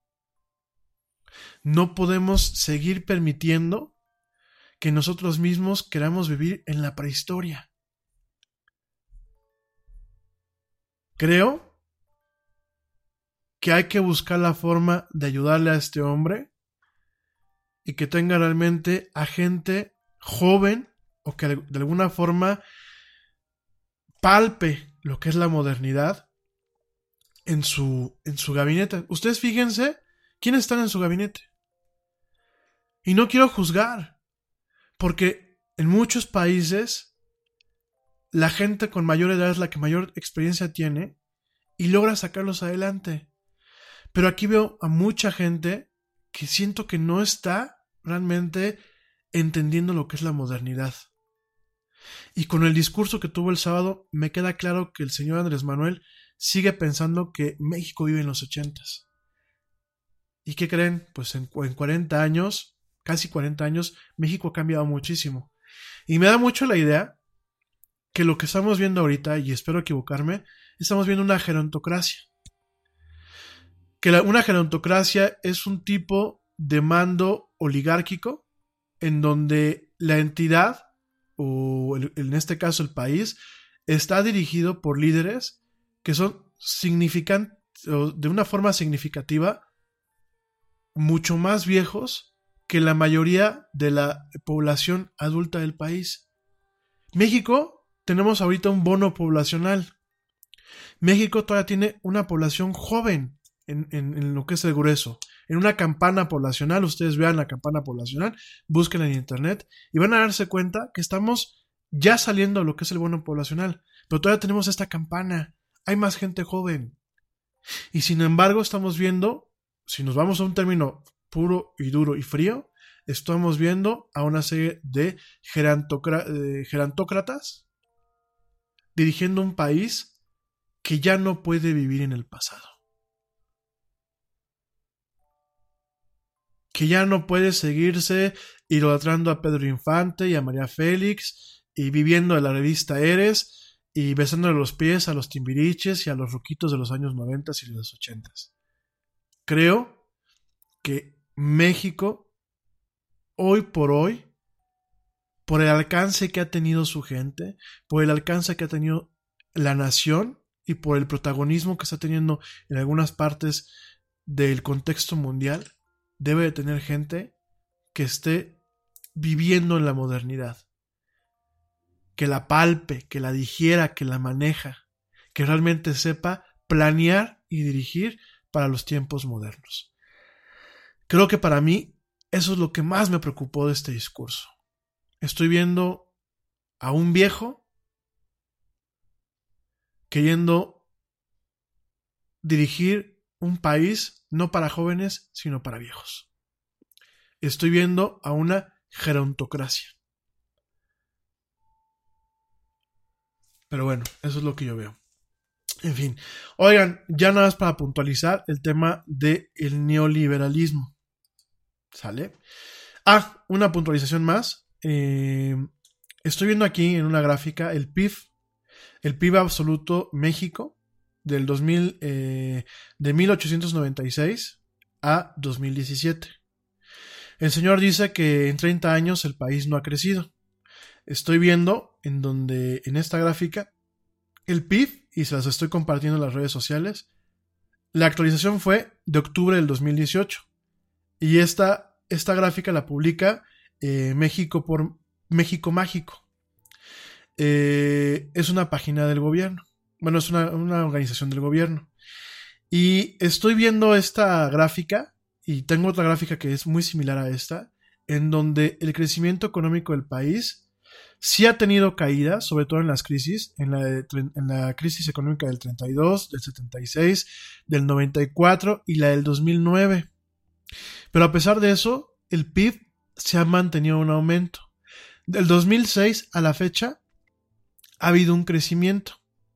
No podemos seguir permitiendo que nosotros mismos queramos vivir en la prehistoria. Creo que hay que buscar la forma de ayudarle a este hombre y que tenga realmente a gente joven o que de alguna forma palpe lo que es la modernidad en su, en su gabinete. Ustedes fíjense quiénes están en su gabinete. Y no quiero juzgar, porque en muchos países la gente con mayor edad es la que mayor experiencia tiene y logra sacarlos adelante. Pero aquí veo a mucha gente que siento que no está realmente entendiendo lo que es la modernidad. Y con el discurso que tuvo el sábado, me queda claro que el señor Andrés Manuel sigue pensando que México vive en los ochentas. ¿Y qué creen? Pues en, en cuarenta años, casi cuarenta años, México ha cambiado muchísimo. Y me da mucho la idea que lo que estamos viendo ahorita, y espero equivocarme, estamos viendo una gerontocracia. Que la, una gerontocracia es un tipo de mando oligárquico en donde la entidad o el, en este caso el país, está dirigido por líderes que son significantes, de una forma significativa, mucho más viejos que la mayoría de la población adulta del país. México, tenemos ahorita un bono poblacional. México todavía tiene una población joven en, en, en lo que es el grueso. En una campana poblacional, ustedes vean la campana poblacional, búsquenla en internet y van a darse cuenta que estamos ya saliendo de lo que es el bono poblacional, pero todavía tenemos esta campana, hay más gente joven. Y sin embargo estamos viendo, si nos vamos a un término puro y duro y frío, estamos viendo a una serie de gerantocra- eh, gerantócratas dirigiendo un país que ya no puede vivir en el pasado. Que ya no puede seguirse idolatrando a Pedro Infante y a María Félix y viviendo de la revista Eres y besándole los pies a los Timbiriches y a los ruquitos de los años noventa y de los ochenta. Creo que México, hoy por hoy, por el alcance que ha tenido su gente, por el alcance que ha tenido la nación y por el protagonismo que está teniendo en algunas partes del contexto mundial, debe de tener gente que esté viviendo en la modernidad, que la palpe, que la digiera, que la maneja, que realmente sepa planear y dirigir para los tiempos modernos. Creo que para mí eso es lo que más me preocupó de este discurso. Estoy viendo a un viejo queriendo dirigir un país no para jóvenes, sino para viejos. Estoy viendo a una gerontocracia. Pero bueno, eso es lo que yo veo. En fin, oigan, ya nada más para puntualizar el tema del neoliberalismo. ¿Sale? Ah, una puntualización más. Eh, estoy viendo aquí en una gráfica el P I B, el P I B absoluto México del dos mil, eh, de mil ochocientos noventa y seis a dos mil diecisiete. El señor dice que en treinta años el país no ha crecido. Estoy viendo en donde en esta gráfica el P I B, y se las estoy compartiendo en las redes sociales, la actualización fue de octubre del dos mil dieciocho. Y esta, esta gráfica la publica eh, México por México Mágico. Eh, es una página del gobierno. Bueno, es una, una organización del gobierno. Y estoy viendo esta gráfica, y tengo otra gráfica que es muy similar a esta, en donde el crecimiento económico del país sí ha tenido caídas, sobre todo en las crisis, en la, de, en la crisis económica del treinta y dos, del setenta y seis, del noventa y cuatro y la del dos mil nueve. Pero a pesar de eso, el P I B se ha mantenido un aumento. Del dos mil seis a la fecha ha habido un crecimiento.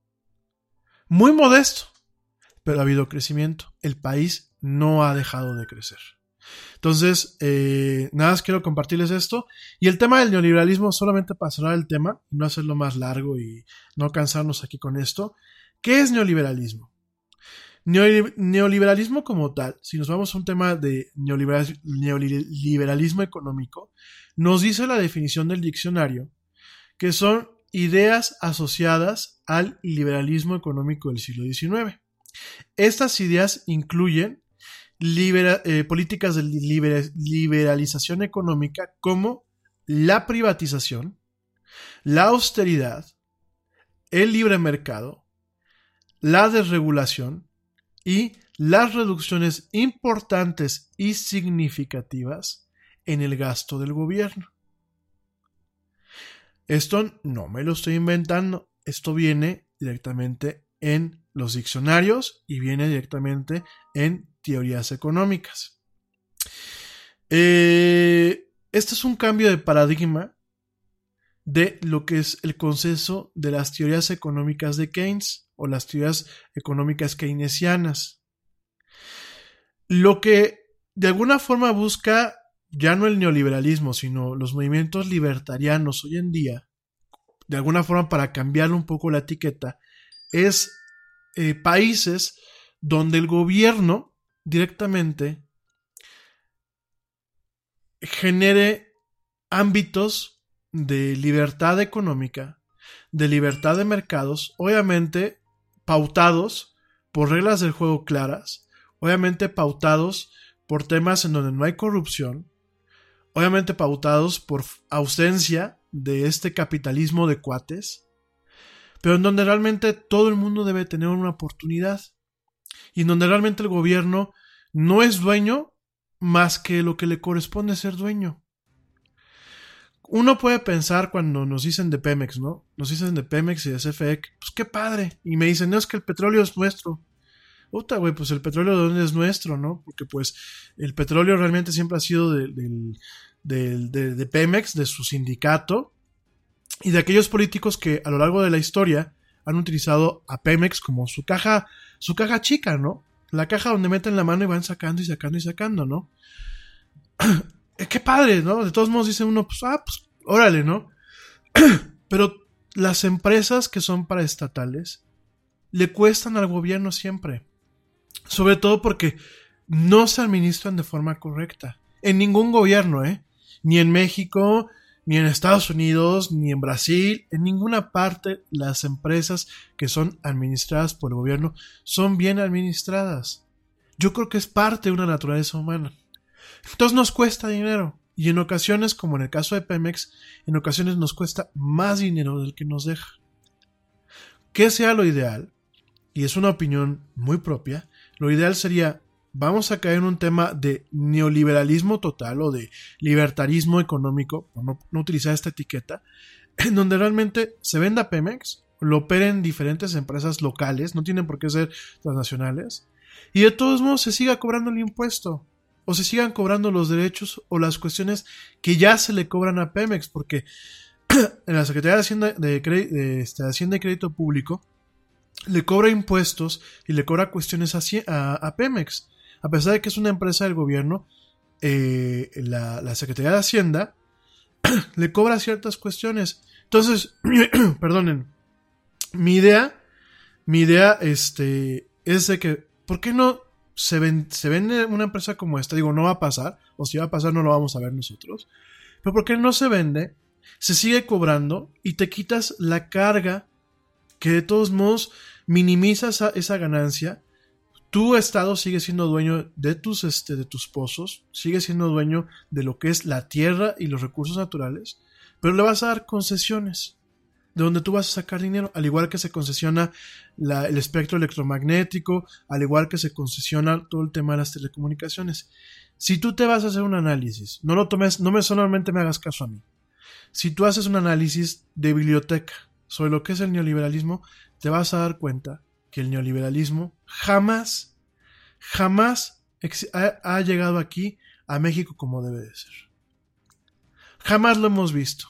Muy modesto, pero ha habido crecimiento. El país no ha dejado de crecer. Entonces, eh, nada más quiero compartirles esto. Y el tema del neoliberalismo, solamente para cerrar el tema, no hacerlo más largo y no cansarnos aquí con esto. ¿Qué es neoliberalismo? Neoliberalismo como tal, si nos vamos a un tema de neoliberal, neoliberalismo económico, nos dice la definición del diccionario que son ideas asociadas al liberalismo económico del siglo diecinueve. Estas ideas incluyen libera, eh, políticas de liber, liberalización económica como la privatización, la austeridad, el libre mercado, la desregulación y las reducciones importantes y significativas en el gasto del gobierno. Esto no me lo estoy inventando, esto viene directamente en los diccionarios y viene directamente en teorías económicas. Eh, este es un cambio de paradigma de lo que es el consenso de las teorías económicas de Keynes o las teorías económicas keynesianas. Lo que de alguna forma busca ya no el neoliberalismo, sino los movimientos libertarianos hoy en día, de alguna forma para cambiar un poco la etiqueta, es eh, países donde el gobierno directamente genere ámbitos de libertad económica, de libertad de mercados, obviamente pautados por reglas del juego claras, obviamente pautados por temas en donde no hay corrupción, obviamente pautados por ausencia de este capitalismo de cuates, pero en donde realmente todo el mundo debe tener una oportunidad y en donde realmente el gobierno no es dueño más que lo que le corresponde ser dueño. Uno puede pensar cuando nos dicen de Pemex, ¿no? Nos dicen de Pemex y de C F E, pues qué padre. Y me dicen, no, es que el petróleo es nuestro. Puta, güey, pues el petróleo de dónde es nuestro, ¿no? Porque pues el petróleo realmente siempre ha sido de, de, de, de, de Pemex, de su sindicato, y de aquellos políticos que a lo largo de la historia han utilizado a Pemex como su caja, su caja chica, ¿no? La caja donde meten la mano y van sacando y sacando y sacando, ¿no? Qué padre, ¿no? De todos modos dice uno, pues, ah, pues, órale, ¿no? Pero las empresas que son paraestatales le cuestan al gobierno siempre. Sobre todo porque no se administran de forma correcta. En ningún gobierno, ¿eh? Ni en México, ni en Estados Unidos, ni en Brasil, en ninguna parte las empresas que son administradas por el gobierno son bien administradas. Yo creo que es parte de una naturaleza humana. Entonces nos cuesta dinero. Y en ocasiones, como en el caso de Pemex, en ocasiones nos cuesta más dinero del que nos deja. ¿Qué sea lo ideal? Y es una opinión muy propia. Lo ideal sería, vamos a caer en un tema de neoliberalismo total o de libertarismo económico, por no, no utilizar esta etiqueta, en donde realmente se venda Pemex, lo operen diferentes empresas locales, no tienen por qué ser transnacionales, y de todos modos se siga cobrando el impuesto, o se sigan cobrando los derechos o las cuestiones que ya se le cobran a Pemex, porque en la Secretaría de Hacienda, de, Cre- de, este, de Hacienda y Crédito Público le cobra impuestos y le cobra cuestiones a, a, a Pemex. A pesar de que es una empresa del gobierno, eh, la, la Secretaría de Hacienda le cobra ciertas cuestiones. Entonces, perdonen, mi idea, mi idea este, es de que, ¿por qué no se, ven, se vende una empresa como esta? Digo, no va a pasar, o si va a pasar no lo vamos a ver nosotros. Pero ¿por qué no se vende? Se sigue cobrando y te quitas la carga que de todos modos minimiza esa, esa ganancia. Tu estado sigue siendo dueño de tus, este, de tus pozos, sigue siendo dueño de lo que es la tierra y los recursos naturales, pero le vas a dar concesiones de donde tú vas a sacar dinero, al igual que se concesiona la, el espectro electromagnético, al igual que se concesiona todo el tema de las telecomunicaciones. Si tú te vas a hacer un análisis, no lo tomes, no me solamente me hagas caso a mí. Si tú haces un análisis de biblioteca sobre lo que es el neoliberalismo, te vas a dar cuenta que el neoliberalismo jamás, jamás ha, ha llegado aquí a México como debe de ser. Jamás lo hemos visto.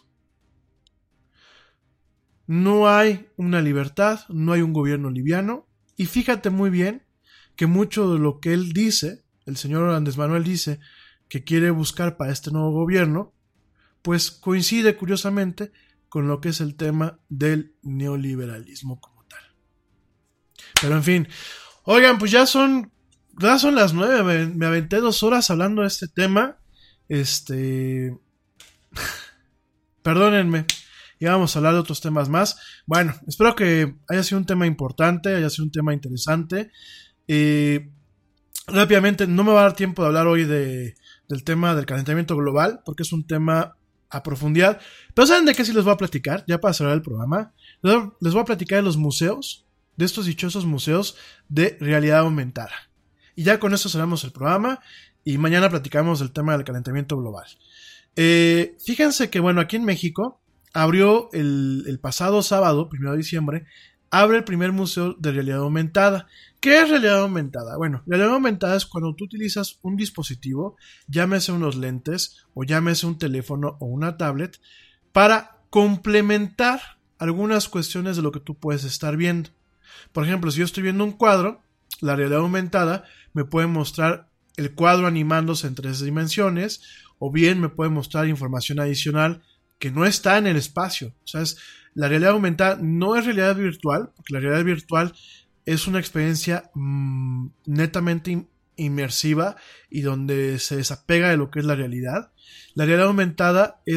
No hay una libertad, no hay un gobierno liviano, y fíjate muy bien que mucho de lo que él dice, el señor Andrés Manuel dice que quiere buscar para este nuevo gobierno, pues coincide curiosamente con lo que es el tema del neoliberalismo como tal. Pero en fin, oigan, pues ya son, ya son las nueve, me, me aventé dos horas hablando de este tema, este, perdónenme, ya vamos a hablar de otros temas más. Bueno, espero que haya sido un tema importante, haya sido un tema interesante. Eh, rápidamente, no me va a dar tiempo de hablar hoy de, del tema del calentamiento global, porque es un tema a profundidad. Pero ¿saben de qué sí les voy a platicar? Ya para cerrar el programa, les voy a platicar de los museos, de estos dichosos museos de realidad aumentada. Y ya con eso cerramos el programa y mañana platicamos del tema del calentamiento global. Eh, fíjense que, bueno, aquí en México abrió el, el pasado sábado, primero de diciembre, abre el primer museo de realidad aumentada. ¿Qué es realidad aumentada? Bueno, realidad aumentada es cuando tú utilizas un dispositivo, llámese unos lentes o llámese un teléfono o una tablet, para complementar algunas cuestiones de lo que tú puedes estar viendo. Por ejemplo, si yo estoy viendo un cuadro, la realidad aumentada me puede mostrar el cuadro animándose en tres dimensiones, o bien me puede mostrar información adicional que no está en el espacio. O sea, es, la realidad aumentada no es realidad virtual, porque la realidad virtual es una experiencia mmm, netamente inmersiva y donde se desapega de lo que es la realidad. La realidad aumentada es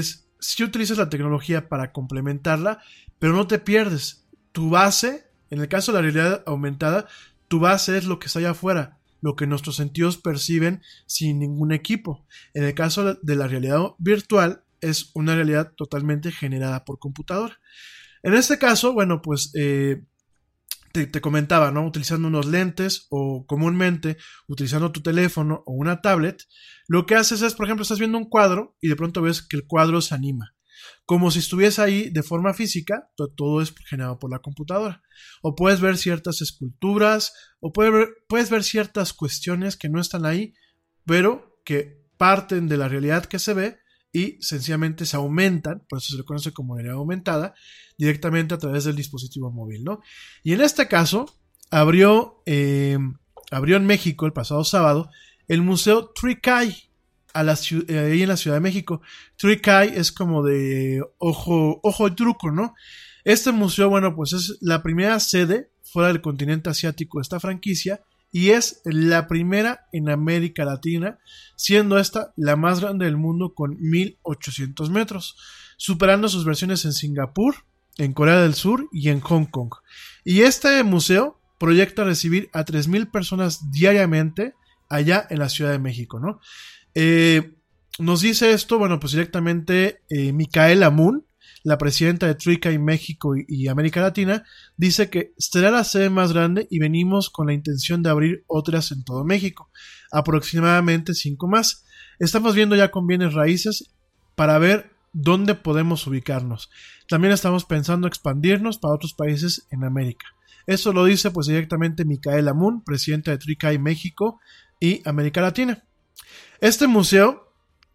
sí utilizas la tecnología para complementarla, pero no te pierdes. Tu base, en el caso de la realidad aumentada, tu base es lo que está allá afuera, lo que nuestros sentidos perciben sin ningún equipo. En el caso de la realidad virtual, es una realidad totalmente generada por computadora. En este caso, bueno, pues eh, te, te comentaba, ¿no? Utilizando unos lentes o comúnmente utilizando tu teléfono o una tablet, lo que haces es, por ejemplo, estás viendo un cuadro y de pronto ves que el cuadro se anima. Como si estuviese ahí de forma física, todo es generado por la computadora. O puedes ver ciertas esculturas, o puedes ver, puedes ver ciertas cuestiones que no están ahí, pero que parten de la realidad que se ve y sencillamente se aumentan, por eso se le conoce como realidad aumentada, directamente a través del dispositivo móvil, ¿no? Y en este caso, abrió, eh, abrió en México el pasado sábado el Museo Trikai, a la, ahí en la Ciudad de México. Trikai es como de ojo, ojo de truco, ¿no? Este museo, bueno, pues es la primera sede fuera del continente asiático de esta franquicia y es la primera en América Latina, siendo esta la más grande del mundo con mil ochocientos metros, superando sus versiones en Singapur, en Corea del Sur y en Hong Kong. Y este museo proyecta recibir a tres mil personas diariamente allá en la Ciudad de México, ¿no? Eh, nos dice esto, bueno, pues directamente eh, Micaela Moon, la presidenta de Trikai México y, y América Latina, dice que será la sede más grande y venimos con la intención de abrir otras en todo México, aproximadamente cinco más. Estamos viendo ya con bienes raíces para ver dónde podemos ubicarnos. También estamos pensando expandirnos para otros países en América. Eso lo dice pues directamente Micaela Moon, presidenta de Trikai México y América Latina. Este museo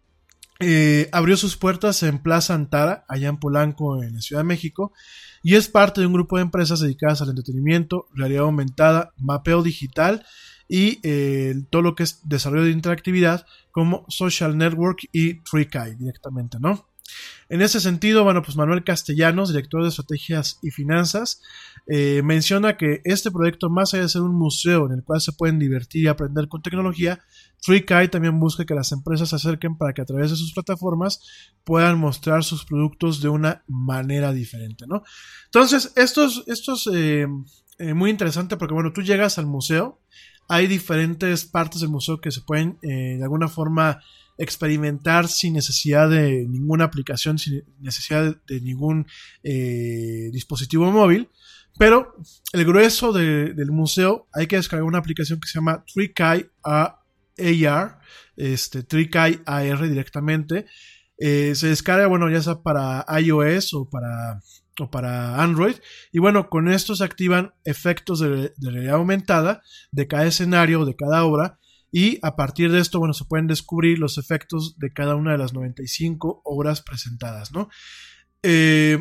eh, abrió sus puertas en Plaza Antara, allá en Polanco, en la Ciudad de México, y es parte de un grupo de empresas dedicadas al entretenimiento, realidad aumentada, mapeo digital y eh, todo lo que es desarrollo de interactividad como Social Network y Trikai directamente, ¿no? En ese sentido, bueno, pues Manuel Castellanos, director de estrategias y finanzas, eh, menciona que este proyecto, más allá de ser un museo en el cual se pueden divertir y aprender con tecnología, Trikai también busca que las empresas se acerquen para que a través de sus plataformas puedan mostrar sus productos de una manera diferente, ¿no? Entonces, esto es, esto es eh, eh, muy interesante porque, bueno, tú llegas al museo, hay diferentes partes del museo que se pueden eh, de alguna forma experimentar sin necesidad de ninguna aplicación, sin necesidad de, de ningún eh, dispositivo móvil, pero el grueso de, del museo hay que descargar una aplicación que se llama Trikai A R, este, Trikai A R directamente, eh, se descarga, bueno, ya sea para iOS o para, o para Android, y bueno, con esto se activan efectos de, de realidad aumentada de cada escenario, de cada obra, y a partir de esto, bueno, se pueden descubrir los efectos de cada una de las noventa y cinco obras presentadas, ¿no? Eh,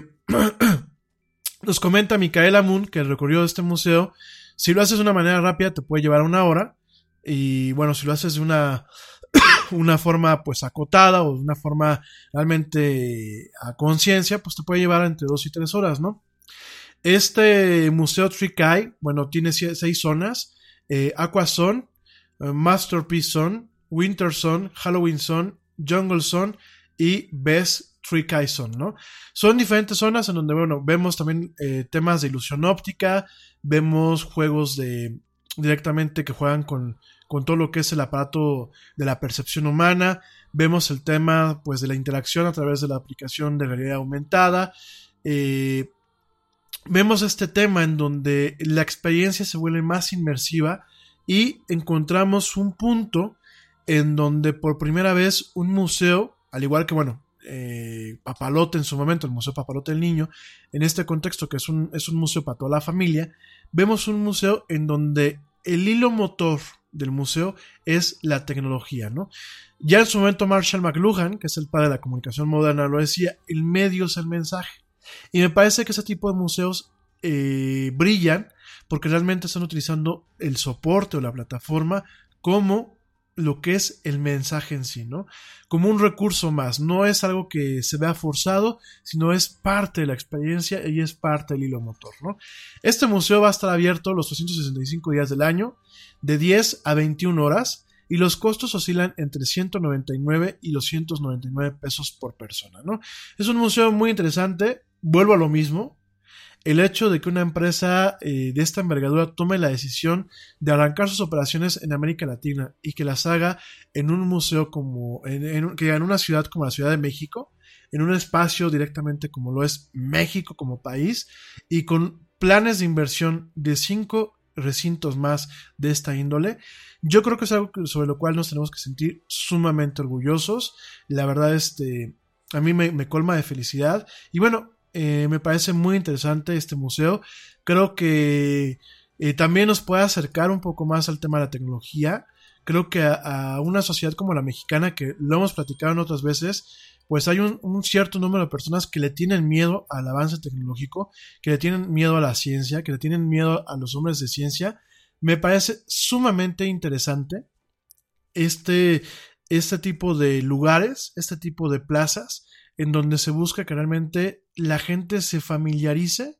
nos comenta Micaela Moon que el recorrido de este museo, si lo haces de una manera rápida, te puede llevar una hora, y bueno, si lo haces de una, una forma pues acotada o de una forma realmente a conciencia, pues te puede llevar entre dos y tres horas, ¿no? Este museo Trikai, bueno, tiene seis zonas, eh, Aqua Zone, Masterpiece Zone, Winter Zone, Halloween Zone, Jungle Zone y Best Trikai Zone, ¿no? Son diferentes zonas en donde, bueno, vemos también eh, temas de ilusión óptica, vemos juegos de directamente que juegan con, con todo lo que es el aparato de la percepción humana, vemos el tema pues de la interacción a través de la aplicación de realidad aumentada, eh, vemos este tema en donde la experiencia se vuelve más inmersiva y encontramos un punto en donde por primera vez un museo, al igual que, bueno, eh, Papalote en su momento, el Museo Papalote del Niño, en este contexto que es un, es un museo para toda la familia, vemos un museo en donde el hilo motor del museo es la tecnología, ¿no? Ya en su momento Marshall McLuhan, que es el padre de la comunicación moderna, lo decía, el medio es el mensaje. Y me parece que ese tipo de museos eh, brillan porque realmente están utilizando el soporte o la plataforma como lo que es el mensaje en sí, ¿no? Como un recurso más, no es algo que se vea forzado, sino es parte de la experiencia y es parte del hilo motor, ¿no? Este museo va a estar abierto los trescientos sesenta y cinco días del año, de diez a veintiuna horas, y los costos oscilan entre ciento noventa y nueve y doscientos noventa y nueve pesos por persona, ¿no? Es un museo muy interesante, vuelvo a lo mismo. El hecho de que una empresa eh, de esta envergadura tome la decisión de arrancar sus operaciones en América Latina y que las haga en un museo como, en, en, que en una ciudad como la Ciudad de México, en un espacio directamente como lo es México como país, y con planes de inversión de cinco recintos más de esta índole, yo creo que es algo sobre lo cual nos tenemos que sentir sumamente orgullosos. La verdad, este, a mí me, me colma de felicidad, y bueno, Eh, me parece muy interesante este museo. Creo que eh, también nos puede acercar un poco más al tema de la tecnología. Creo que a, a una sociedad como la mexicana, que lo hemos platicado en otras veces, pues hay un, un cierto número de personas que le tienen miedo al avance tecnológico, que le tienen miedo a la ciencia, que le tienen miedo a los hombres de ciencia. Me parece sumamente interesante este, este tipo de lugares, este tipo de plazas, en donde se busca que realmente la gente se familiarice,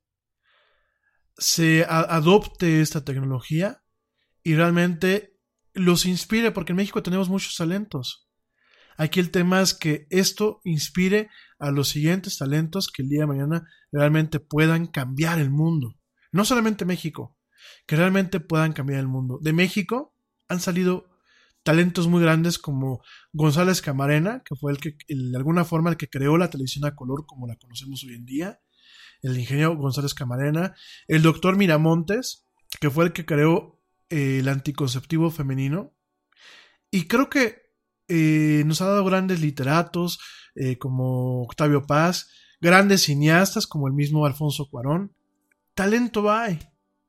se a- adopte esta tecnología y realmente los inspire, porque en México tenemos muchos talentos. Aquí el tema es que esto inspire a los siguientes talentos que el día de mañana realmente puedan cambiar el mundo. No solamente México, que realmente puedan cambiar el mundo. De México han salido talentos muy grandes como González Camarena, que fue el que, el, de alguna forma, el que creó la televisión a color como la conocemos hoy en día, el ingeniero González Camarena, el doctor Miramontes, que fue el que creó eh, el anticonceptivo femenino, y creo que eh, nos ha dado grandes literatos eh, como Octavio Paz, grandes cineastas como el mismo Alfonso Cuarón. Talento hay.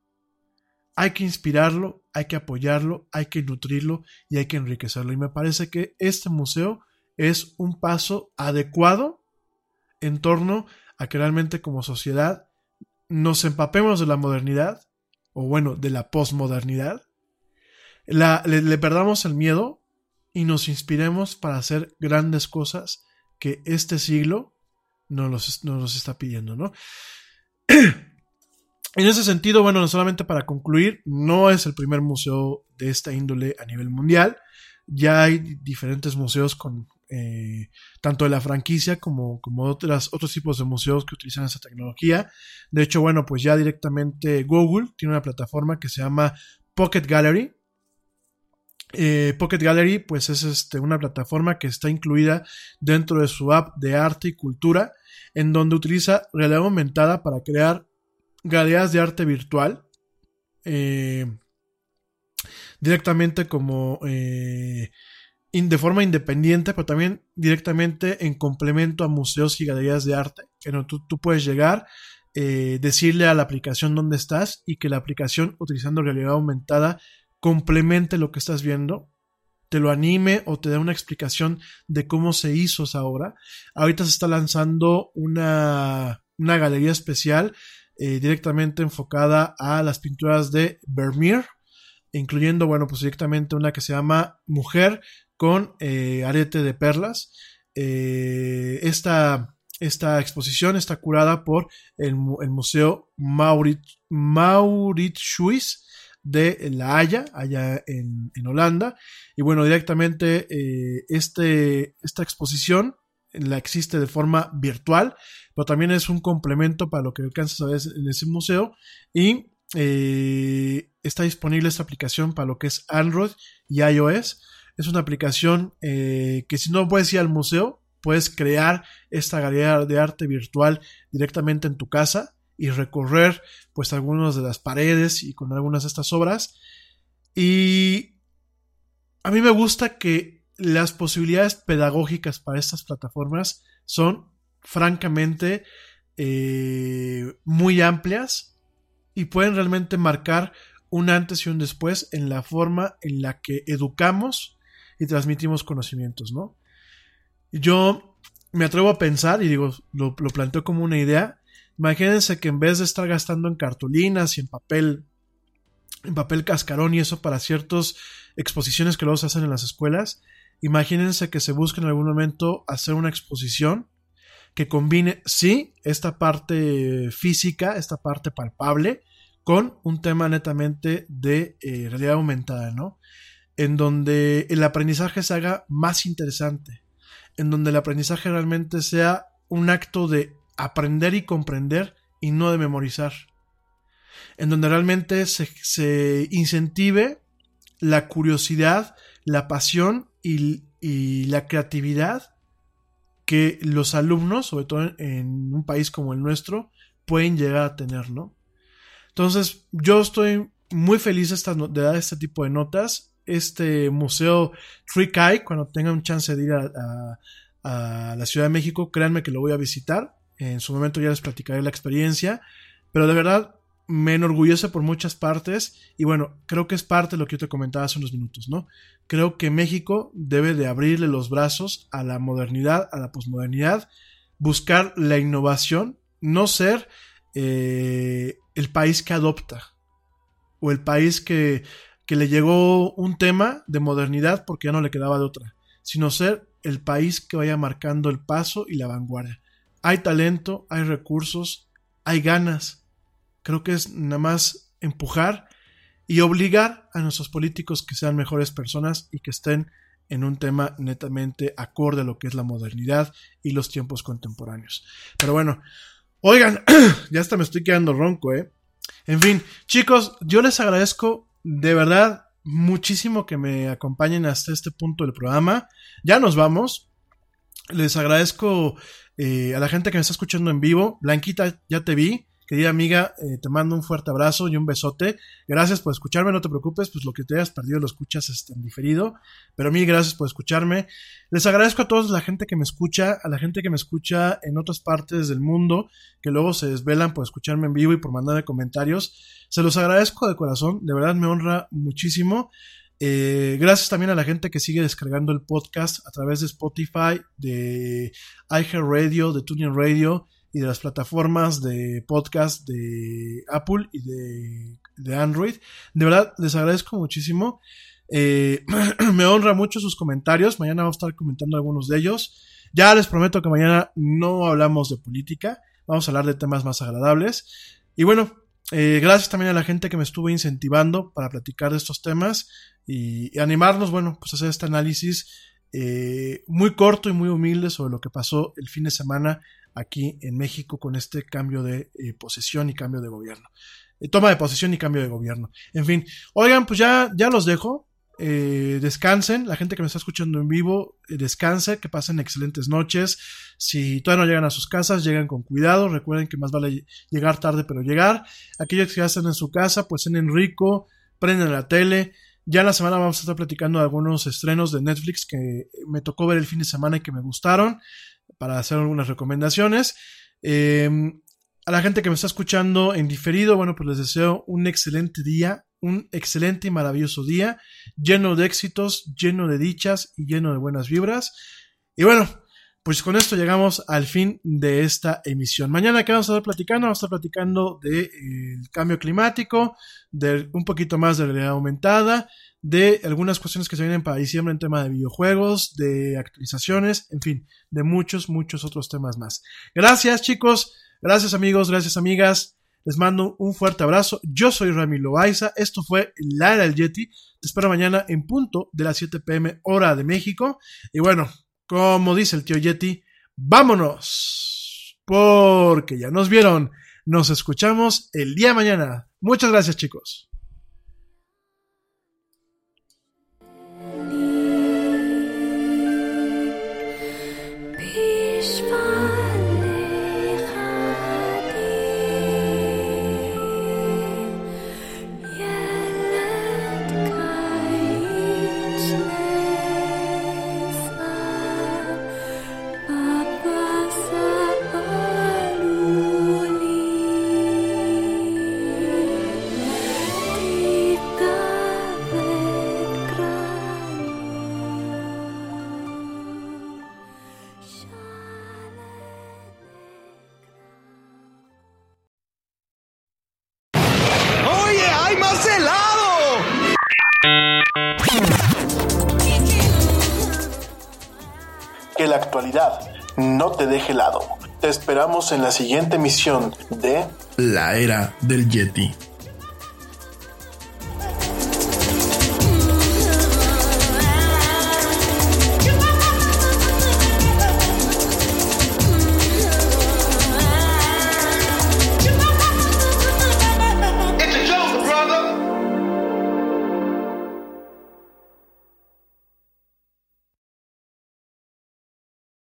Hay que inspirarlo, hay que apoyarlo, hay que nutrirlo y hay que enriquecerlo. Y me parece que este museo es un paso adecuado en torno a que realmente como sociedad nos empapemos de la modernidad, o bueno, de la posmodernidad, la, le, le perdamos el miedo y nos inspiremos para hacer grandes cosas que este siglo nos los, nos los está pidiendo, ¿no? En ese sentido, bueno, no solamente para concluir, no es el primer museo de esta índole a nivel mundial. Ya hay diferentes museos con eh, tanto de la franquicia como, como otras, otros tipos de museos que utilizan esa tecnología. De hecho, bueno, pues ya directamente Google tiene una plataforma que se llama Pocket Gallery. Eh, Pocket Gallery, pues es este, una plataforma que está incluida dentro de su app de arte y cultura, en donde utiliza realidad aumentada para crear galerías de arte virtual, eh, directamente como eh, in, de forma independiente, pero también directamente en complemento a museos y galerías de arte, que no, tú, tú puedes llegar, eh, decirle a la aplicación dónde estás y que la aplicación, utilizando realidad aumentada, complemente lo que estás viendo, te lo anime o te dé una explicación de cómo se hizo esa obra. Ahorita se está lanzando una, una galería especial Eh, directamente enfocada a las pinturas de Vermeer, incluyendo, bueno, pues directamente una que se llama Mujer con eh, arete de perlas. Eh, esta, esta exposición está curada por el, el Museo Maurits, Mauritshuis de La Haya, allá en, en Holanda. Y bueno, directamente eh, este, esta exposición la existe de forma virtual, pero también es un complemento para lo que alcanzas a ver en ese museo, y eh, está disponible esta aplicación para lo que es Android y iOS. Es una aplicación eh, que si no puedes ir al museo, puedes crear esta galería de arte virtual directamente en tu casa y recorrer pues algunas de las paredes y con algunas de estas obras. Y a mí me gusta que las posibilidades pedagógicas para estas plataformas son francamente eh, muy amplias y pueden realmente marcar un antes y un después en la forma en la que educamos y transmitimos conocimientos, ¿no? Yo me atrevo a pensar, y digo, lo, lo planteo como una idea. Imagínense que en vez de estar gastando en cartulinas y en papel, en papel cascarón y eso para ciertas exposiciones que luego se hacen en las escuelas, imagínense que se busque en algún momento hacer una exposición que combine, sí, esta parte física, esta parte palpable, con un tema netamente de eh, realidad aumentada, ¿no? en donde el aprendizaje se haga más interesante, en donde el aprendizaje realmente sea un acto de aprender y comprender y no de memorizar, en donde realmente se, se incentive la curiosidad, la pasión y, y la creatividad que los alumnos, sobre todo en, en un país como el nuestro, pueden llegar a tener, ¿no? Entonces, yo estoy muy feliz esta, de dar este tipo de notas. Este museo Trick-Eye, cuando tenga un chance de ir a, a, a la Ciudad de México, créanme que lo voy a visitar. En su momento ya les platicaré la experiencia, pero de verdad me enorgullece por muchas partes y bueno, creo que es parte de lo que yo te comentaba hace unos minutos, ¿no? Creo que México debe de abrirle los brazos a la modernidad, a la posmodernidad, buscar la innovación, no ser eh, el país que adopta o el país que, que le llegó un tema de modernidad porque ya no le quedaba de otra, sino ser el país que vaya marcando el paso y la vanguardia. Hay talento, hay recursos, hay ganas. Creo que es nada más empujar y obligar a nuestros políticos que sean mejores personas y que estén en un tema netamente acorde a lo que es la modernidad y los tiempos contemporáneos. Pero bueno, oigan, ya hasta me estoy quedando ronco, ¿eh? En fin, chicos, yo les agradezco de verdad muchísimo que me acompañen hasta este punto del programa. Ya nos vamos. Les agradezco eh, a la gente que me está escuchando en vivo. Blanquita, ya te vi. Querida amiga, eh, te mando un fuerte abrazo y un besote. Gracias por escucharme, no te preocupes, pues lo que te hayas perdido lo escuchas este, en diferido. Pero mil gracias por escucharme. Les agradezco a toda la gente que me escucha, a la gente que me escucha en otras partes del mundo, que luego se desvelan por escucharme en vivo y por mandarme comentarios. Se los agradezco de corazón, de verdad me honra muchísimo. Eh, gracias también a la gente que sigue descargando el podcast a través de Spotify, de iHeartRadio, de TuneIn Radio y de las plataformas de podcast de Apple y de, de Android. De verdad, les agradezco muchísimo. Eh, me honra mucho sus comentarios. Mañana vamos a estar comentando algunos de ellos. Ya les prometo que mañana no hablamos de política. Vamos a hablar de temas más agradables. Y bueno, eh, gracias también a la gente que me estuvo incentivando para platicar de estos temas y, y animarnos, bueno, pues a hacer este análisis eh, muy corto y muy humilde sobre lo que pasó el fin de semana aquí en México con este cambio de eh, posesión y cambio de gobierno. Eh, toma de posesión y cambio de gobierno. En fin, oigan, pues ya, ya los dejo. Eh, descansen. La gente que me está escuchando en vivo, eh, descanse, que pasen excelentes noches. Si todavía no llegan a sus casas, lleguen con cuidado. Recuerden que más vale llegar tarde, pero llegar. Aquellos que ya están en su casa, pues cenen rico, prenden la tele. Ya en la semana vamos a estar platicando de algunos estrenos de Netflix que me tocó ver el fin de semana y que me gustaron, para hacer algunas recomendaciones. Eh, a la gente que me está escuchando en diferido, bueno, pues les deseo un excelente día, un excelente y maravilloso día, lleno de éxitos, lleno de dichas y lleno de buenas vibras. Y bueno, pues con esto llegamos al fin de esta emisión. Mañana, ¿qué vamos a estar platicando? Vamos a estar platicando del de, eh, cambio climático, de un poquito más de realidad aumentada, de algunas cuestiones que se vienen para diciembre en tema de videojuegos, de actualizaciones, en fin, de muchos, muchos otros temas más. Gracias, chicos, gracias, amigos, gracias, amigas. Les mando un fuerte abrazo. Yo soy Rami Loaiza. Esto fue La Era del Yeti. Te espero mañana en punto de las siete pm hora de México. Y bueno, como dice el tío Yeti, vámonos, porque ya nos vieron. Nos escuchamos el día de mañana. Muchas gracias, chicos. Que la actualidad no te deje helado. Te esperamos en la siguiente emisión de La Era del Yeti.